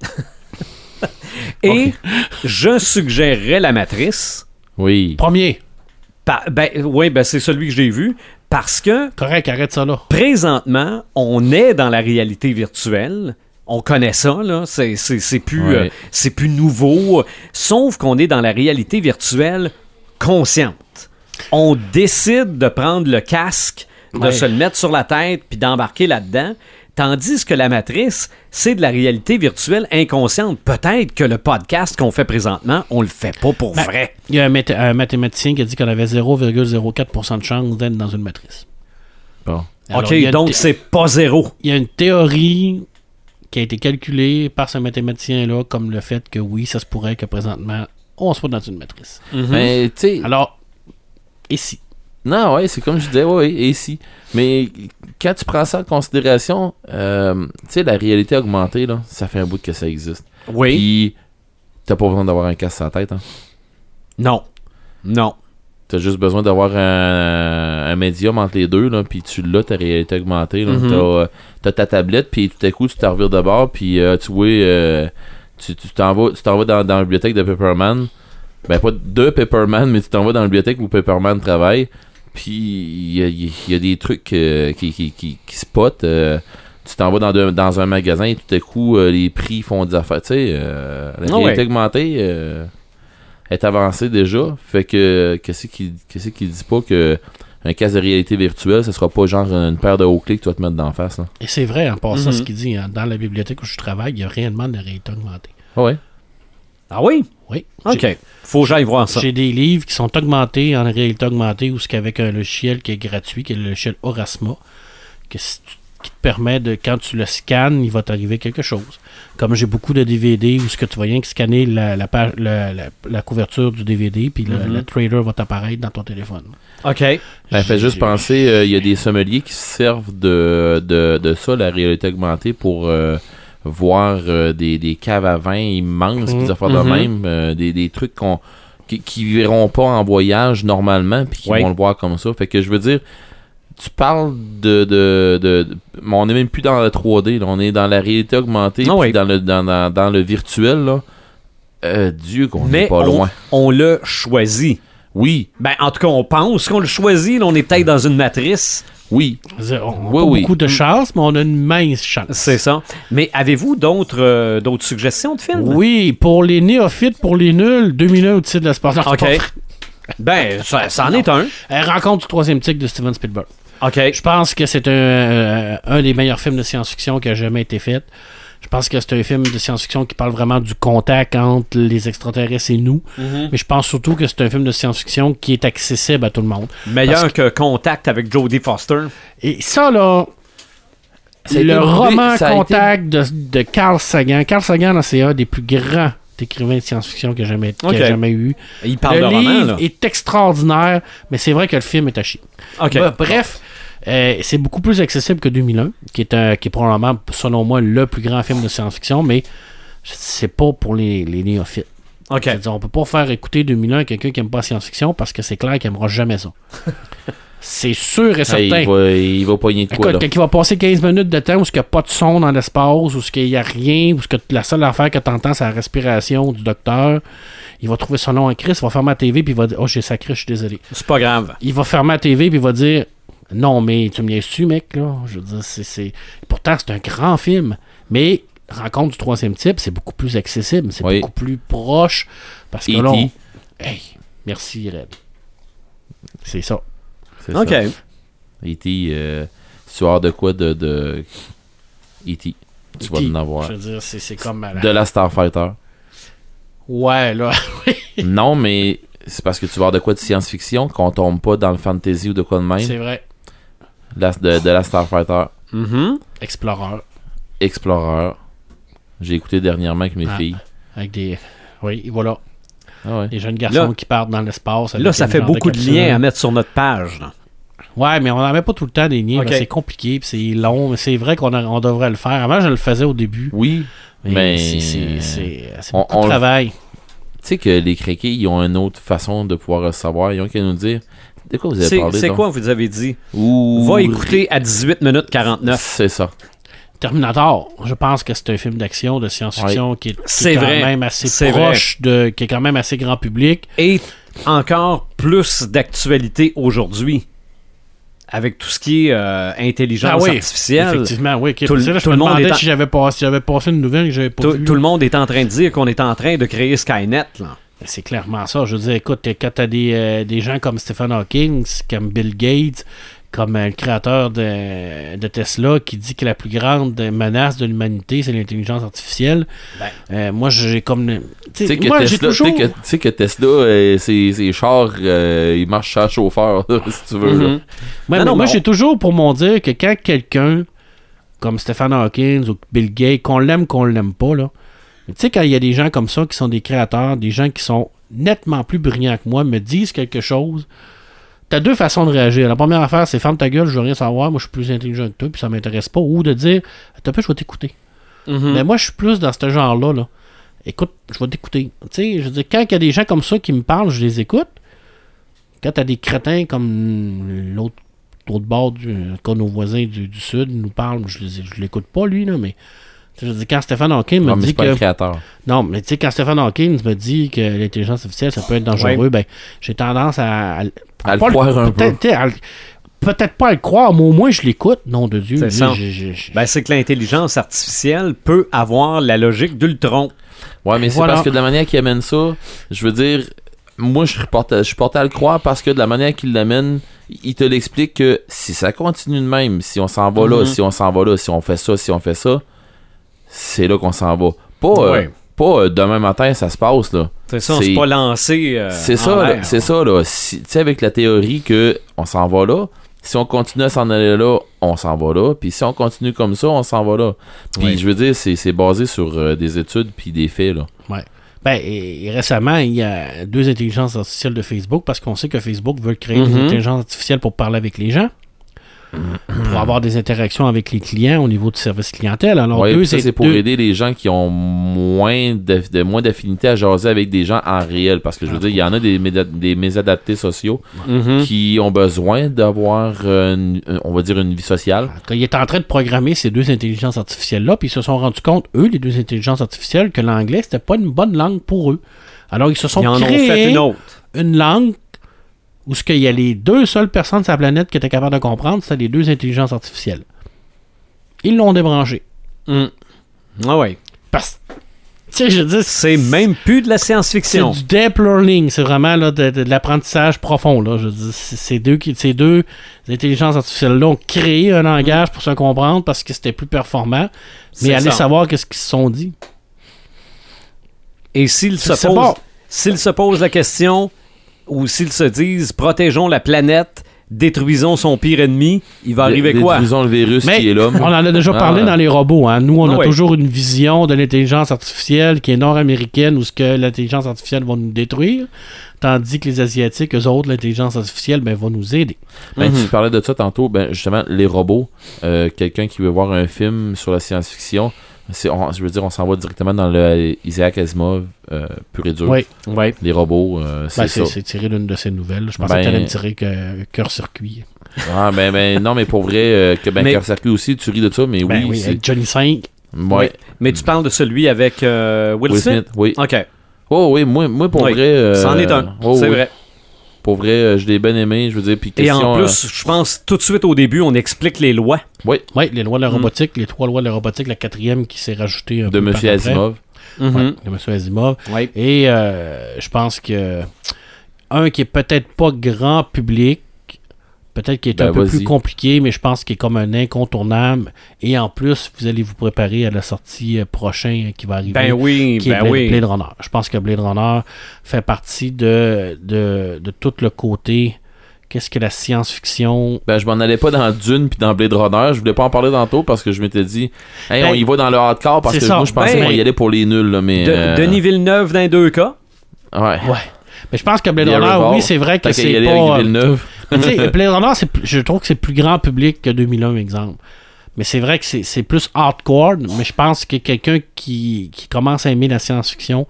Et je suggérerais La Matrice. Oui. Premier. Par- ben, oui, ben, c'est celui que j'ai vu. Parce que Correct, arrête ça là. présentement, on est dans la réalité virtuelle. On connaît ça, là. C'est, c'est, c'est plus, Ouais. euh, c'est plus nouveau. Sauf qu'on est dans la réalité virtuelle consciente. On décide de prendre le casque, de Ouais. se le mettre sur la tête puis d'embarquer là-dedans. Tandis que la matrice, c'est de la réalité virtuelle inconsciente. Peut-être que le podcast qu'on fait présentement, on le fait pas pour Ben, vrai. Il y a un, math- un mathématicien qui a dit qu'on avait zéro virgule zéro quatre pour cent de chance d'être dans une matrice. Bon. Alors, OK, il y a une donc thé- c'est pas zéro. il y a une théorie qui a été calculée par ce mathématicien-là comme le fait que oui, ça se pourrait que présentement, on soit dans une matrice. Mais, tu sais. Alors, ici. Non, ouais, c'est comme je disais, ouais, et si. Mais quand tu prends ça en considération, euh, tu sais, la réalité augmentée, là, ça fait un bout que ça existe. Oui. Puis, t'as pas besoin d'avoir un casque sur la tête, hein. Non. Non. T'as juste besoin d'avoir un, un médium entre les deux, là, puis tu l'as, ta réalité augmentée. Là. Mm-hmm. T'as, euh, t'as ta tablette, puis tout à coup, tu te revires de bord, puis euh, tu vois, euh, tu, tu t'en vas, tu t'en vas dans, dans la bibliothèque de Pepperman. Ben, pas de Pepperman, mais tu t'en vas dans la bibliothèque où Pepperman travaille, puis il y a, y a des trucs euh, qui, qui, qui, qui spotent. Euh, tu t'en vas dans, de, dans un magasin, et tout à coup, euh, les prix font des affaires. Tu sais, euh, la réalité oh ouais. augmentée... Euh, est avancé déjà, fait que qu'est-ce qui qu'est-ce qui dit pas que un casque de réalité virtuelle, ce sera pas genre une paire de hauts-clés que tu vas te mettre d'en face. Là. Et c'est vrai, en passant, mm-hmm. ce qu'il dit, hein, dans la bibliothèque où je travaille, il y a réellement de la réalité augmentée. Ah ouais? Ah oui? Oui. OK. J'ai, faut que j'aille voir ça. J'ai des livres qui sont augmentés en réalité augmentée ou ce qu'avec un logiciel qui est gratuit, qui est le logiciel Aurasma, que si tu qui te permet de, quand tu le scannes, il va t'arriver quelque chose. Comme j'ai beaucoup de D V D où ce que tu vas rien que scanner la, la, page, la, la, la couverture du D V D, puis le, mm-hmm. le trailer va t'apparaître dans ton téléphone. OK. Ben, fait juste penser, il euh, y a des sommeliers qui se servent de, de, de ça, la réalité augmentée, pour euh, voir euh, des, des caves à vin immenses, mm-hmm. des affaires de mm-hmm. même, euh, des, des trucs qu'on, qui, qui verront pas en voyage normalement, puis qui ouais. vont le voir comme ça. Fait que je veux dire, tu parles de, de, de, de... On n'est même plus dans la trois D, là. On est dans la réalité augmentée, oh, puis oui. dans, le, dans, dans, dans le virtuel. Là. Euh, Dieu qu'on n'est pas on, loin. On l'a choisi. Oui. Ben, en tout cas, on pense qu'on l'a choisi. Là, on est peut-être dans une matrice. Oui. On n'a oui, pas oui. beaucoup de chance, mais on a une mince chance. C'est ça. Mais avez-vous d'autres, euh, d'autres suggestions de films? Oui, pour les néophytes, pour les nuls, deux mille un au-dessus de l'espace. OK. Ben, ça, ça en non. est un. Rencontre du troisième tigre de Steven Spielberg. OK. Je pense que c'est un, euh, un des meilleurs films de science-fiction qui a jamais été fait. Je pense que c'est un film de science-fiction qui parle vraiment du contact entre les extraterrestres et nous. Mm-hmm. Mais je pense surtout que c'est un film de science-fiction qui est accessible à tout le monde. Meilleur que... que Contact avec Jodie Foster. Et ça, là, c'est le roman Contact été... de, de Carl Sagan. Carl Sagan, là, c'est un des plus grands écrivain de science-fiction qu'il n'y a jamais, okay. jamais eu. Il parle le de livre roman, là. est extraordinaire, mais c'est vrai que le film est à chier. Okay. Bah, bref, euh, c'est beaucoup plus accessible que deux mille un, qui est, un, qui est probablement, selon moi, le plus grand film de science-fiction, mais c'est pas pour les, les néophytes. Okay. C'est-à-dire, on peut pas faire écouter deux mille un à quelqu'un qui n'aime pas la science-fiction parce que c'est clair qu'il n'aimera jamais ça. C'est sûr et certain. Hey, il, va, il va pogner de quoi, Écoute, là. Quand il va passer quinze minutes de temps où il n'y a pas de son dans l'espace, où il n'y a rien, où que la seule affaire que tu entends, c'est la respiration du docteur, il va trouver son nom en crise, il va fermer la T V, puis il va dire « Oh, j'ai sacré, je suis désolé. » C'est pas grave. Il va fermer la T V, puis il va dire « Non, mais tu me niaises-tu, mec? » là? Je veux dire, c'est, c'est... Pourtant, c'est un grand film, mais Rencontre du troisième type, c'est beaucoup plus accessible, c'est oui. beaucoup plus proche, parce que E T là, on... Hey, merci, Red. C'est ça. C'est OK. Ça. E T, euh, si tu as de quoi de, de... E T, tu vas en avoir. Je veux dire, c'est, c'est comme... De la Starfighter. Ouais, là, oui. Non, mais c'est parce que tu vas avoir de quoi de science-fiction, qu'on tombe pas dans le fantasy ou de quoi de même. C'est vrai. La, de, de la Starfighter. Mm-hmm. Explorer. Explorer. J'ai écouté dernièrement avec mes ah, filles. Avec des... Oui, voilà. Ah ouais. Les jeunes garçons là, qui partent dans l'espace. Là, ça fait beaucoup de, de liens à mettre sur notre page. Là. Ouais, mais on n'en met pas tout le temps des liens. Okay. C'est compliqué, puis c'est long, mais c'est vrai qu'on a, on devrait le faire. Avant, je le faisais au début. Oui, mais, mais c'est, c'est, c'est, c'est beaucoup on, de travail. Tu sais que les craqués, ils ont une autre façon de pouvoir le savoir. Ils ont qu'à nous dire. De quoi vous avez c'est, parlé? C'est donc? quoi vous avez dit? Ouh, Va écouter à dix-huit minutes quarante-neuf. C'est ça. Terminator, je pense que c'est un film d'action, de science-fiction oui. qui est, qui c'est est quand vrai. même assez c'est proche, de, qui est quand même assez grand public. Et encore plus d'actualité aujourd'hui. Avec tout ce qui est euh, intelligence ah oui, artificielle. Effectivement, oui. Tout, là, je tout me le monde demandais est en... si j'avais, pas, si j'avais passé une nouvelle que j'avais pas tout, vue. Tout le monde est en train de dire qu'on est en train de créer Skynet. Là. C'est clairement ça. Je veux dire, écoute, quand t'as des, euh, des gens comme Stephen Hawking, comme Bill Gates, comme euh, le créateur de, de Tesla, qui dit que la plus grande menace de l'humanité, c'est l'intelligence artificielle. Ben. Euh, moi, j'ai comme... Tu sais que, moi, Tesla, toujours... que, que Tesla, euh, ses, ses chars, euh, ils marchent sans chauffeur, si tu veux. Mm-hmm. Ouais, non, non, moi, j'ai toujours pour mon dire que quand quelqu'un, comme Stephen Hawking ou Bill Gates, qu'on l'aime, qu'on l'aime pas, là, tu sais, quand il y a des gens comme ça qui sont des créateurs, des gens qui sont nettement plus brillants que moi, me disent quelque chose... T'as deux façons de réagir. La première affaire, c'est ferme ta gueule, je veux rien savoir, moi je suis plus intelligent que toi, puis ça m'intéresse pas. Ou de dire, t'as peu, je vais t'écouter. Mm-hmm. Mais moi, je suis plus dans ce genre-là. Là. Écoute, je vais t'écouter. Tu sais, je veux dire, quand il y a des gens comme ça qui me parlent, je les écoute. Quand t'as des crétins comme l'autre, l'autre bord, du, quand nos voisins du, du Sud nous parlent, je, je l'écoute pas, lui, là, mais je dis, quand Stephen Hawking me non, mais dit c'est pas que... un créateur. Non, mais tu sais, quand Stephen Hawking me dit que l'intelligence artificielle, ça peut être dangereux, ouais. ben, j'ai tendance à... À, à le pas croire un peu. Peut-être, à, peut-être pas à le croire, mais au moins je l'écoute, nom de Dieu. C'est Lui, ça. j'ai- j'ai- j'ai- Ben, c'est que l'intelligence artificielle peut avoir la logique d'Ultron. Ouais, mais c'est Voilà. parce que de la manière qu'il amène ça, je veux dire, moi, je suis porté, je suis porté à le croire parce que de la manière qu'il l'amène, il te l'explique que si ça continue de même, si on s'en va là, Mhm. si on s'en va là, si on fait ça, si on fait ça, c'est là qu'on s'en va. Pas, euh, Ouais. pas euh, demain matin, ça se passe, là. C'est ça, on C'est- s'est pas lancé. euh, C'est en ça, là, l'air. c'est ça, là. Si- Tu sais, avec la théorie que on s'en va là, si on continue à s'en aller là, on s'en va là. Puis si on continue comme ça, on s'en va là. Puis Oui. je veux dire, c'est, c'est basé sur euh, des études puis des faits, là. Ouais. Ben, et, et récemment, il y a deux intelligences artificielles de Facebook parce qu'on sait que Facebook veut créer Mhm. des intelligences artificielles pour parler avec les gens, pour avoir des interactions avec les clients au niveau du service clientèle. Alors, Ouais, deux, puis ça, c'est pour deux- aider les gens qui ont moins de, de- moins d'affinité à jaser avec des gens en réel. Parce que je veux dire, il y en a des, méda- des mésadaptés sociaux Mhm. qui ont besoin d'avoir, euh, une- on va dire, une vie sociale. Quand il est en train de programmer ces deux intelligences artificielles-là, puis ils se sont rendus compte, eux, les deux intelligences artificielles, que l'anglais, c'était pas une bonne langue pour eux. Alors, ils se sont Ils en ont créés fait une autre. une langue où ce qu'il y a les deux seules personnes sur la planète qui étaient capables de comprendre, c'était les deux intelligences artificielles. Ils l'ont débranché. Mm. Ah ouais. Parce que, tu sais, je dis, C'est même plus de la c'est science-fiction. du deep learning. C'est vraiment là, de, de- de l'apprentissage profond. Là. Je dis, c'est- ces deux, qui- ces deux intelligences artificielles-là ont créé un langage pour se comprendre parce que c'était plus performant. Mais C'est allez ça. savoir qu'est-ce qu'ils se sont dit. Et s'ils se, C'est posent, bon. s'ils se posent la question, ou s'ils se disent protégeons la planète, détruisons son pire ennemi, il va arriver Dé- quoi? Détruisons le virus Mais qui est l'homme. on en a déjà Ah. parlé dans les robots. Hein. Nous, on Ah a ouais. toujours une vision de l'intelligence artificielle qui est nord-américaine où ce que l'intelligence artificielle va nous détruire, tandis que les Asiatiques, eux autres, l'intelligence artificielle ben, va nous aider. Ben, Mhm. Tu parlais de ça tantôt, ben, justement, les robots, euh, quelqu'un qui veut voir un film sur la science-fiction, c'est, on- je veux dire, on s'en va directement dans le Isaac Asimov, euh, pur et dur. Oui, Ouais. Les robots, euh, c'est ben, ça. c'est, c'est tiré d'une de ses nouvelles. Je pensais Ben- que tu allais me tirer que Cœur-Circuit. Ah, ben, ben, non, mais pour vrai, euh, que ben, Mais- Cœur-Circuit aussi, tu ris de ça, mais Ben oui, oui, c'est... avec Johnny cinq. Ouais. Mais tu parles de celui avec euh, Will, Will Smith? Smith, oui. OK. Oh, oui, moi, moi pour Oui. vrai... euh, C'en est un. oh, c'est oui. vrai. Pour vrai, euh, je l'ai bien aimé, je veux dire, puis Et question... en euh, plus, je pense tout de suite au début, on explique les lois. oui, Oui, les lois de la Mm. robotique, les trois lois de la robotique, la quatrième qui s'est rajoutée un de peu par Monsieur après. Asimov. Mhm. Ouais, de Monsieur Asimov. Ouais. Et euh, je pense que un qui est peut-être pas grand public, peut-être qui est Ben, un peu vas-y. plus compliqué, mais je pense qu'il est comme un incontournable. Et en plus, vous allez vous préparer à la sortie euh, prochaine qui va arriver. Ben oui, qui est ben Blade, oui. Blade Runner. Je pense que Blade Runner fait partie de, de, de tout le côté. Qu'est-ce que la science-fiction. Ben, je m'en allais pas dans Dune puis dans Blade Runner. Je voulais pas en parler tantôt parce que je m'étais dit, hey, Ben, on y va dans le hardcore parce c'est que ça. moi, je pensais Ben, qu'on y allait pour les nuls, là, mais. De- euh, Denis Villeneuve dans les deux cas. Ouais. Ouais. Mais je pense que Blade The Runner, Arrival, oui, c'est vrai que Tant qu'à y c'est aller pas. avec Villeneuve. Mais tu sais, Blade Runner, c'est plus- je trouve que c'est plus grand public que deux mille un, exemple. Mais c'est vrai que c'est, c'est plus hardcore, mais je pense que quelqu'un qui, qui commence à aimer la science-fiction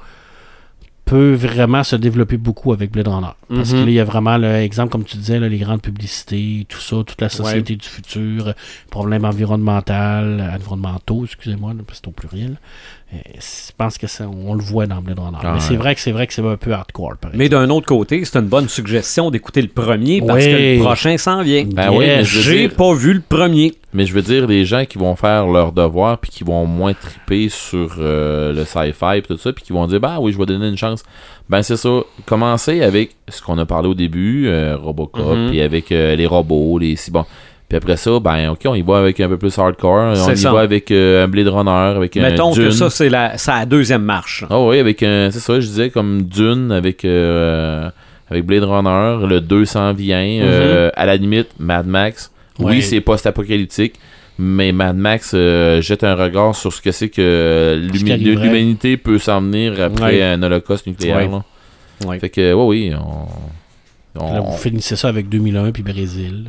peut vraiment se développer beaucoup avec Blade Runner. Parce Mhm. que là, il y a vraiment l'exemple, comme tu disais, là, les grandes publicités, tout ça, toute la société du futur, euh, problèmes environnementaux, environnementaux, excusez-moi, là, parce que c'est au pluriel. Euh, Je pense que ça, on le voit dans Blade Runner. Ah mais c'est ouais. vrai que c'est vrai que c'est un peu hardcore, par Mais exemple. d'un autre côté, c'est une bonne suggestion d'écouter le premier parce Oui. que le prochain s'en vient. Ben oui, mais je veux J'ai dire- pas vu le premier. Mais je veux dire, les gens qui vont faire leur devoir puis qui vont moins triper sur euh, le sci-fi et tout ça, puis qui vont dire, bah oui, je vais donner une chance. Ben c'est ça. Commencez avec ce qu'on a parlé au début, euh, Robocop, Mhm. puis avec euh, les robots, les si bon. Puis après ça, ben ok, on y va avec un peu plus hardcore. On C'est y ça. va avec euh, un Blade Runner, avec un Mettons Dune. que ça, c'est la, c'est la deuxième marche. Ah oui, avec un. C'est ça, je disais comme Dune avec, euh, avec Blade Runner, le deux s'en vient. euh, à la limite, Mad Max. Ouais. Oui, c'est post-apocalyptique, mais Mad Max euh, jette un regard sur ce que c'est que l'humi- Ce qui arriverait. l'humanité peut s'en venir après Ouais. un holocauste nucléaire. Ouais. là. Ouais. Fait que, ouais, oui, on. on- Là, vous finissez ça avec deux mille un puis Brésil.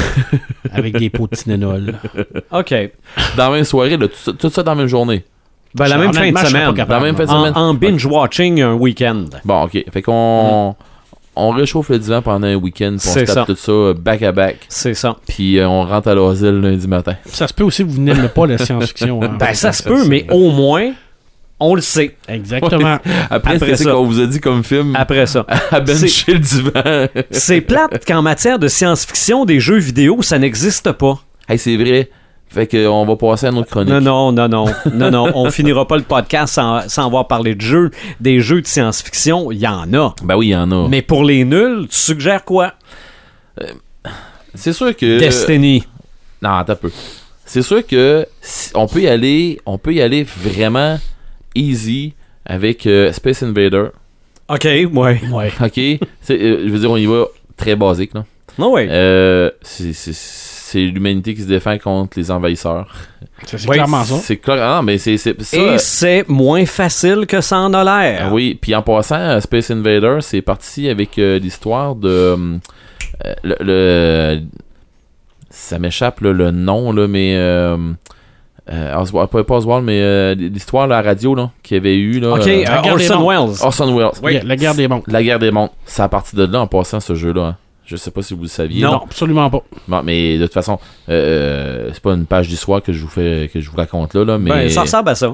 avec des pots de Tylenol. OK. Dans la même soirée, là, tout, ça, tout ça dans la même journée. Ben, la même fin de Honnêtement, je serais pas semaine. capable, Dans la même non. fin de En, semaine. en binge-watching un week-end. Bon, ok. Fait qu'on. Mm. on réchauffe le divan pendant un week-end, puis on se tape ça. tout ça back à back. C'est ça. Puis euh, on rentre à l'asile lundi matin. Ça se peut aussi que vous n'aimez pas la science-fiction. Hein, ben, ça se peut, mais au moins, on le sait. Exactement. Après, Après c'est ça qu'on vous a dit comme film. Après ça. À bencher le divan. C'est plate qu'en matière de science-fiction, des jeux vidéo, ça n'existe pas. Hey, c'est vrai. Fait qu'on va passer à notre chronique. Non, non, non, non. non, non. On finira pas le podcast sans, sans avoir parlé de jeux. Des jeux de science-fiction, il y en a. Ben oui, il y en a. Mais pour les nuls, tu suggères quoi? Euh, c'est sûr que... Destiny. Euh, non, attends un peu. C'est sûr que si, on peut y aller, on peut y aller vraiment easy avec euh, Space Invader. OK, ouais. ouais. OK. C'est, euh, je veux dire, on y va très basique, là. Oh, ouais. Euh, c'est... c'est c'est l'humanité qui se défend contre les envahisseurs. C'est, c'est oui, clairement ça. C'est clair. Ah, mais c'est, c'est ça. Et c'est moins facile que ça en a l'air. Ah, oui, puis en passant, Space Invader, c'est parti avec euh, l'histoire de... Euh, le, le... Ça m'échappe, là, le nom, là, mais... Euh, euh, Oswald, pas, pas Oswald, mais euh, l'histoire de la radio là, qu'il y avait eu. Là, OK, euh, uh, Orson Welles. Orson Welles. Oui, la guerre des mondes. La guerre des mondes. C'est à partir de là, en passant, ce jeu-là. Hein. Je sais pas si vous le saviez. Non, non. Absolument pas. Bon, mais de toute façon, euh, c'est pas une page d'histoire que je vous fais, que je vous raconte là, là mais ben, ça ressemble à ça.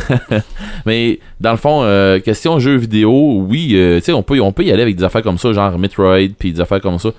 Mais dans le fond, euh, question jeux vidéo, oui, euh, tu sais, on peut, on peut y aller avec des affaires comme ça, genre Metroid, puis des affaires comme ça.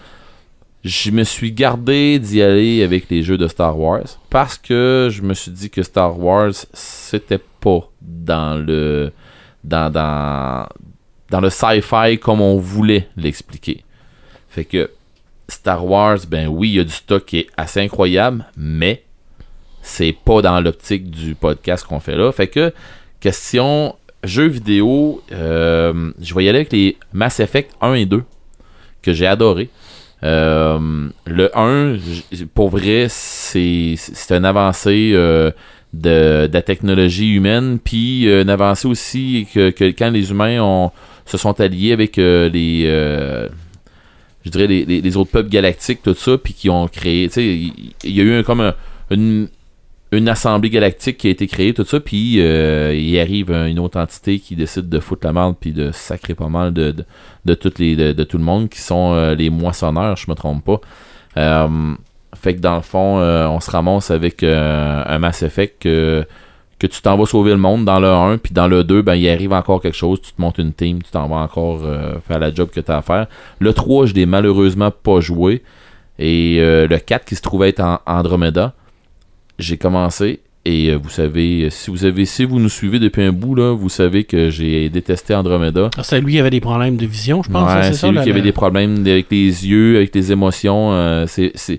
Je me suis gardé d'y aller avec les jeux de Star Wars parce que je me suis dit que Star Wars c'était pas dans le dans dans dans le sci-fi comme on voulait l'expliquer. Fait que Star Wars, ben oui, il y a du stock qui est assez incroyable, mais c'est pas dans l'optique du podcast qu'on fait là. Fait que, question jeux vidéo, euh, je vais y aller avec les Mass Effect un et deux, que j'ai adoré. Euh, le un, pour vrai, c'est, c'est une avancée euh, de, de la technologie humaine, puis euh, une avancée aussi que, que quand les humains ont, se sont alliés avec euh, les... Euh, je dirais les, les, les autres peuples galactiques, tout ça, puis qui ont créé, tu sais, il y, y a eu un, comme un, une, une assemblée galactique qui a été créée, tout ça, puis euh, il arrive une autre entité qui décide de foutre la merde, puis de sacrer pas mal de, de, de, toutes les, de, de tout le monde, qui sont euh, les moissonneurs, je me trompe pas. Euh, fait que dans le fond, euh, on se ramasse avec euh, un Mass Effect que... que tu t'en vas sauver le monde dans le un, puis dans le deux, ben il arrive encore quelque chose, tu te montes une team, tu t'en vas encore euh, faire la job que tu as à faire. Le trois, je l'ai malheureusement pas joué. Et euh, le quatre, qui se trouvait être en Andromeda, j'ai commencé. Et euh, vous savez, si vous avez si vous nous suivez depuis un bout, là, vous savez que j'ai détesté Andromeda. Ah, c'est lui qui avait des problèmes de vision, je pense. Ouais, c'est c'est ça, lui là, qui là. avait des problèmes avec les yeux, avec les émotions. Euh, c'est, c'est...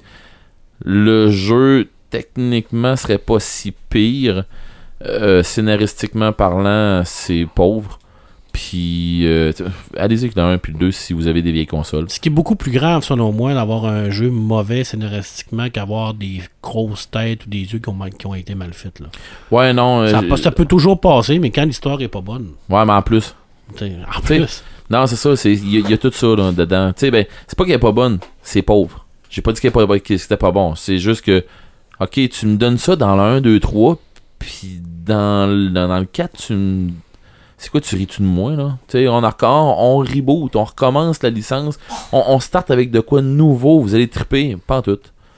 Le jeu, techniquement, serait pas si pire. Euh, scénaristiquement parlant, c'est pauvre. Puis, euh, allez-y avec le un puis le deux si vous avez des vieilles consoles. Ce qui est beaucoup plus grave, selon moi, d'avoir un jeu mauvais scénaristiquement qu'avoir des grosses têtes ou des yeux qui ont, qui ont été mal faits. Là. Ouais, non. Ça, euh, ça peut toujours passer, mais quand l'histoire est pas bonne. Ouais, mais en plus. En plus. Non, c'est ça. Il y, y a tout ça là, dedans. Tu sais, ben, c'est pas qu'elle est pas bonne, c'est pauvre. J'ai pas dit qu'elle est pas, que c'était pas bon. C'est juste que, ok, tu me donnes ça dans le un, deux, trois, puis dans le, dans, dans le quatre, tu me... C'est quoi, tu ris-tu de moi, là? Tu sais, on, on reboot, on recommence la licence, on, on start avec de quoi de nouveau, vous allez triper, pas en tout.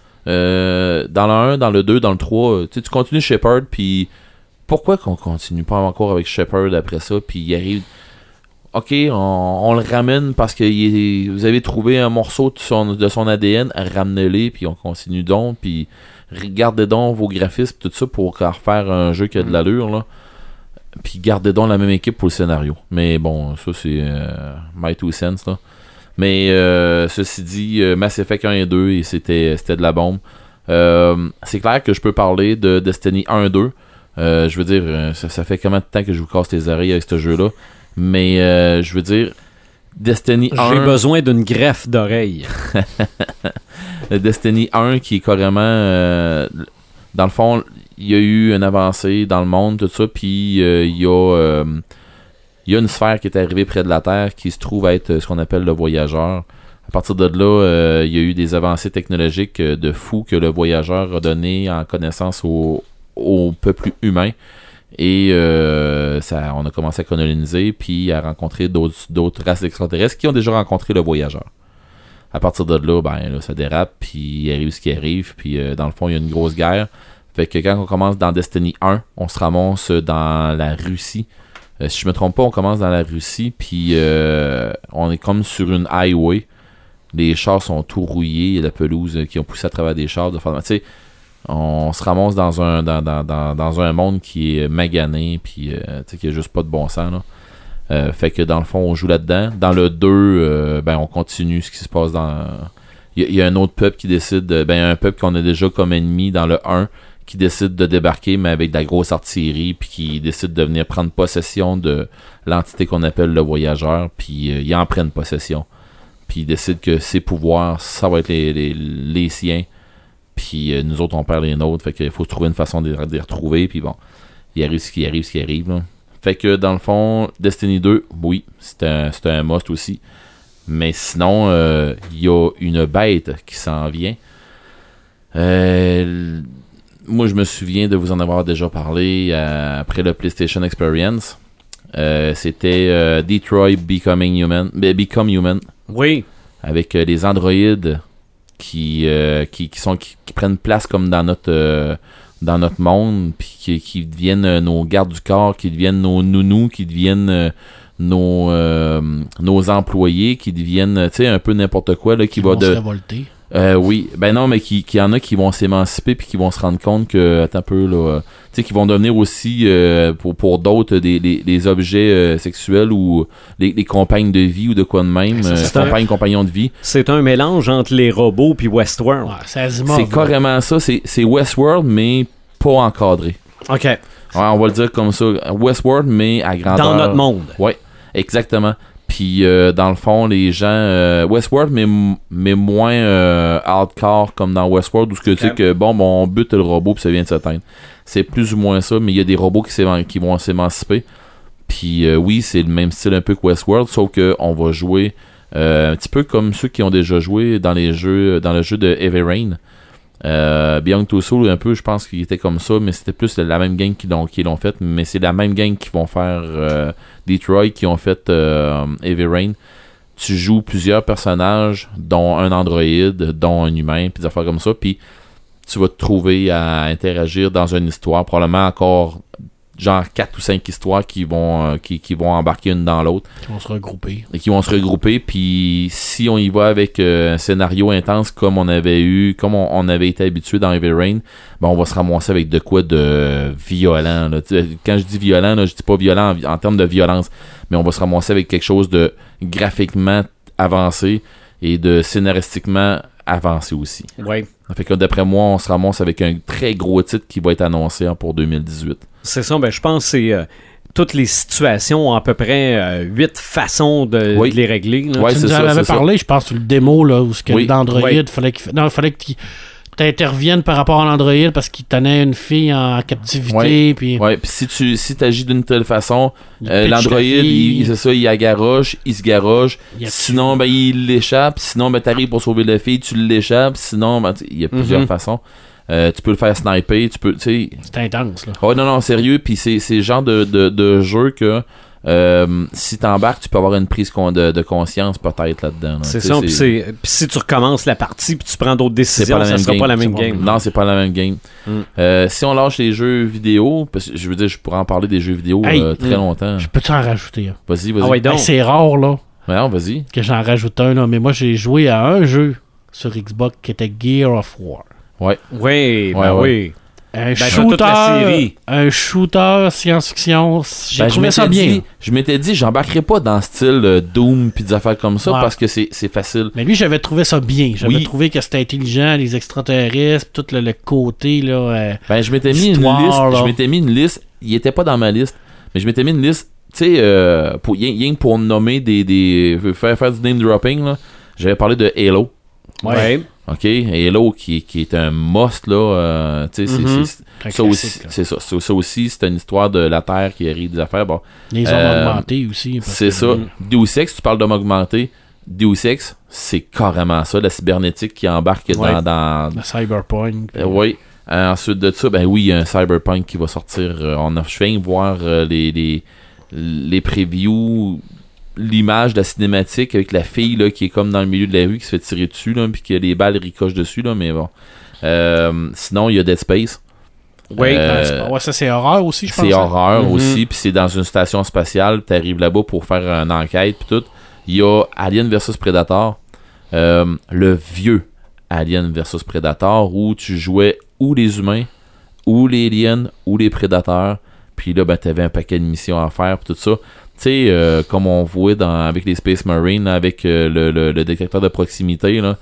Euh, dans le un, dans le deux, dans le trois, tu sais, tu continues Shepard, puis pourquoi qu'on continue pas encore avec Shepard après ça, puis il arrive... Ok, on, on le ramène parce que il est, vous avez trouvé un morceau de son, de son A D N, ramenez-les, puis on continue donc, puis regardez donc vos graphismes, tout ça, pour refaire un jeu qui a de l'allure, là. Puis gardez donc la même équipe pour le scénario. Mais bon, ça c'est euh, my two cents, là. Mais euh, ceci dit, euh, Mass Effect un et deux, et c'était, c'était de la bombe. Euh, c'est clair que je peux parler de Destiny un et deux. Euh, je veux dire, ça, ça fait combien de temps que je vous casse les oreilles avec ce jeu-là? Mais euh, je veux dire, Destiny un... J'ai besoin d'une greffe d'oreille. Destiny un qui est carrément... Euh, dans le fond, il y a eu une avancée dans le monde, tout ça, puis euh, il y a... Euh, il y a une sphère qui est arrivée près de la Terre qui se trouve être ce qu'on appelle le voyageur. À partir de là, euh, il y a eu des avancées technologiques de fou que le voyageur a donné en connaissance au, au peuple humain. Et euh, ça, on a commencé à coloniser, puis à rencontrer d'autres, d'autres races extraterrestres qui ont déjà rencontré le voyageur. À partir de là, ben là, ça dérape, puis il arrive ce qui arrive, puis euh, dans le fond, il y a une grosse guerre. Fait que quand on commence dans Destiny un, on se ramasse dans la Russie. Euh, si je me trompe pas, on commence dans la Russie, puis euh, on est comme sur une highway. Les chars sont tout rouillés, il y a la pelouse euh, qui ont poussé à travers des chars. De... Tu sais, on se ramasse dans un dans, dans, dans, dans un monde qui est magané, puis euh, tu sais, qui a juste pas de bon sens, là. Euh, fait que dans le fond, on joue là-dedans. Dans le deux, euh, ben on continue ce qui se passe dans... Il y, y a un autre peuple qui décide... De... Ben, un peuple qu'on a déjà comme ennemi dans le un, qui décide de débarquer, mais avec de la grosse artillerie, puis qui décide de venir prendre possession de l'entité qu'on appelle le voyageur, puis euh, ils en prennent possession. Puis ils décident que ses pouvoirs, ça va être les, les, les siens. Puis euh, nous autres, on perd les nôtres. Fait qu'il faut trouver une façon de, de les retrouver. Puis bon, il arrive ce qui arrive, ce qui arrive. Là. Fait que dans le fond, Destiny deux, oui, c'est un, c'est un must aussi. Mais sinon, il euh, y a une bête qui s'en vient. Euh, moi, je me souviens de vous en avoir déjà parlé euh, après le PlayStation Experience. Euh, c'était euh, Detroit Becoming Human, Become Human. Oui. Avec euh, les androïdes qui, euh, qui, qui, sont, qui, qui prennent place comme dans notre, euh, dans notre monde, puis qui, qui deviennent euh, nos gardes du corps, qui deviennent nos nounous, qui deviennent euh, nos, euh, nos employés, qui deviennent, tu sais, un peu n'importe quoi, là, qui, qui va vont de... se révolter. Euh, oui, ben non, mais qui, qui y en a qui vont s'émanciper puis qui vont se rendre compte que, attends un peu, là, tu sais, qui vont devenir aussi, euh, pour, pour d'autres, des, des, des objets euh, sexuels ou des, des compagnes de vie ou de quoi de même, euh, compagnes, compagnons de vie. C'est un mélange entre les robots puis Westworld. Ouais, c'est Asimov, c'est carrément ça, c'est, c'est Westworld, mais pas encadré. OK. Ouais, on va le dire comme ça, Westworld, mais à grandeur. Dans notre monde. Ouais, exactement. Puis euh, dans le fond, les gens euh, Westworld, mais, mais moins euh, hardcore comme dans Westworld, où ce que okay. tu sais que bon, bon, on bute le robot puis ça vient de s'atteindre. C'est plus ou moins ça, mais il y a des robots qui, qui vont s'émanciper. Puis euh, oui, c'est le même style un peu que Westworld, sauf que on va jouer euh, un petit peu comme ceux qui ont déjà joué dans les jeux, dans le jeu de Heavy Rain. Euh, Beyond Two Souls, un peu, je pense qu'il était comme ça, mais c'était plus la même gang qui l'ont, qui l'ont fait, mais c'est la même gang qui vont faire euh, Detroit, qui ont fait euh, Heavy Rain. Tu joues plusieurs personnages, dont un androïde, dont un humain, puis des affaires comme ça, puis tu vas te trouver à interagir dans une histoire, probablement encore genre quatre ou cinq histoires qui vont euh, qui, qui vont embarquer une dans l'autre. Qui vont se regrouper. Et qui vont se regrouper, puis si on y va avec euh, un scénario intense comme on avait eu, comme on, on avait été habitué dans Heavy Rain, ben on va se ramasser avec de quoi de violent. Là. Quand je dis violent, là, je dis pas violent en, en termes de violence, mais on va se ramasser avec quelque chose de graphiquement avancé et de scénaristiquement avancé aussi. Oui. Ça fait que d'après moi, on se ramasse avec un très gros titre qui va être annoncé hein, pour deux mille dix-huit. C'est ça, ben je pense que c'est euh, toutes les situations ont à peu près euh, huit façons de, oui. de les régler. Là. Ouais, tu c'est nous en ça, avais parlé, ça. je pense, sur le démo, là, où ce que oui. l'Android, oui. fallait qu'il non, il fallait qu'il t'interviennes par rapport à l'Android parce qu'il tenait une fille en captivité. Ouais. Puis ouais. Puis si tu si agis d'une telle façon, euh, l'Android, il, c'est ça, il agaroche, il se garoche. Il sinon, ben, il l'échappe. Sinon, ben, t'arrives pour sauver la fille, tu l'échappes. Sinon, ben, il y a plusieurs mm-hmm. façons. Euh, tu peux le faire sniper, tu peux, tu sais. C'est intense, là. Ouais, non, non, sérieux. Puis c'est, c'est le genre de, de, de jeu que euh, si t'embarques, tu peux avoir une prise de, de conscience peut-être là-dedans. Là. C'est ça. Puis c'est, puis si tu recommences la partie puis tu prends d'autres décisions, ça sera game. pas la même c'est game. Pas, non, c'est pas la même game. Mm. Euh, si on lâche les jeux vidéo, parce que je veux dire, je pourrais en parler des jeux vidéo hey, euh, très mm. longtemps. Je peux-tu en rajouter? Hein? Vas-y, vas-y. Ah ouais, donc. Hey, c'est rare, là. Ouais, non, vas-y. Que j'en rajoute un, là. Mais moi, j'ai joué à un jeu sur Xbox qui était Gear of War. Ouais. Oui, ben ouais, ouais. oui. Un ben, shooter, toute la série. un shooter science-fiction, j'ai ben, trouvé ça bien. Dit, je m'étais dit, j'embarquerai pas dans le style euh, Doom pis des affaires comme ça ouais. parce que c'est, c'est facile. Mais lui, j'avais trouvé ça bien. J'avais oui. trouvé que c'était intelligent, les extraterrestres, tout le, le côté là. Euh, ben, je m'étais mis histoire, une liste. Là. Je m'étais mis une liste. Il était pas dans ma liste, mais je m'étais mis une liste. Tu sais, euh, pour rien pour nommer des, des faire faire du name dropping là. J'avais parlé de Halo. Ouais. ouais. OK, Halo qui, qui est un must là, euh, tu sais mm-hmm. c'est, c'est ça aussi, là. c'est ça, ça, ça aussi c'est une histoire de la Terre qui arrive des affaires bon. Les hommes euh, augmentés aussi. C'est que... ça. Mm. Deus Ex, tu parles d'hommes augmentés. Deus Ex, c'est carrément ça, la cybernétique qui embarque ouais. dans, dans le cyberpunk. Euh, oui. Euh, ensuite de ça, ben oui, il y a un Cyberpunk qui va sortir. Euh, on a, je viens de voir euh, les, les, les previews, l'image de la cinématique avec la fille là, qui est comme dans le milieu de la rue, qui se fait tirer dessus, là, puis que les balles ricochent dessus, là, mais bon. Euh, sinon, il y a Dead Space. Oui, Euh, ouais, ça c'est horreur aussi, je pense. C'est horreur Mm-hmm. aussi, puis c'est dans une station spatiale, tu arrives là-bas pour faire une enquête, puis tout. Il y a Alien versus Predator, euh, le vieux Alien versus Predator, où tu jouais ou les humains, ou les aliens, ou les prédateurs, puis là, ben, t'avais un paquet de missions à faire, puis tout ça. Tu sais, euh, comme on voit dans, avec les Space Marines, là, avec euh, le, le, le détecteur de proximité, là,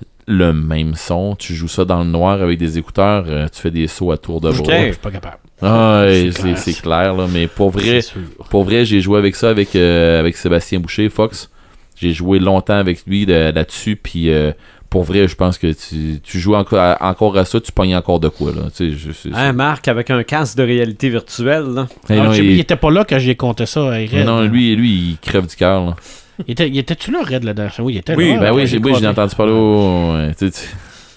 le même son, tu joues ça dans le noir avec des écouteurs, euh, tu fais des sauts à tour de bras. Ok. Je suis pas capable. Ah, ouais, C'est c'est, clair. c'est clair, là, mais pour vrai, C'est sûr. pour vrai, j'ai joué avec ça avec, euh, avec Sébastien Boucher, Fox. J'ai joué longtemps avec lui de- là-dessus, puis euh, pour vrai, je pense que tu, tu joues encore à, encore à ça, tu pognes encore de quoi, là. Tu sais, je, c'est, Hein, Marc, avec un casque de réalité virtuelle, là. Hey, Ah, non, Jimmy, il, il était pas là quand j'ai compté ça à Red. non, lui, lui, il crève du cœur, là. Il était, il était-tu là, Red, là-dedans? Oui, il était Oui, là. Ben quand oui, j'ai, oui, j'ai compté. entendu parler. Oh, ouais, tu sais, tu-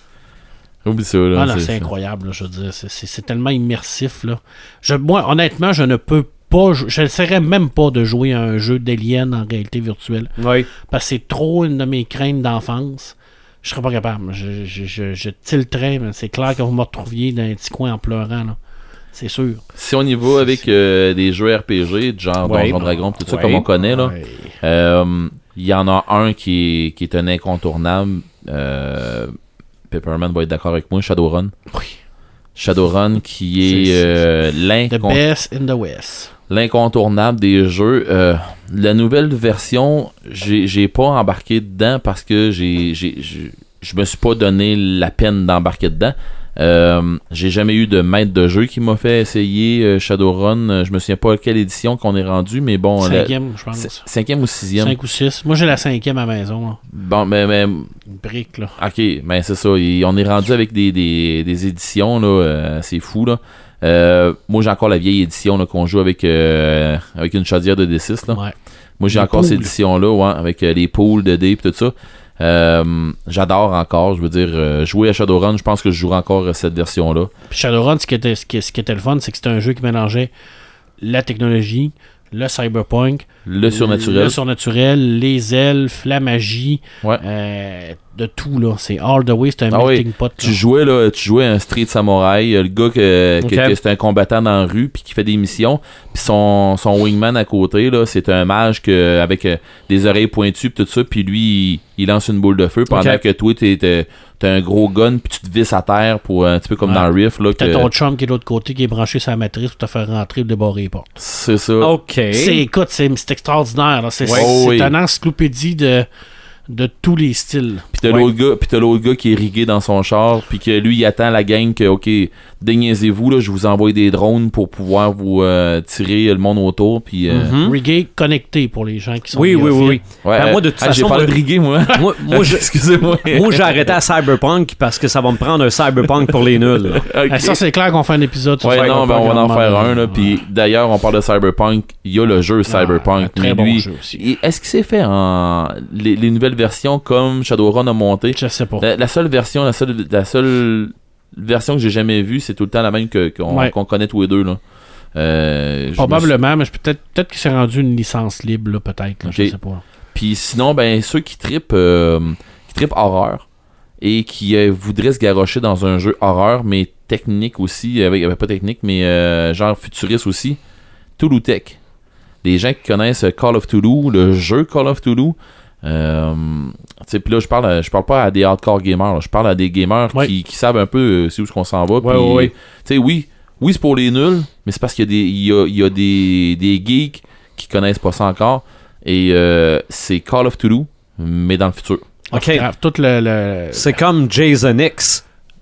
Oublie ça, là. Ah non, c'est, c'est- incroyable, là, je veux dire. C'est, c'est, c'est tellement immersif, là. Je, moi, honnêtement, je ne peux pas... Je n'essaierais même pas de jouer à un jeu d'Alien en réalité virtuelle. Oui. Parce que c'est trop une de mes craintes d'enfance. Je serais pas capable. Je, je, je, je tilterais, mais c'est clair que vous me retrouviez dans un petit coin en pleurant, là. C'est sûr. Si on y va avec euh, des jeux R P G, du genre Ouais. Donjon Dragon, tout ça, Ouais. comme on connaît, là, Ouais. euh, il y en a un qui est, qui est un incontournable. Euh, Pepperman va être d'accord avec moi, Shadowrun. Oui. Shadowrun qui est, C'est- c'est- euh, The l'incon- best in the West. l'incontournable des jeux. Euh, la nouvelle version, j'ai, j'ai pas embarqué dedans parce que j'ai, j'ai, j'ai- je me suis pas donné la peine d'embarquer dedans. Euh, j'ai jamais eu de maître de jeu qui m'a fait essayer euh, Shadowrun. Euh, Je me souviens pas à quelle édition qu'on est rendu, mais bon, la- Cinquième, je pense. c- cinquième ou sixième. Cinq ou six. Moi, j'ai la cinquième à la maison, là. Bon, mais, mais Une brique, là. ok, ben c'est ça. Et on est rendu avec des, des, des éditions là, euh, c'est fou là. Euh, moi j'ai encore la vieille édition là, qu'on joue avec euh, avec une chaudière de D six là. Ouais. Moi j'ai Les encore cette poules. édition là, ouais, avec euh, les poules de dés et tout ça. Euh, j'adore encore, je veux dire, euh, jouer à Shadowrun, je pense que je jouerai encore euh, cette version là. Puis Shadowrun, ce qui était, ce qui, ce qui était le fun, c'est que c'était un jeu qui mélangeait la technologie, le cyberpunk, Le surnaturel. le surnaturel, les elfes, la magie, Ouais. euh, de tout, là. C'est all the way, c'est un Ah oui. melting pot. Tu là. jouais là, tu jouais un street samouraï, euh, le gars que, que- Ok. que c'est un combattant dans la rue puis qui fait des missions, puis son, son wingman à côté là, c'est un mage que, avec euh, des oreilles pointues pis tout ça, puis lui il, il lance une boule de feu pendant Ok. que toi t'es, t'es- t'as un gros gun puis tu te visses à terre pour un petit peu comme Ouais. dans Rift là, T'as que- ton chum qui est de l'autre côté, qui est branché sur la matrice pour te faire rentrer ou débarrer les portes. c'est ça. OK. C'est, écoute, c'est, c'est extraordinaire. Là. C'est, Ouais. c'est Oh oui. une encyclopédie de, de tous les styles. Puis t'as Ouais. l'autre gars, puis t'as l'autre gars qui est rigué dans son char, puis que lui il attend la gang que ok, déniaisez-vous là, je vous envoie des drones pour pouvoir vous euh, tirer le monde autour, puis euh, Mhm. Reggae connecté pour les gens qui sont Oui, oui, oui, néophytes. oui. ouais, Ben, euh, moi, de toute ah, j'ai façon, parlé moi- de rigué moi. Moi, moi, je- Excusez-moi. moi, j'ai arrêté à Cyberpunk parce que ça va me prendre un Cyberpunk pour les nuls. Ok. Ah, ça, c'est clair qu'on fait un épisode sur Ouais, Cyberpunk non, ben on va en à faire moment un, là. donné. Puis d'ailleurs, on parle de Cyberpunk. Il y a le jeu Cyberpunk. un très mais bon lui, jeu aussi. il- est-ce qu'il s'est fait en. Les, les nouvelles versions comme Shadowrun a monté Je sais pas. la, la seule version, la seule, la seule version que j'ai jamais vue, c'est tout le temps la même que, qu'on, Ouais. qu'on connaît tous les deux, là. Euh, je me suis- Probablement, mais je- peut-être, peut-être qu'il s'est rendu une licence libre, là, peut-être. Là, Ok. Je sais pas. Puis sinon, ben, ceux qui trippent, euh, qui trippent horreur et qui euh, voudraient se garrocher dans un jeu horreur, mais technique aussi, avec, avec pas technique, mais euh, genre futuriste aussi, Toulouse Tech. Les gens qui connaissent Call of Toulouse, le jeu Call of Toulouse, euh, tu sais, puis là, je parle, à- je parle pas à des hardcore gamers, là, je parle à des gamers Ouais. qui, qui savent un peu euh, c'est où est-ce qu'on s'en va. Ouais, puis, ouais, ouais. tu sais, oui, oui, c'est pour les nuls, mais c'est parce qu'il y a des, il y a, il y a des, des geeks qui connaissent pas ça encore. Et euh, c'est Call of Toulouse, mais dans le futur. OK. Grave, tout le, le- C'est comme Jason X.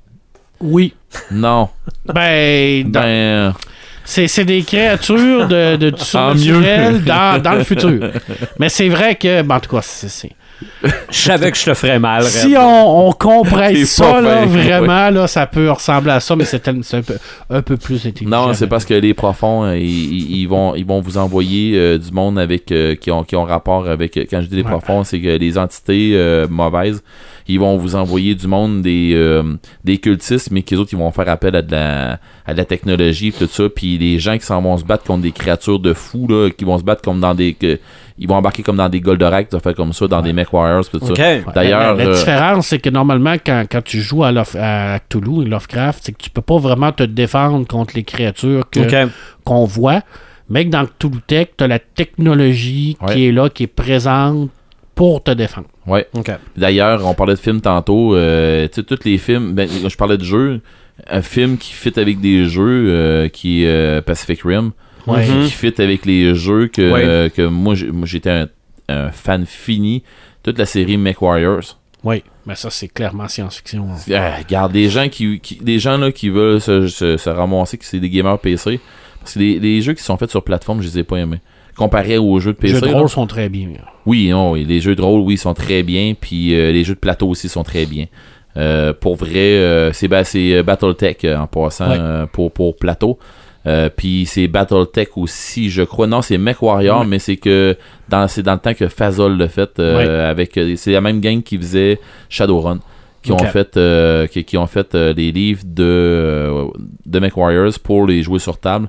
Oui. Non. Ben, dans- Ben, c'est, c'est des créatures de, de, du En surnaturel dans, dans le futur. Mais c'est vrai que, ben, en tout cas, c'est, c'est- Je savais que je te ferais mal. Si on, on compresse C'est ça, pas là, fin, vraiment, là, ça peut ressembler à ça, mais c'est, tel- c'est un, peu, un peu plus intelligent. Non, c'est parce que les profonds, euh, ils, ils- ils vont, ils vont vous envoyer euh, du monde avec euh, qui, ont, qui ont rapport avec. Quand je dis les Ouais. profonds, c'est que les entités euh, mauvaises, ils vont vous envoyer du monde des, euh, des cultistes, mais qu'ils autres, ils vont faire appel à de la, à de la technologie, pis tout ça. Puis les gens qui s'en vont se battre contre des créatures de fous, là, qui vont se battre comme dans des. Que, ils vont embarquer comme dans des Goldorak, ça fait comme ça, dans Ouais. des Mech Warriors, pis tout OK. ça. Ouais, D'ailleurs, la, la euh, différence, c'est que normalement, quand, quand tu joues à, Lof- à Cthulhu et Lovecraft, c'est que tu peux pas vraiment te défendre contre les créatures que, OK. qu'on voit, mais que dans Cthulhu Tech, tu as la technologie Ouais. qui est là, qui est présente pour te défendre. ouais. OK. D'ailleurs, on parlait de films tantôt. Euh, tu sais, tous les films. Ben, je parlais de jeux. Un film qui fit avec des jeux, euh, qui est euh, Pacific Rim. Ouais. Mhm. Qui fit avec les jeux que, Ouais. euh, que moi, j'ai- moi, j'étais un, un fan fini. Toute la série Mech Warriors. Oui, mais ça, c'est clairement science-fiction. hein. Ah, regarde, des gens qui, qui des gens là qui veulent se, se, se ramasser, que c'est des gamers P C. Parce que les, les jeux qui sont faits sur plateforme, je les ai pas aimés. Comparé aux jeux de P Les C. jeux de là. rôle sont très bien. Oui, non, oui, les jeux de rôle, oui, sont très bien. Puis euh, les jeux de plateau aussi sont très bien. Euh, pour vrai, euh, c'est, ba- c'est euh, Battletech euh, en passant Ouais. euh, pour, pour plateau. Euh, puis c'est Battletech aussi, je crois. Non, c'est Mech Warrior, Ouais. mais c'est que dans, c'est dans le temps que Fazol l'a fait. euh, avec, euh, c'est la même gang qui faisait Shadowrun. Qui Ok. ont fait, euh, qui, qui ont fait euh, des livres de, euh, de Mech Warriors pour les jouer sur table.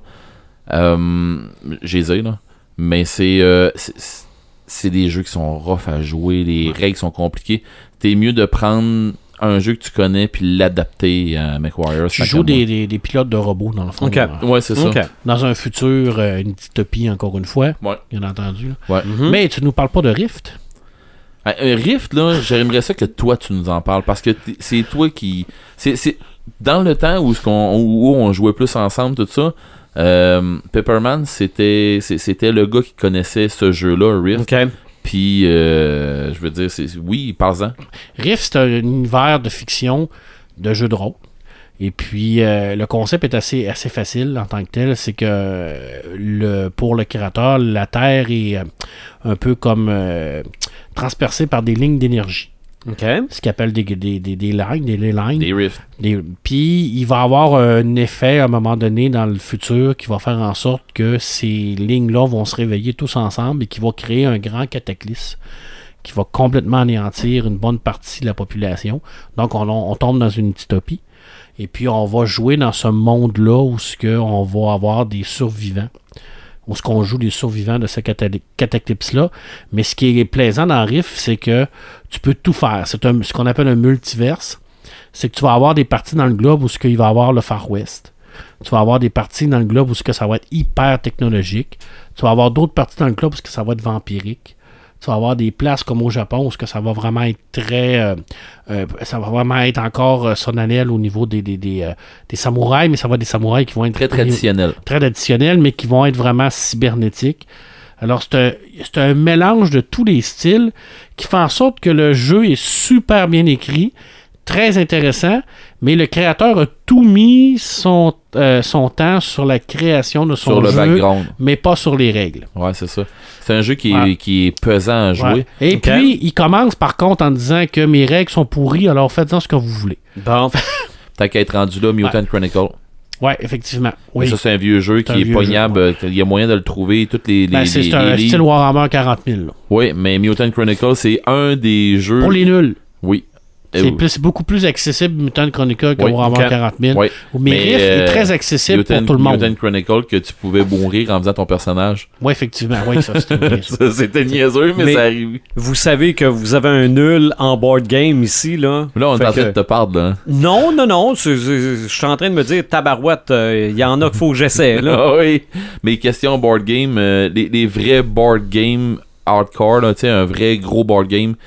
Euh, j'ai les ai, là. Mais c'est, euh, c'est, c'est des jeux qui sont rough à jouer. Les règles sont compliquées. T'es mieux de prendre un jeu que tu connais puis l'adapter à Mech Warriors. Tu tant joues qu'à des, des, des pilotes de robots, dans le fond. Ok. là. moi. Ouais, c'est ça. OK. Dans un futur, euh, une dystopie, encore une fois, Ouais. bien entendu. là. Ouais. Mhm. Mais tu nous parles pas de Rift. Un un Rift, là, j'aimerais ça que toi, tu nous en parles. Parce que t'es- c'est toi qui... C'est, c'est dans le temps où, ce qu'on, où on jouait plus ensemble, tout ça, euh, Pepperman, c'était, c'est- c'était le gars qui connaissait ce jeu-là, Rift. OK. Puis, euh, je veux dire, c'est, oui, parle-en. Rift, c'est un univers de fiction, de jeu de rôle. Et puis, euh, le concept est assez, assez facile en tant que tel. C'est que euh, le, pour le créateur, la Terre est euh, un peu comme euh, transpercée par des lignes d'énergie. OK. Ce qu'ils appellent des, des, des, des lines, des ley lines. Des Rift. Des- Puis, il va avoir un effet à un moment donné dans le futur qui va faire en sorte que ces lignes-là vont se réveiller tous ensemble et qui va créer un grand cataclysme qui va complètement anéantir une bonne partie de la population. Donc, on, on tombe dans une dystopie. Et puis, on va jouer dans ce monde-là où ce que on va avoir des survivants. Où ce qu'on joue des survivants de ce catali- cataclysme-là. Mais ce qui est plaisant dans Rift, c'est que tu peux tout faire. C'est un- ce qu'on appelle un multiverse. C'est que tu vas avoir des parties dans le globe où ce qu'il va y avoir le Far West. Tu vas avoir des parties dans le globe où ce que ça va être hyper technologique. Tu vas avoir d'autres parties dans le globe où ce que ça va être vampirique. Tu vas avoir des places comme au Japon où ce que ça va vraiment être très... euh, euh, ça va vraiment être encore euh, solennel au niveau des, des, des, euh, des samouraïs, mais ça va être des samouraïs qui vont être Très traditionnel. très traditionnels, mais qui vont être vraiment cybernétiques. Alors, c'est un, c'est un mélange de tous les styles qui fait en sorte que le jeu est super bien écrit, très intéressant, mais le créateur a tout mis son, euh, son temps sur la création de son Sur le jeu, background. mais pas sur les règles. Ouais, c'est ça. C'est un jeu qui est, Ouais. qui est pesant à jouer. Ouais. Et Ok. puis, il commence par contre en disant que mes règles sont pourries, alors faites-en ce que vous voulez. Bon. Tant qu'à être rendu là, Mutant Chronicle. Ouais, effectivement. Mais Oui. ça, c'est un vieux jeu C'est un qui est vieux pognable. jeu, Il y a moyen de le trouver. Toutes les, les, Ben, c'est les- c'est un les style livres. Warhammer quarante mille. là. Oui, mais Mutant Chronicle, c'est un des jeux. Pour les nuls. Oui. C'est Euh, plus- c'est beaucoup plus accessible Mutant Chronicle que Oui, Warhammer ok. quarante mille. Oui. Mais, Mais, Rift euh, est très accessible Mutant, pour tout le monde. Mutant Chronicle, que tu pouvais mourir en faisant ton personnage. Oui, effectivement. Oui, ça, c'est une- Ça, c'était niaiseux, mais, Mais- ça arrive. Vous savez que vous avez un nul en board game ici, là. Là, on est Fait en train que- de te parler, là. Non, non, non. c'est- c'est- Je suis en train de me dire, tabarouette, il y en a qu'il faut que j'essaie, là. Ah oui. Mais question board game, euh, les, les vrais board game hardcore, là, tu sais, un vrai gros board game.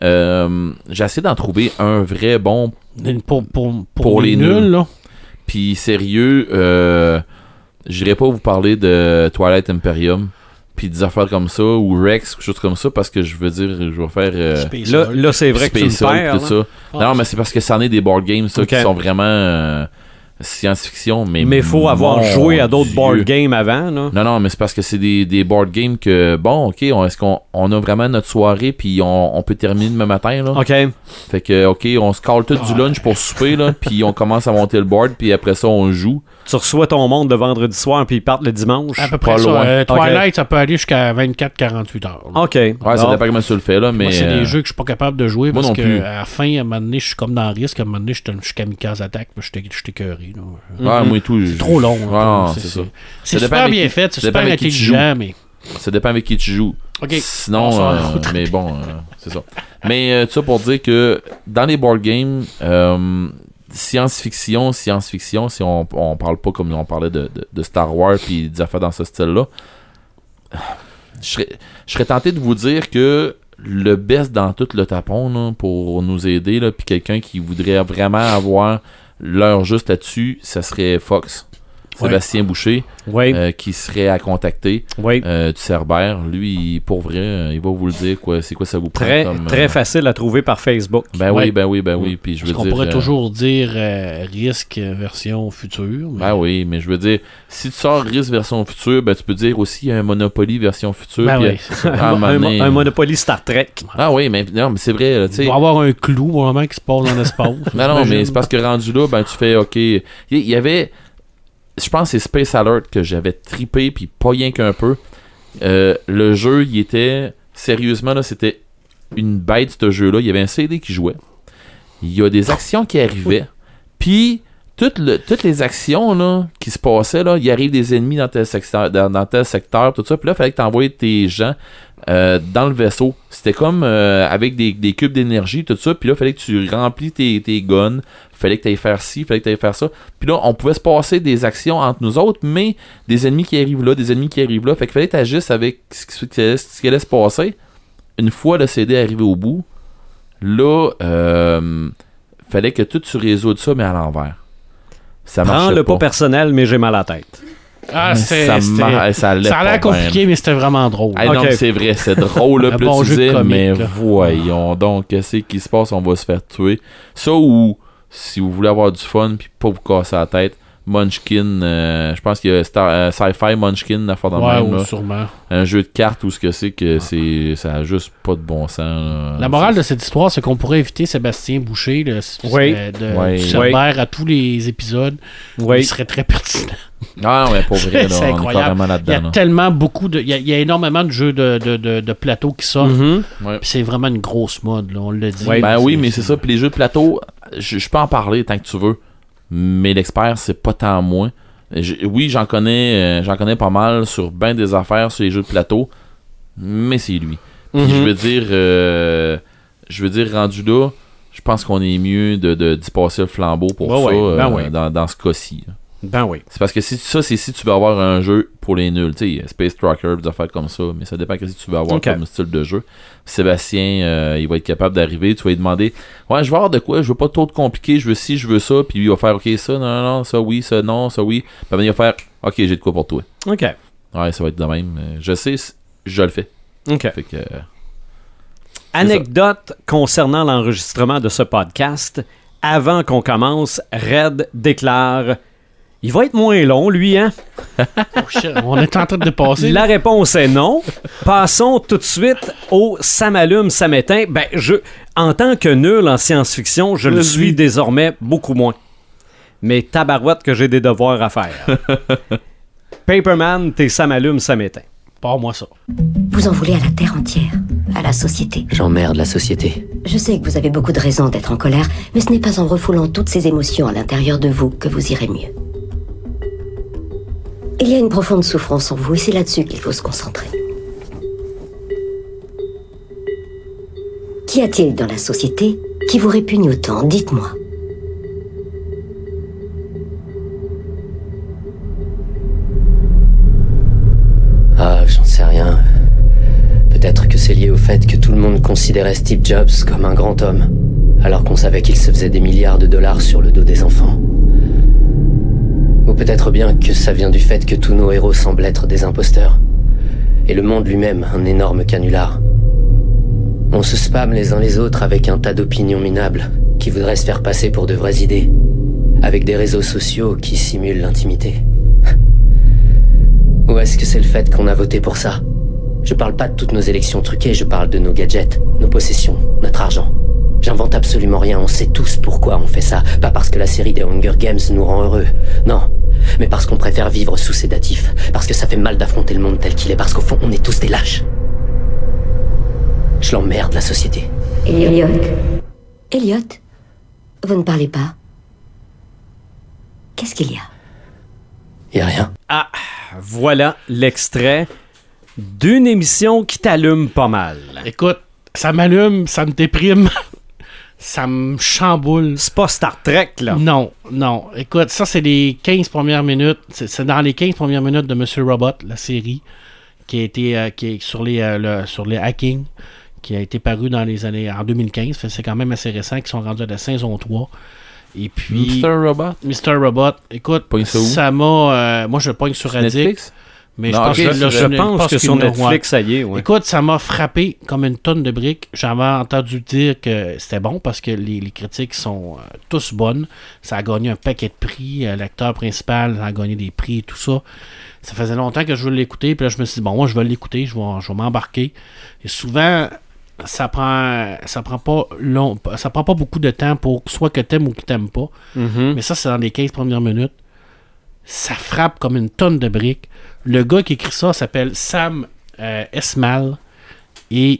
Euh, j'ai essayé d'en trouver un vrai bon. Pour, pour, pour, Pour les, les nuls, nuls. là. Puis sérieux, euh, j'irai pas vous parler de Twilight Imperium, puis des affaires comme ça, ou Rex, quelque chose comme ça, parce que je veux dire, je vais faire. Euh, Space Là, Hulk. là c'est vrai que tu me Space Hulk, perds. tout là. ça. Non, mais c'est parce que c'en est des board games, ça, Ok. qui sont vraiment. euh, science-fiction, mais... Mais il faut avoir joué à d'autres Dieu. board games avant, là. Non, non, mais c'est parce que c'est des, des board games que, bon, OK, on, est-ce qu'on on a vraiment notre soirée, puis on, on peut terminer demain matin, là? OK. Fait que, OK, on se cale tout du lunch pour souper, là, puis on commence à monter le board, puis après ça, on joue. Tu reçois ton monde le vendredi soir, puis ils partent le dimanche. À peu près Pas ça. loin. Euh, Twilight, Okay. ça peut aller jusqu'à vingt-quatre à quarante-huit heures. là. OK. Ouais, ça Bon. dépend comment tu le fais, là, mais... Moi, c'est euh, des jeux que je suis pas capable de jouer moi parce non que plus. à la fin, à un moment donné, je suis comme dans le risque. À un moment donné, je suis je suis kamikaze attaque, puis je suis écœuré. là. Ouais, moi et tout. C'est trop long. Ouais, là. non, c'est c'est ça. C'est Ça dépend super avec bien qui- fait, c'est ça dépend super avec qui tu intelligent, mais. Ça dépend avec qui tu joues. OK. Sinon, On s'en euh, fout. mais bon, euh, c'est ça. Mais euh, tout ça pour dire que dans les board games, euh, science-fiction, science-fiction, si on, on parle pas comme on parlait de, de, de Star Wars puis des affaires dans ce style-là, je serais, je serais tenté de vous dire que le best dans tout le tapon là, pour nous aider, là, puis quelqu'un qui voudrait vraiment avoir l'heure juste là-dessus, ça serait Fox. Ouais. Sébastien Boucher, Oui. euh, qui serait à contacter Oui. euh, du Cerbère. Lui, il- pour vrai, euh, il va vous le dire, quoi, c'est quoi ça vous prend Très, comme... très euh, facile à trouver par Facebook. Ben Ouais. oui, ben oui, ben oui. Puis je veux Parce qu'on dire... pourrait euh, toujours dire euh, risque euh, version future. mais- Ben oui, mais je veux dire, si tu sors Risk version future, ben tu peux dire aussi un Monopoly version future. Ben puis, oui, c'est ça. à un un, moment un, donné- un Monopoly Star Trek. Ah oui, mais non, mais c'est vrai, là, tu Il sais. doit y avoir un clou vraiment qui se passe dans l'espace. Non, non, mais j'imagine. c'est parce que rendu là, ben tu fais, ok. Il y, y avait, je pense que c'est Space Alert que j'avais trippé, puis pas rien qu'un peu. Euh, le jeu, il était, sérieusement, là, c'était une bête, ce jeu-là. Il y avait un C D qui jouait. Il y a des actions qui arrivaient. Puis, toutes, le- toutes les actions là, qui se passaient, là, il arrive des ennemis dans tel secteur, dans, dans tel secteur, tout ça. Puis là, il fallait que tu envoies tes gens euh, dans le vaisseau. C'était comme euh, avec des, des cubes d'énergie, tout ça. Puis là, il fallait que tu remplis tes, tes guns. Fallait que tu ailles faire ci, fallait que tu ailles faire ça. Puis là, on pouvait se passer des actions entre nous autres, mais des ennemis qui arrivent là, des ennemis qui arrivent là. Fait qu'il fallait que tu agisses avec ce qui, ce qui allait se passer. Une fois le C D arrivé au bout, là, euh, fallait que tout tu résoudes ça, mais à l'envers. Ça marchait Prends-le pas pas. personnel, mais j'ai mal à la tête. Ah, c'était- ça, c'était- mar- ça, allait ça a l'air pas bien. compliqué, mais c'était vraiment drôle. Hey, non, Ok. mais c'est vrai, c'est drôle, là, Un puis là, bon tu jeu de disais, comique, mais là. voyons donc, qu'est-ce qui se passe, on va se faire tuer. Ça ou, si vous voulez avoir du fun, puis pas vous casser la tête, Munchkin, euh, je pense qu'il y a Star, euh, Sci-Fi Munchkin, à faire de Ouais, même, ou là. sûrement. Un jeu de cartes où ce que c'est que c'est, ça a juste pas de bon sens, là. La morale de cette histoire, c'est qu'on pourrait éviter Sébastien Boucher là, c- Oui. euh, de, Oui. du Cerbère à tous les épisodes. Oui. Il serait très pertinent. Ah non, mais pour vrai, là, C'est on est incroyable. carrément Il y a là-dedans, là. tellement beaucoup de. Il y a, il y a énormément de jeux de, de, de, de plateaux qui sortent. Mhm. Ouais. Puis c'est vraiment une grosse mode, là, on l'a dit. Ouais, Ben oui, mais c'est ça. Puis les jeux de plateau, je, je peux en parler tant que tu veux. Mais l'expert, c'est pas tant moi. Je- oui, j'en connais, euh, j'en connais pas mal sur ben des affaires sur les jeux de plateau. Mais c'est lui. Puis Mhm. je veux dire, euh, je veux dire, rendu là, je pense qu'on est mieux de, de, d'y passer le flambeau pour Ben ça ouais, ben euh, ouais. dans, dans ce cas-ci, là. Ben oui. C'est parce que si ça, c'est si tu veux avoir un jeu pour les nuls, tu sais, Space Tracker, des affaires comme ça, mais ça dépend de ce que tu veux avoir Ok. comme style de jeu. Sébastien, euh, il va être capable d'arriver, tu vas lui demander, ouais, je veux avoir de quoi, je veux pas trop de compliqué, je veux ci, je veux ça, puis lui, il va faire, ok, ça, non, non, non, ça, oui, ça, non, ça, oui. Puis après, il va faire, ok, j'ai de quoi pour toi. OK. Ouais, ça va être de même. Euh, Je sais, c- je le fais. OK. Fait que, euh, Anecdote concernant l'enregistrement de ce podcast. Avant qu'on commence, Red déclare il va être moins long, lui, hein? Oh, shit, on est en train de dépasser. La réponse est non. Passons tout de suite au ça m'allume, ça m'éteint. Ben, je, en tant que nul en science-fiction, je le Vas-y. suis désormais beaucoup moins. Mais tabarouette que j'ai des devoirs à faire. Paperman, t'es ça m'allume, ça m'éteint. Pas-moi ça. Vous en voulez à la terre entière, à la société. J'emmerde la société. Je sais que vous avez beaucoup de raisons d'être en colère, mais ce n'est pas en refoulant toutes ces émotions à l'intérieur de vous que vous irez mieux. Il y a une profonde souffrance en vous et c'est là-dessus qu'il faut se concentrer. Qu'y a-t-il dans la société qui vous répugne autant? Dites-moi. Ah, j'en sais rien. Peut-être que c'est lié au fait que tout le monde considérait Steve Jobs comme un grand homme, alors qu'on savait qu'il se faisait des milliards de dollars sur le dos des enfants. Ou peut-être bien que ça vient du fait que tous nos héros semblent être des imposteurs, et le monde lui-même un énorme canular. On se spamme les uns les autres avec un tas d'opinions minables qui voudraient se faire passer pour de vraies idées. avec des réseaux sociaux qui simulent l'intimité. Ou est-ce que c'est le fait qu'on a voté pour ça? Je parle pas de toutes nos élections truquées, je parle de nos gadgets, nos possessions, notre argent. J'invente absolument rien, on sait tous pourquoi on fait ça. Pas parce que la série des Hunger Games nous rend heureux, non. Mais parce qu'on préfère vivre sous sédatif. Parce que ça fait mal d'affronter le monde tel qu'il est. Parce qu'au fond, on est tous des lâches. Je l'emmerde, la société. Elliot. Elliot, vous ne parlez pas. Qu'est-ce qu'il y a? Y a rien. Ah, voilà l'extrait d'une émission qui t'allume pas mal. Écoute, ça m'allume, ça me déprime, ça me chamboule. C'est pas Star Trek, là. Non, non. Écoute, ça, c'est les quinze premières minutes. C'est, c'est dans les quinze premières minutes de Monsieur Robot, la série, qui a été euh, qui est sur les, euh, le, sur les hackings, qui a été paru dans les années en deux mille quinze. C'est quand même assez récent, qui sont rendus à la saison trois. Et puis... mister Robot? mister Robot. Écoute, ça, ça m'a... Euh, moi, je pogne sur Addict. Mais non, je pense okay, que, je, je pense que sur Netflix, ça y est. Ouais. Écoute, ça m'a frappé comme une tonne de briques. J'avais entendu dire que c'était bon parce que les, les critiques sont euh, tous bonnes. Ça a gagné un paquet de prix. Euh, l'acteur principal a gagné des prix et tout ça. Ça faisait longtemps que je voulais l'écouter. Puis là, je me suis dit, bon, moi, je vais l'écouter. Je vais, je vais m'embarquer. Et souvent, ça prend ça prend pas long, ça prend pas beaucoup de temps pour soit que t'aimes ou que t'aimes pas. Mm-hmm. Mais ça, c'est dans les quinze premières minutes. Ça frappe comme une tonne de briques. Le gars qui écrit ça s'appelle Sam euh, Esmail et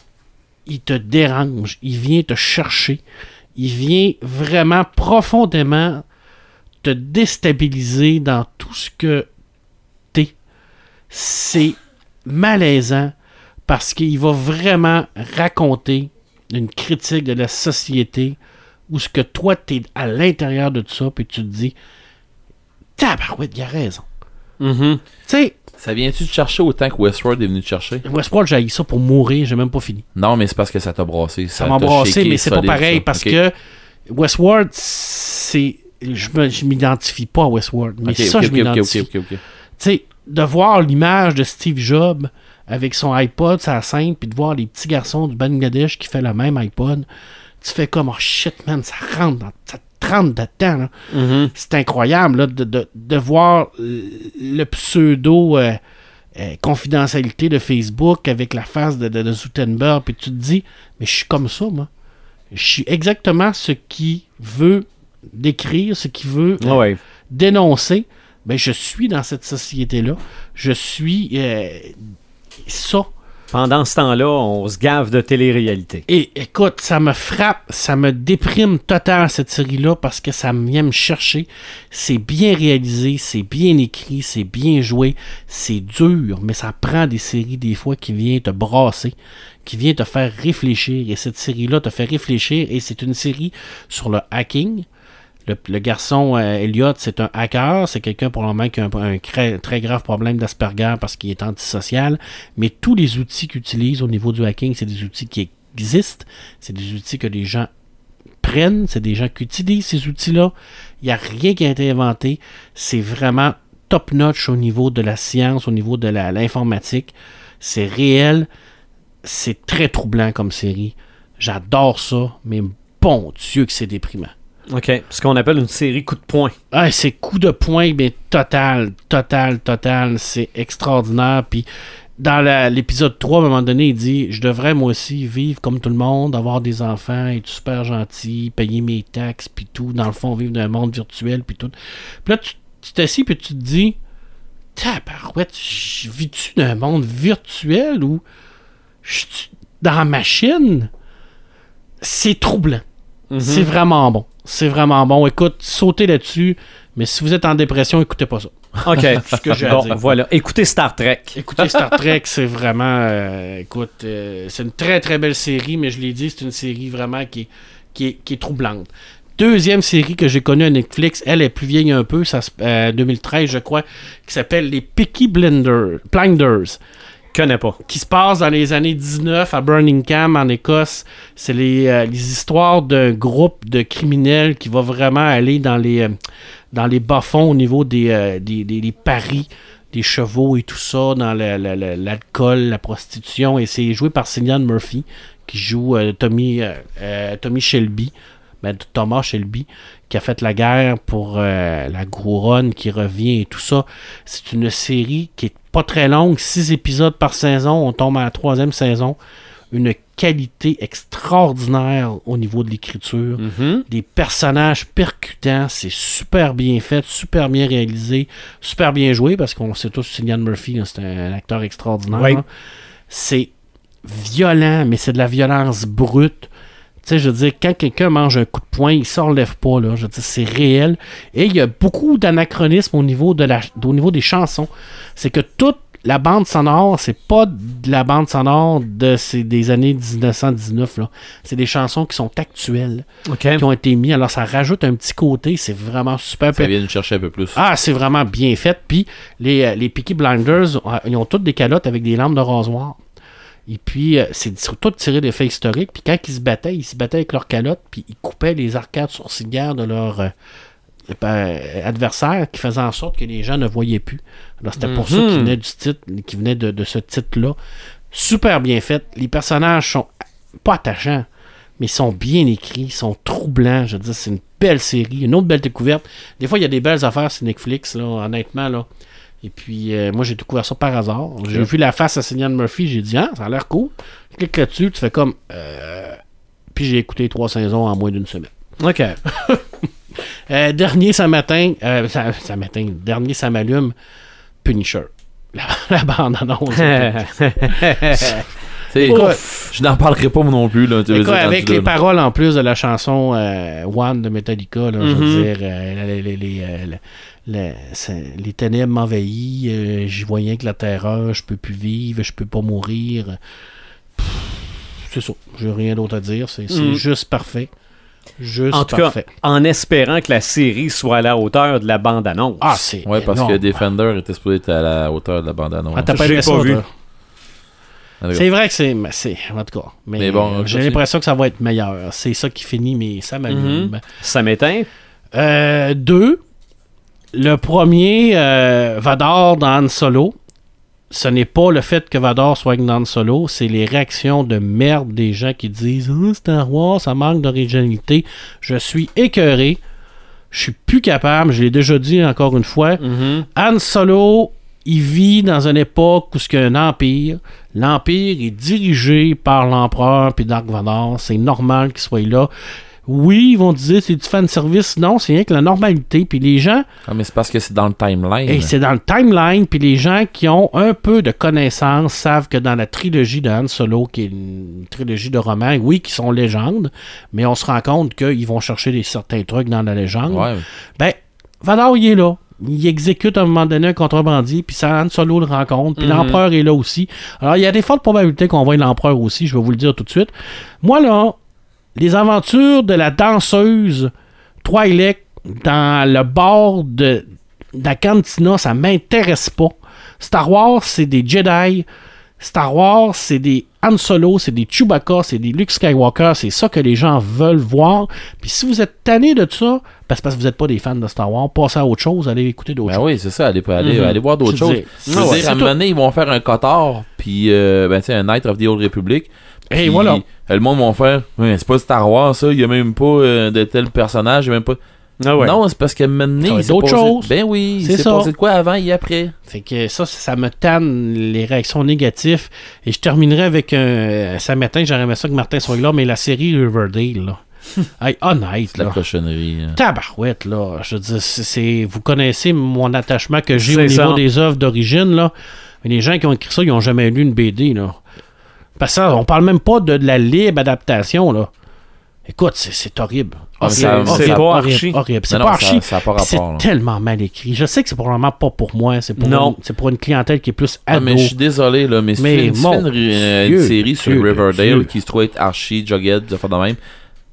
il te dérange, il vient te chercher, il vient vraiment profondément te déstabiliser dans tout ce que t'es. C'est malaisant parce qu'il va vraiment raconter une critique de la société où ce que toi t'es à l'intérieur de tout ça puis tu te dis tabarouette, il a raison. Mm-hmm. Tu sais, ça vient-tu te chercher autant que Westworld est venu te chercher? Westworld, j'ai haï ça pour mourir, j'ai même pas fini. Non, mais c'est parce que ça t'a brassé. Ça, ça m'a brassé, mais c'est solide, pas pareil ça. parce okay. que Westworld, c'est. Je, me, je m'identifie pas à Westworld, mais okay, ça, okay, je okay, m'identifie. Okay, okay, okay. Tu sais, de voir l'image de Steve Jobs avec son iPod, sa scène, puis de voir les petits garçons du Bangladesh qui fait le même iPod, tu fais comme, oh shit, man, ça rentre dans. Ça rentre dedans, là. Mm-hmm. C'est incroyable là, de, de, de voir le pseudo euh, euh, confidentialité de Facebook avec la face de, de, de Zuckerberg, puis tu te dis, mais je suis comme ça, moi. Je suis exactement ce qu'il veut décrire, ce qu'il veut euh, ouais. dénoncer. Ben, je suis dans cette société-là. Je suis euh, ça. Pendant ce temps-là, on se gave de télé-réalité. Et écoute, ça me frappe, ça me déprime total cette série-là parce que ça vient me chercher. C'est bien réalisé, c'est bien écrit, c'est bien joué, c'est dur, mais ça prend des séries des fois qui viennent te brasser, qui viennent te faire réfléchir. Et cette série-là te fait réfléchir et c'est une série sur le hacking. Le, le garçon euh, Elliot, c'est un hacker, c'est quelqu'un pour le moment qui a un, un très, très grave problème d'Asperger parce qu'il est antisocial, mais tous les outils qu'il utilise au niveau du hacking, c'est des outils qui existent, c'est des outils que les gens prennent, c'est des gens qui utilisent ces outils-là, il n'y a rien qui a été inventé, c'est vraiment top-notch au niveau de la science, au niveau de la, l'informatique, c'est réel, c'est très troublant comme série, j'adore ça, mais bon Dieu que c'est déprimant. OK. Ce qu'on appelle une série coup de poing. Ah, c'est coup de poing, mais total, total, total. C'est extraordinaire. Puis, dans la, l'épisode trois, à un moment donné, il dit « Je devrais, moi aussi, vivre comme tout le monde, avoir des enfants, être super gentil, payer mes taxes, puis tout. Dans le fond, vivre dans un monde virtuel, puis tout. » Puis là, tu, tu t'assis, puis tu te dis « Tabarouette, vis-tu dans un monde virtuel ou je suis dans la machine? » C'est troublant. Mm-hmm. C'est vraiment bon. C'est vraiment bon. Écoute, sautez là-dessus, mais si vous êtes en dépression, écoutez pas ça. OK. C'est ce que j'ai bon, à dire. Voilà. Écoutez Star Trek. Écoutez Star Trek, c'est vraiment... Euh, écoute, euh, c'est une très, très belle série, mais je l'ai dit, c'est une série vraiment qui est, qui est, qui est troublante. Deuxième série que j'ai connue à Netflix, elle est plus vieille un peu, ça euh, deux mille treize, je crois, qui s'appelle Les Peaky Blinders. Blinders. Connais pas. Qui se passe dans les années dix-neuf à Birmingham, en Écosse. C'est les, euh, les histoires d'un groupe de criminels qui va vraiment aller dans les, euh, dans les bas-fonds au niveau des, euh, des, des, des paris, des chevaux et tout ça, dans le, le, le, l'alcool, la prostitution. Et c'est joué par Cillian Murphy, qui joue euh, Tommy, euh, euh, Tommy Shelby. ben, de Thomas Shelby, qui a fait la guerre pour euh, la Gouronne, qui revient et tout ça. C'est une série qui est pas très longue, six épisodes par saison, on tombe à la troisième saison. Une qualité extraordinaire au niveau de l'écriture. Mm-hmm. Des personnages percutants, c'est super bien fait, super bien réalisé, super bien joué, parce qu'on sait tous que Cillian Murphy, là, c'est un, un acteur extraordinaire. Oui. Là. C'est violent, mais c'est de la violence brute. Tu sais, je veux dire, quand quelqu'un mange un coup de poing, il ne s'enlève pas, là. Je veux dire, c'est réel. Et il y a beaucoup d'anachronismes au niveau, de la, au niveau des chansons. C'est que toute la bande sonore, c'est pas de la bande sonore de c'est des années dix-neuf cent dix-neuf, là. C'est des chansons qui sont actuelles, OK. qui ont été mises. Alors, ça rajoute un petit côté. C'est vraiment super. Ça vient nous chercher un peu plus. Ah, c'est vraiment bien fait. Puis, les, les Peaky Blinders, ils ont toutes des calottes avec des lampes de rasoir. Et puis, euh, c'est surtout tiré des faits historiques. Puis quand ils se battaient, ils se battaient avec leurs calottes, puis ils coupaient les arcades sourcilières de leurs euh, euh, adversaires, qui faisaient en sorte que les gens ne voyaient plus. Alors, c'était pour Mm-hmm. ça qu'ils venaient du titre, qui venait de, de ce titre-là. Super bien fait. Les personnages sont pas attachants, mais ils sont bien écrits, ils sont troublants. Je veux dire, c'est une belle série, une autre belle découverte. Des fois, il y a des belles affaires sur Netflix, là, honnêtement, là. Et puis, euh, moi, j'ai découvert ça par hasard. J'ai Ouais. vu la face à Cillian Murphy, j'ai dit, ah, ça a l'air cool. Je clique là-dessus, tu fais comme. Euh... Puis j'ai écouté trois saisons en moins d'une semaine. OK. Euh, dernier, ça matin, euh, ça, ça matin, dernier, ça m'allume, Punisher. La, la bande-annonce. T'sais, Écoute, je n'en parlerai pas moi non plus. Là, tu veux Écoute, dire, quand avec tu les donnes. paroles en plus de la chanson euh, One de Metallica, là, je veux Mhm. dire, euh, les, les, les, euh, le- le- c'est- les ténèbres m'envahissent, euh, j'y vois rien que la terreur, je peux plus vivre, je peux pas mourir. Pff, c'est ça, j'ai rien d'autre à dire, c'est c'est Mhm. juste parfait. Juste En tout parfait. cas, en espérant que la série soit à la hauteur de la bande-annonce. Ah, c'est. Ouais, parce énorme. que Defender était supposé être à la hauteur de la bande-annonce. Ah, t'as pas J'ai aimé pas ça, vu. toi? C'est vrai que c'est. mais c'est en tout cas. Mais, Mais bon, euh, j'ai ça, l'impression que ça va être meilleur. C'est ça qui finit, mais ça m'allume. Mhm. Ça m'éteint. Euh, deux. Le premier, euh, Vador dans Han Solo. Ce n'est pas le fait que Vador soit dans Han Solo, c'est les réactions de merde des gens qui disent oh, Star Wars, ça manque d'originalité. Je suis écœuré. Je suis plus capable. Je l'ai déjà dit encore une fois. Mhm. Han Solo, il vit dans une époque où il y a un empire. L'empire est dirigé par l'empereur puis Dark Vador. C'est normal qu'il soit là. Oui, ils vont dire c'est du fan service. Non, c'est rien que la normalité. Puis les gens, Ah, mais c'est parce que c'est dans le timeline. et c'est dans le timeline. Puis les gens qui ont un peu de connaissances savent que dans la trilogie de Han Solo, qui est une trilogie de romans, oui, qui sont légendes, mais on se rend compte qu'ils vont chercher des, certains trucs dans la légende. Ouais. Ben, Vador, il est là. Il exécute à un moment donné un contrebandier, puis Han Solo le rencontre, puis Mhm. l'empereur est là aussi. Alors, il y a des fortes probabilités qu'on voit l'empereur aussi, je vais vous le dire tout de suite. Moi, là, les aventures de la danseuse Twi'lek dans le bord de, de la cantina, ça m'intéresse pas. Star Wars, c'est des Jedi. Star Wars, c'est des Han Solo, c'est des Chewbacca, c'est des Luke Skywalker. C'est ça que les gens veulent voir. Puis si vous êtes tanné de ça, ben c'est parce que vous n'êtes pas des fans de Star Wars, passez à autre chose, allez écouter d'autres Ben choses. oui, c'est ça. Allez, allez, Mhm. allez voir d'autres Je choses. dis- Je veux Ah ouais, dire, c'est à un tout. moment donné, ils vont faire un Cotard, puis euh, ben, tu sais, un Knight of the Old Republic. Et puis, voilà. euh, le monde va faire ouais, c'est pas Star Wars, ça. Il y a même pas euh, de tel personnage. Il y a même pas. Ah ouais. Non, c'est parce qu'à un moment donné, Ça va il être s'est d'autres passé- choses. Ben oui, C'est c'est ça. passé de quoi avant et après. Fait que ça, ça me tanne les réactions négatives. Et je terminerai avec un. Ça matin, j'aurais aimé ça que Martin soit là, mais la série Riverdale, là. Hey, honnête, C'est de la là. cochonnerie. hein. Tabarouette, là. Je veux dire, c'est, c'est- vous connaissez mon attachement que j'ai C'est au niveau ça. des œuvres d'origine, là. Mais les gens qui ont écrit ça, ils n'ont jamais lu une B D, là. Parce que ça, on parle même pas de, de la libre adaptation, là. Écoute, c'est, c'est horrible. Ah, mais Horrible, ça- horrible, c'est pas horrible, archi. horrible. C'est Non, pas non, ça- archi. ça a pas Puis c'est rapport, là. tellement mal écrit. Je sais que c'est probablement pas pour moi. C'est pour, Non. Une, c'est pour une clientèle qui est plus Ah, ado. mais je suis désolé, là, mais si Mais tu fais- si tu mon fais une, euh, Dieu, une série sur Dieu, Riverdale Dieu. qui se trouve être Archie, Jughead, des affaires de même,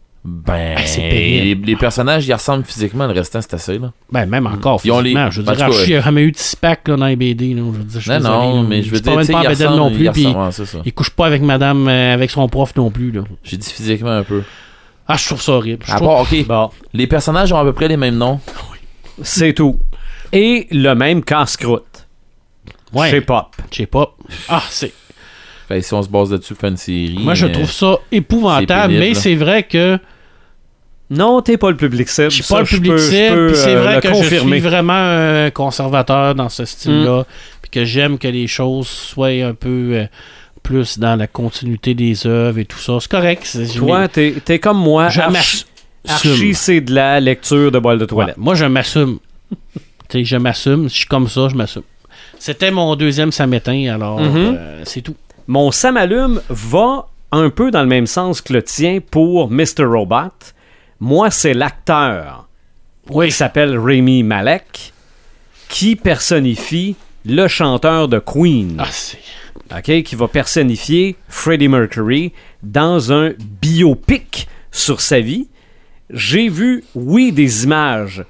ben, Ah, c'est les, pénible. les personnages, ils ressemblent physiquement, le restant, c'est assez, là. Ben, même encore, Ils ont les- physiquement. Je veux en dire, tout cas, Archie, il n'y a jamais eu de six-pack là, dans les B D. Là. Je veux dire, je suis Non, désolé, non, là. mais je Il veux se dire, promène tu sais, pas en ils bédaine ressemblent, non plus, ils puis ressemblent, ouais, c'est ça. il couche pas avec madame, euh, avec son prof non plus. Là. J'ai dit physiquement un peu. Ah, je trouve ça horrible. Je À trouve- part, ok, Bon, les personnages ont à peu près les mêmes noms. c'est tout. Et le même casse-croûte. Ouais. Chez Pop. Je sais pas. Ah, c'est. Fait que si on se base là-dessus pour faire une série. Moi, je euh, trouve ça c'est épouvantable, pénible, mais là. c'est vrai que Non, t'es pas le public cible. Je suis Ça, pas le public peux- cible, peux, puis c'est euh, vrai le que confirmer. je suis vraiment un conservateur dans ce style-là, puis que j'aime que les choses soient un peu euh, plus dans la continuité des œuvres et tout ça. C'est correct. C'est, Toi, t'es, t'es comme moi. Je Arch- m'assume. Archie, c'est de la lecture de bol de toilette. Ouais, moi, je m'assume. Tu sais, je m'assume. Je suis comme ça, je m'assume. C'était mon deuxième samétain, alors Mhm. euh, c'est tout. Mon Sam Allume va un peu dans le même sens que le tien pour mister Robot. Moi, c'est l'acteur Oui. qui s'appelle Rami Malek qui personnifie le chanteur de Queen. Ah, c'est... OK, qui va personnifier Freddie Mercury dans un biopic sur sa vie. J'ai vu, oui, des images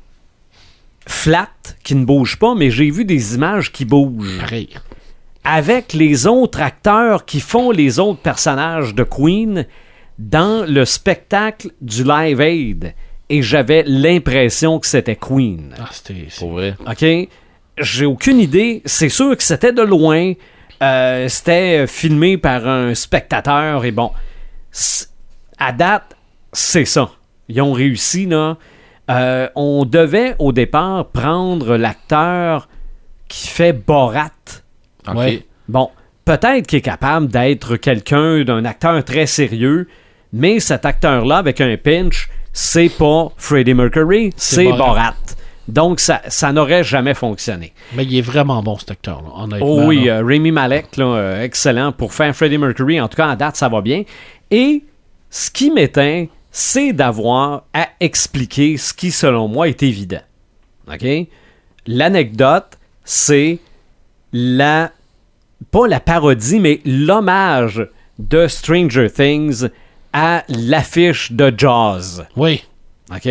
flat qui ne bougent pas, mais j'ai vu des images qui bougent. Pareil. Avec les autres acteurs qui font les autres personnages de Queen dans le spectacle du Live Aid. Et j'avais l'impression que c'était Queen. Ah, c'était... c'est- Pour vrai. OK? J'ai aucune idée. C'est sûr que c'était de loin. Euh, c'était filmé par un spectateur. Et bon, c- à date, c'est ça. Ils ont réussi, là. Euh, on devait, au départ, prendre l'acteur qui fait Borat. Ok. Ouais. Bon, peut-être qu'il est capable d'être quelqu'un, d'un acteur très sérieux, mais cet acteur-là, avec un pinch, c'est pas Freddie Mercury, c'est Borat. Borat. Donc, ça, ça n'aurait jamais fonctionné. Mais il est vraiment bon, cet acteur-là, honnêtement. Oh oui, là. euh, Rami Malek, là, euh, excellent pour faire Freddie Mercury. En tout cas, à date, ça va bien. Et ce qui m'éteint, c'est d'avoir à expliquer ce qui, selon moi, est évident. OK? L'anecdote, c'est la... pas la parodie, mais l'hommage de Stranger Things à l'affiche de Jaws. Oui. OK?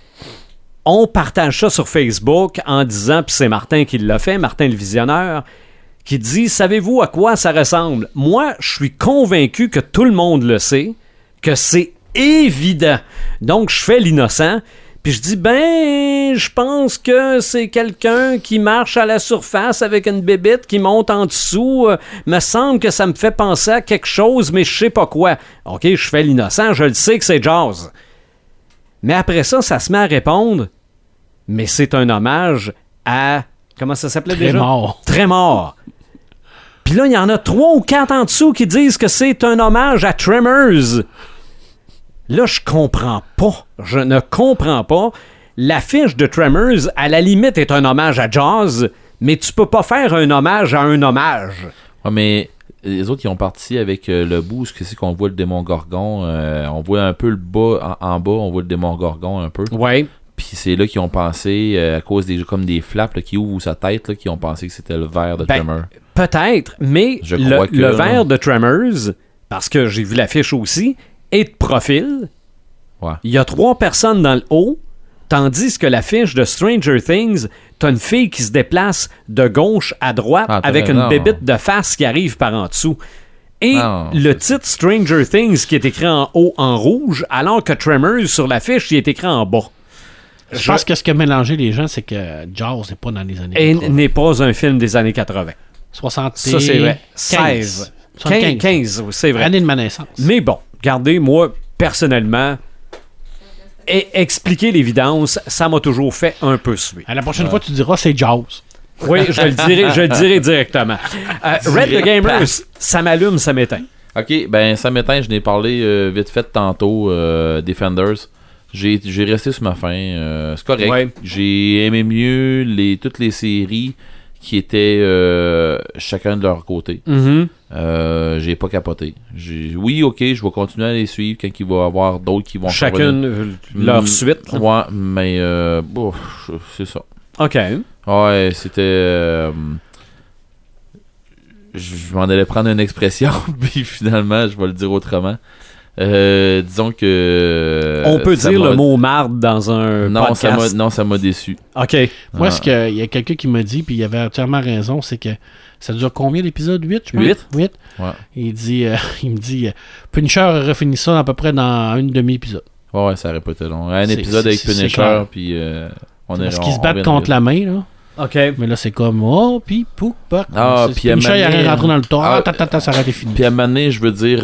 On partage ça sur Facebook en disant, puis c'est Martin qui l'a fait, Martin le visionneur, qui dit, savez-vous à quoi ça ressemble? Moi, je suis convaincu que tout le monde le sait, que c'est évident. Donc, je fais l'innocent, puis je dis, ben, je pense que c'est quelqu'un qui marche à la surface avec une bébite qui monte en dessous. Euh, me semble que ça me fait penser à quelque chose, mais je sais pas quoi. OK, je fais l'innocent, je le sais que c'est Jaws. Mais après ça, ça se met à répondre, mais c'est un hommage à... Comment ça s'appelait Très déjà? mort. Très mort. Puis là, il y en a trois ou quatre en dessous qui disent que c'est un hommage à Tremors. Là, je comprends pas. Je ne comprends pas. L'affiche de Tremors, à la limite, est un hommage à Jaws, mais tu peux pas faire un hommage à un hommage. Ouais, mais les autres, ils ont parti avec euh, le bout, ce que c'est qu'on voit le démon Gorgon. Euh, on voit un peu le bas, en, en bas, on voit le démon Gorgon un peu. Ouais. Puis c'est là qu'ils ont pensé, euh, à cause des comme des flaps là, qui ouvrent sa tête, là, qu'ils ont pensé que c'était le verre de Ben, Tremor. Peut-être, mais Je le, crois que- le verre de Tremors, parce que j'ai vu l'affiche aussi, est de profil. Ouais. Il y a trois personnes dans le haut, tandis que l'affiche de Stranger Things, t'as une fille qui se déplace de gauche à droite Ah, t'as avec raison. une bébite de face qui arrive par en dessous. Et Non, le titre Stranger Things qui est écrit en haut en rouge, alors que Tremors sur l'affiche, il est écrit en bas. Je pense que ce qui a mélangé les gens, c'est que Jaws n'est pas dans les années Et quatre-vingts. n'est pas un film des années quatre-vingts. soixante Ça, c'est vrai. quinze. seize. quinze, oui, c'est vrai. Année de ma naissance. Mais bon, regardez, moi, personnellement, et expliquer l'évidence, ça m'a toujours fait un peu suer. À la prochaine fois, tu diras c'est Jaws. Oui, je le dirai, je le dirai directement. Euh, Red the Gamers, ça m'allume, ça m'éteint. Ok, ben ça m'éteint, je n'ai parlé euh, vite fait tantôt, euh, Defenders. J'ai, j'ai resté sur ma fin. Euh, c'est correct. Ouais. J'ai aimé mieux les, toutes les séries qui étaient euh, chacun de leur côté. Mhm. Euh, j'ai pas capoté. J'ai, oui, ok, je vais continuer à les suivre quand il va y avoir d'autres qui vont Chacune euh, leur Mm, suite. là. Ouais, mais euh, bon, c'est ça. OK. Ouais, c'était. euh, je je m'en allais prendre une expression, puis finalement, je vais le dire autrement. Euh, disons que. On peut ça dire m'a- le mot marde dans un Non, ça m'a, podcast. non, ça m'a déçu. OK. Moi, Ah. ce que, il y a quelqu'un qui m'a dit, puis il avait entièrement raison, c'est que ça dure combien d'épisodes? huit, je pense? Huit. huit. Ouais. Il dit, euh, il me dit, euh, Punisher aurait fini ça à peu près dans une demi-épisode. Ouais, ouais, ça aurait pas été long. Un C'est- épisode c'est- avec c'est Punisher, clair. puis euh, on est Parce on- qu'ils se on battent vient de- contre la main, là. OK. Mais là, c'est comme, oh, puis pouc, pouc. Ah, C'est- puis à Michel, il Mané- est rentré dans le toit. Ah, Ah, tata, tata, ça aurait été fini. Puis à un moment donné, je veux dire,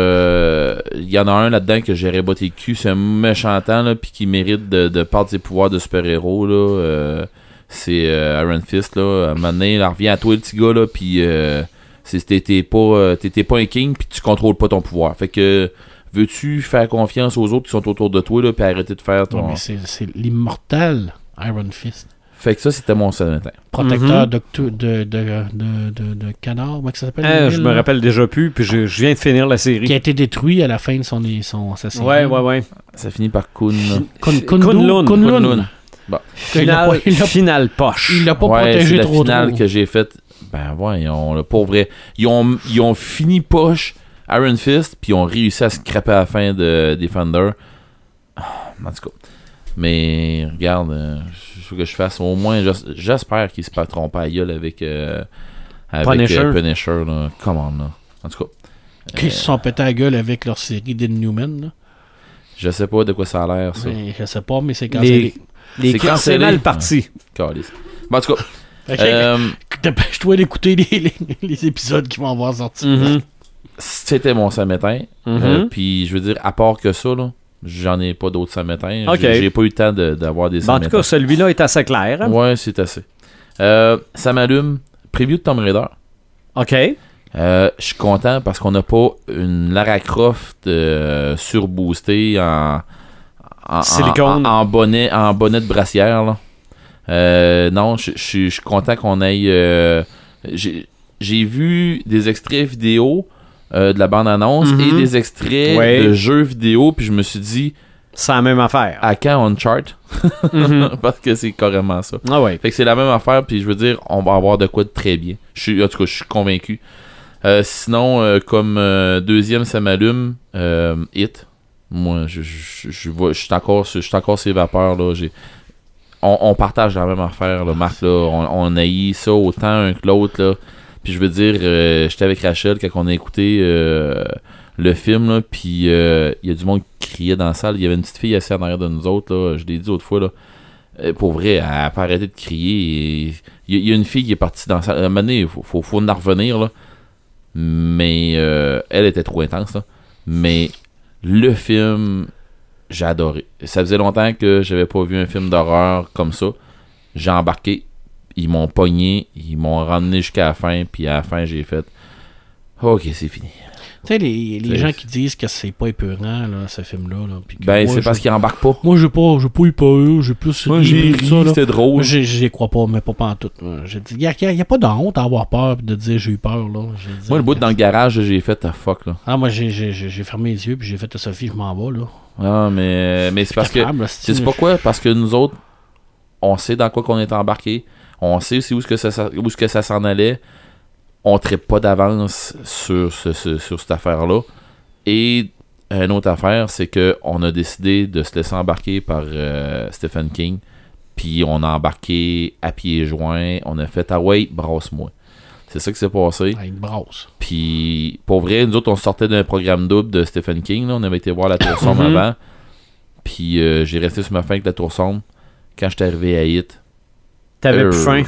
euh, il y en a un là-dedans que j'ai réboté le cul, c'est un méchant temps, là, puis qui mérite de, de perdre ses pouvoirs de super-héros, là. Euh, c'est euh, Iron Fist, là. À un moment donné, il revient à toi, le petit gars, là, puis euh, c'est, t'étais, pas, euh, t'étais pas un king, puis tu contrôles pas ton pouvoir. Fait que, veux-tu faire confiance aux autres qui sont autour de toi, là, puis arrêter de faire ton... Ouais, mais c'est, c'est l'immortel Iron Fist. Fait que ça, c'était mon seul matin. Protecteur Mhm. de, de, de, de, de, de, de canard, comment ça s'appelle? Euh, la je ville, me là? rappelle déjà plus, puis je, je viens de finir la Qui série. a été détruit à la fin de son, son sa série. Ouais, ouais, ouais. Ça finit par Kun. Kun, Kundu- Kunlun. Kunlun. Kunlun. Bon. Il l'a Finale, pas- il l'a- finale poche. Il l'a pas Ouais, c'est protégé la trop finale trop. que j'ai faite. Ben voyons, le pauvre vrai. Ils ont, ils ont fini poche Iron Fist, puis ils ont réussi à se scraper à la fin de Defender. Ah, en tout cas. Mais regarde, euh, il faut que je fasse au moins. j'es- J'espère qu'ils se battront pas à gueule avec, euh, avec Punisher. euh, Punisher. Là. Come on, là. En tout cas. Qu'ils se sont pétés à la gueule avec leur série d'Inhuman. Là. Je sais pas de quoi ça a l'air, ça. Ben, je sais pas, mais c'est Les, cancellé. les C'est c'est cancellé. mal parti. Calisse. Bon, en tout cas. Fait que, euh, dépêche-toi d'écouter les, les, les épisodes qui vont avoir sorti. Mhm. C'était mon samétain. Mhm. Euh, puis je veux dire, à part que ça, là, j'en ai pas d'autres samétains. Ok. J'ai, j'ai pas eu le temps de- d'avoir des Ben, en tout samétains. cas, celui-là est assez clair. hein? Ouais, c'est assez. Euh, ça m'allume. Preview de Tomb Raider. OK. Euh, Je suis content parce qu'on n'a pas une Lara Croft euh, surboostée en, en, Silicone. en, en bonnet, en bonnet de brassière. Là. Euh, non, je je suis je suis content qu'on aille. euh, j'ai, j'ai vu des extraits vidéo euh, de la bande-annonce Mhm. et des extraits Ouais. de jeux vidéo, puis je me suis dit, C'est la même affaire. à quand on chart? Mhm. Parce que c'est carrément ça. Ah ouais. Fait que c'est la même affaire, puis je veux dire, on va avoir de quoi de très bien. Je suis, en tout cas, je suis convaincu. Euh, sinon, euh, comme euh, deuxième, ça m'allume, euh, Hit. Moi, je, je, je, vois- je suis encore, je suis encore ces vapeurs, là. J'ai, on, on partage la même affaire, là, Marc, là. On, on haït ça autant un que l'autre, là. Puis je veux dire, euh, j'étais avec Rachel quand on a écouté euh, le film, là, puis il euh, y a du monde qui criait dans la salle. Il y avait une petite fille assise en arrière de nous autres, là. Je l'ai dit autrefois, fois, là. Euh, pour vrai, elle a pas arrêté de crier. Il y, y a une fille qui est partie dans la salle. À un moment donné, il faut, faut, faut en revenir, là. Mais euh, elle était trop intense, là. Mais le film, j'ai adoré. Ça faisait longtemps que j'avais pas vu un film d'horreur comme ça. J'ai embarqué. Ils m'ont pogné. Ils m'ont ramené jusqu'à la fin. Puis à la fin, j'ai fait OK, c'est fini. Tu sais, les, les C'est- gens qui disent que c'est pas épeurant, là, ce film-là. Là, puis que Ben, moi, c'est je- parce qu'ils embarquent pas. Moi, j'ai pas, j'ai pas eu peur, j'ai plus Moi, ri, j'ai tout ça, ri, là. c'était drôle. Moi, j'ai- j'y crois pas, mais pas pantoute. Il n'y a, y a- y a pas de honte à avoir peur et de dire j'ai eu peur. Là. J'ai dit, Moi, le bout dans le garage, j'ai fait ah, fuck, là. Ah, moi, j'ai, j'ai, j'ai j'ai fermé les yeux puis j'ai fait à Sophie, je m'en vais. Là. Ah, mais, mais c'est parce que. Capable, là, Tu sais pourquoi? Parce que nous autres, on sait dans quoi qu'on est embarqué. On sait aussi où est-ce que ça, ça- où est-ce que ça s'en allait. On ne traite pas d'avance sur, ce, ce- sur cette affaire-là. Et une autre affaire, c'est qu'on a décidé de se laisser embarquer par euh, Stephen King. Puis on a embarqué à pieds joints. On a fait ah ouais, brasse-moi. C'est ça qui s'est passé. Ah, il me brasse. Puis pour vrai, nous autres, on sortait d'un programme double de Stephen King. Là. On avait été voir la Tour Sombre Mhm. avant. Puis euh, j'ai resté sur ma fin avec la Tour Sombre. Quand j'étais arrivé à Hit, T'avais Euh, plus faim.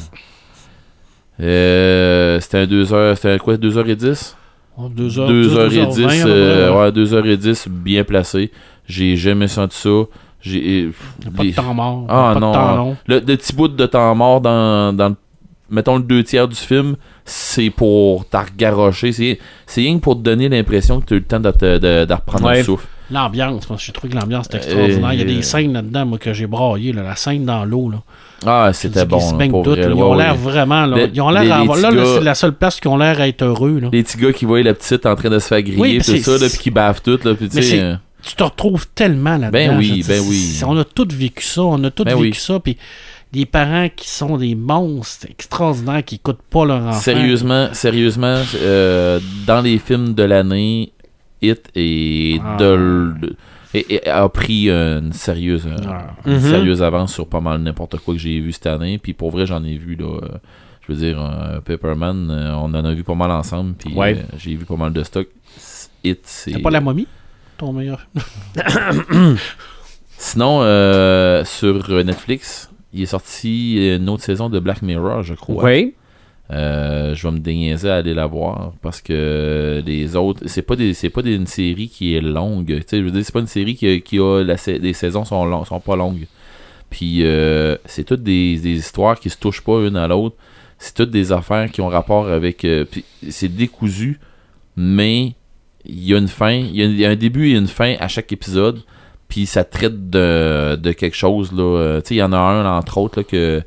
euh, c'était un deux heures, c'était un quoi, deux heures dix? Oh, deux heures, deux heures et vingt, dix, à peu près, euh, ouais. ouais, deux heures et dix, bien placé. J'ai jamais senti ça. J'ai, euh, Y a pas les- de temps mort. y a Ah pas non, de temps long. le, le petit bout de temps mort dans, dans le- mettons le deux tiers du film, c'est pour t'argarocher. C'est, c'est rien que pour te donner l'impression que tu as eu le temps de, te- de, de reprendre Ouais. le souffle. L'ambiance, parce que j'ai trouvé que l'ambiance était extraordinaire. Il y a Euh, des scènes là-dedans, moi, que j'ai braillé. Là, la scène dans l'eau. Là. Ah, c'était bon. Ils se là, baignent pour tous. vrai, Ils ouais, ont ouais. l'air vraiment. Là, Les- ils ont l'air les- à les avoir- petits Là, là, gars- c'est la seule place qu'ils ont l'air à être heureux. Là. Les petits gars qui voient la petite en train de se faire griller, Oui, pis puis tout ça, c'est- là, puis qui bavent tout, là, puis tu Mais sais. c'est- euh, Tu te retrouves tellement là-dedans. Ben oui, je veux dire, ben oui. c'est- On a tous vécu ça. On a tous Ben vécu oui. ça. Puis des parents qui sont des monstres extraordinaires qui écoutent pas leur enfant. Sérieusement, sérieusement, euh, dans les films de l'année, Hit est Ah. de, de- et- et a pris une sérieuse, euh, Ah. une Mhm. sérieuse avance sur pas mal n'importe quoi que j'ai vu cette année. Puis pour vrai, j'en ai vu là. euh, je veux dire, euh, Pepperman, euh, on en a vu pas mal ensemble. Puis Ouais. euh, j'ai vu pas mal de stock. Hit, c'est. T'as pas la momie? Ton meilleur. Sinon, euh, sur Netflix, il est sorti une autre saison de Black Mirror, je crois. Oui. Euh, je vais me déniaiser à aller la voir parce que les autres, c'est pas des, c'est pas des, une série qui est longue. Tu sais, je veux dire, c'est pas une série qui, qui a la, les saisons sont long, sont pas longues. Puis euh, c'est toutes des, des histoires qui se touchent pas une à l'autre. C'est toutes des affaires qui ont rapport avec. Euh, puis c'est décousu, mais il y a une fin, il y, y a un début et une fin à chaque épisode. Puis ça traite de, de quelque chose là. Tu sais, il y en a un entre autres là que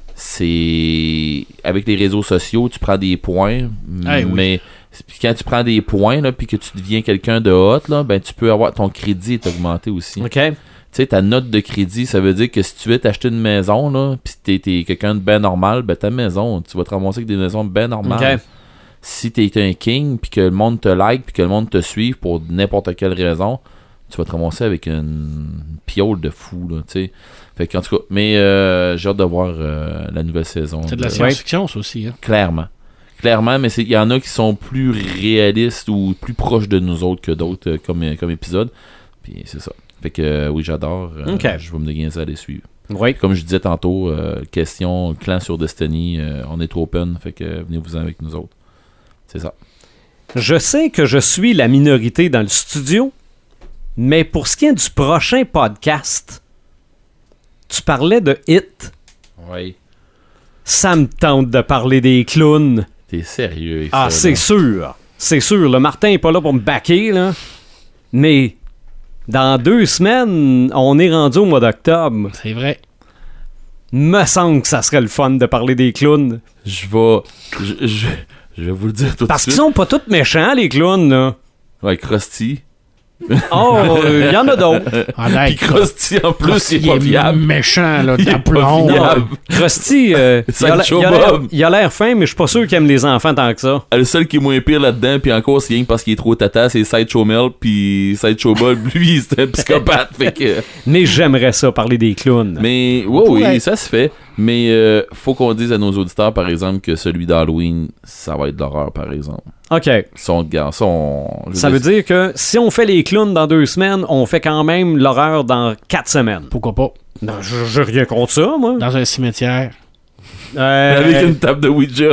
c'est avec les réseaux sociaux, tu prends des points, hey, mais oui. Quand tu prends des points là, puis que tu deviens quelqu'un de hot là, ben tu peux avoir ton crédit est augmenté aussi. Ok. Tu sais, ta note de crédit, ça veut dire que si tu veux t'acheter une maison là, puis t'es, t'es quelqu'un de ben normal, ben ta maison, tu vas te ramasser avec des maisons ben normales. Okay. Si t'es un king, puis que le monde te like, puis que le monde te suive pour n'importe quelle raison, tu vas te ramasser avec une piole de fou là, tu sais. Fait qu'en tout cas, mais euh, j'ai hâte de voir euh, la nouvelle saison. C'est de la science-fiction, ça aussi. Hein? Clairement. Clairement, mais il y en a qui sont plus réalistes ou plus proches de nous autres que d'autres euh, comme, comme épisode. Puis c'est ça. Fait que euh, oui, j'adore. Euh, okay. Je vais me dégainer à les suivre. Oui. Comme je disais tantôt, euh, question clan sur Destiny, euh, on est trop open. Fait que euh, venez-vous-en avec nous autres. C'est ça. Je sais que je suis la minorité dans le studio, mais pour ce qui est du prochain podcast, tu parlais de Hit. Oui. Ça me tente de parler des clowns. T'es sérieux avec ah, ça, c'est là. sûr. C'est sûr. Le Martin est pas là pour me baquer, là. Mais dans deux semaines, on est rendu au mois d'octobre. C'est vrai. Me semble que ça serait le fun de parler des clowns. Je vais... Je, je, je vais vous le dire tout de suite. Parce qu'ils sont pas tous méchants, les clowns, là. Ouais, Krusty. Oh, il euh, y en a d'autres. Ah, là, Puis Krusty, en plus, Krusty, il est pas viable. méchant, là, Il est pas d'aplomb. fiable. Krusty, euh, il, a Sideshow il, a l'air, Bob. il a l'air fin, mais je suis pas sûr qu'il aime les enfants tant que ça. Le seul qui est moins pire là-dedans, puis encore, c'est rien que parce qu'il est trop tata, c'est Sideshow Mel, puis Sideshow Bob, lui, c'est un psychopathe. Fait que... Mais j'aimerais ça, parler des clowns. Mais, oui, oui, ouais. Ça se fait. Mais, euh, faut qu'on dise à nos auditeurs, par exemple, que celui d'Halloween, ça va être de l'horreur, par exemple. OK. Son, son, ça veut dire que si on fait les clowns dans deux semaines, on fait quand même l'horreur dans quatre semaines. Pourquoi pas? Non, j'ai rien contre ça, moi. Dans un cimetière. Euh, Avec une table de Ouija.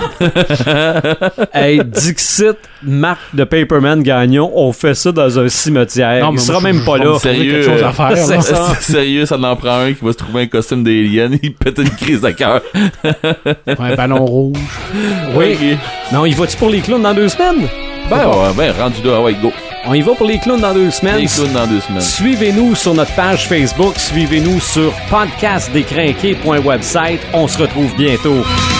Hey, Dixit, Marc de Paperman Gagnon, on fait ça dans un cimetière. Non, il sera même pas là. Sérieux, quelque chose à faire, c'est ça. Sérieux, ça en prend un qui va se trouver un costume d'alien, il pète une crise à cœur. Un ballon rouge. Oui. Okay. Non, il va-tu pour les clowns dans deux semaines? Ben, ouais, ben, rendu là, ouais, go. On y va pour les clowns dans deux semaines. Les clowns dans deux semaines. Suivez-nous sur notre page Facebook. Suivez-nous sur podcast décrinqué point website. On se retrouve bientôt.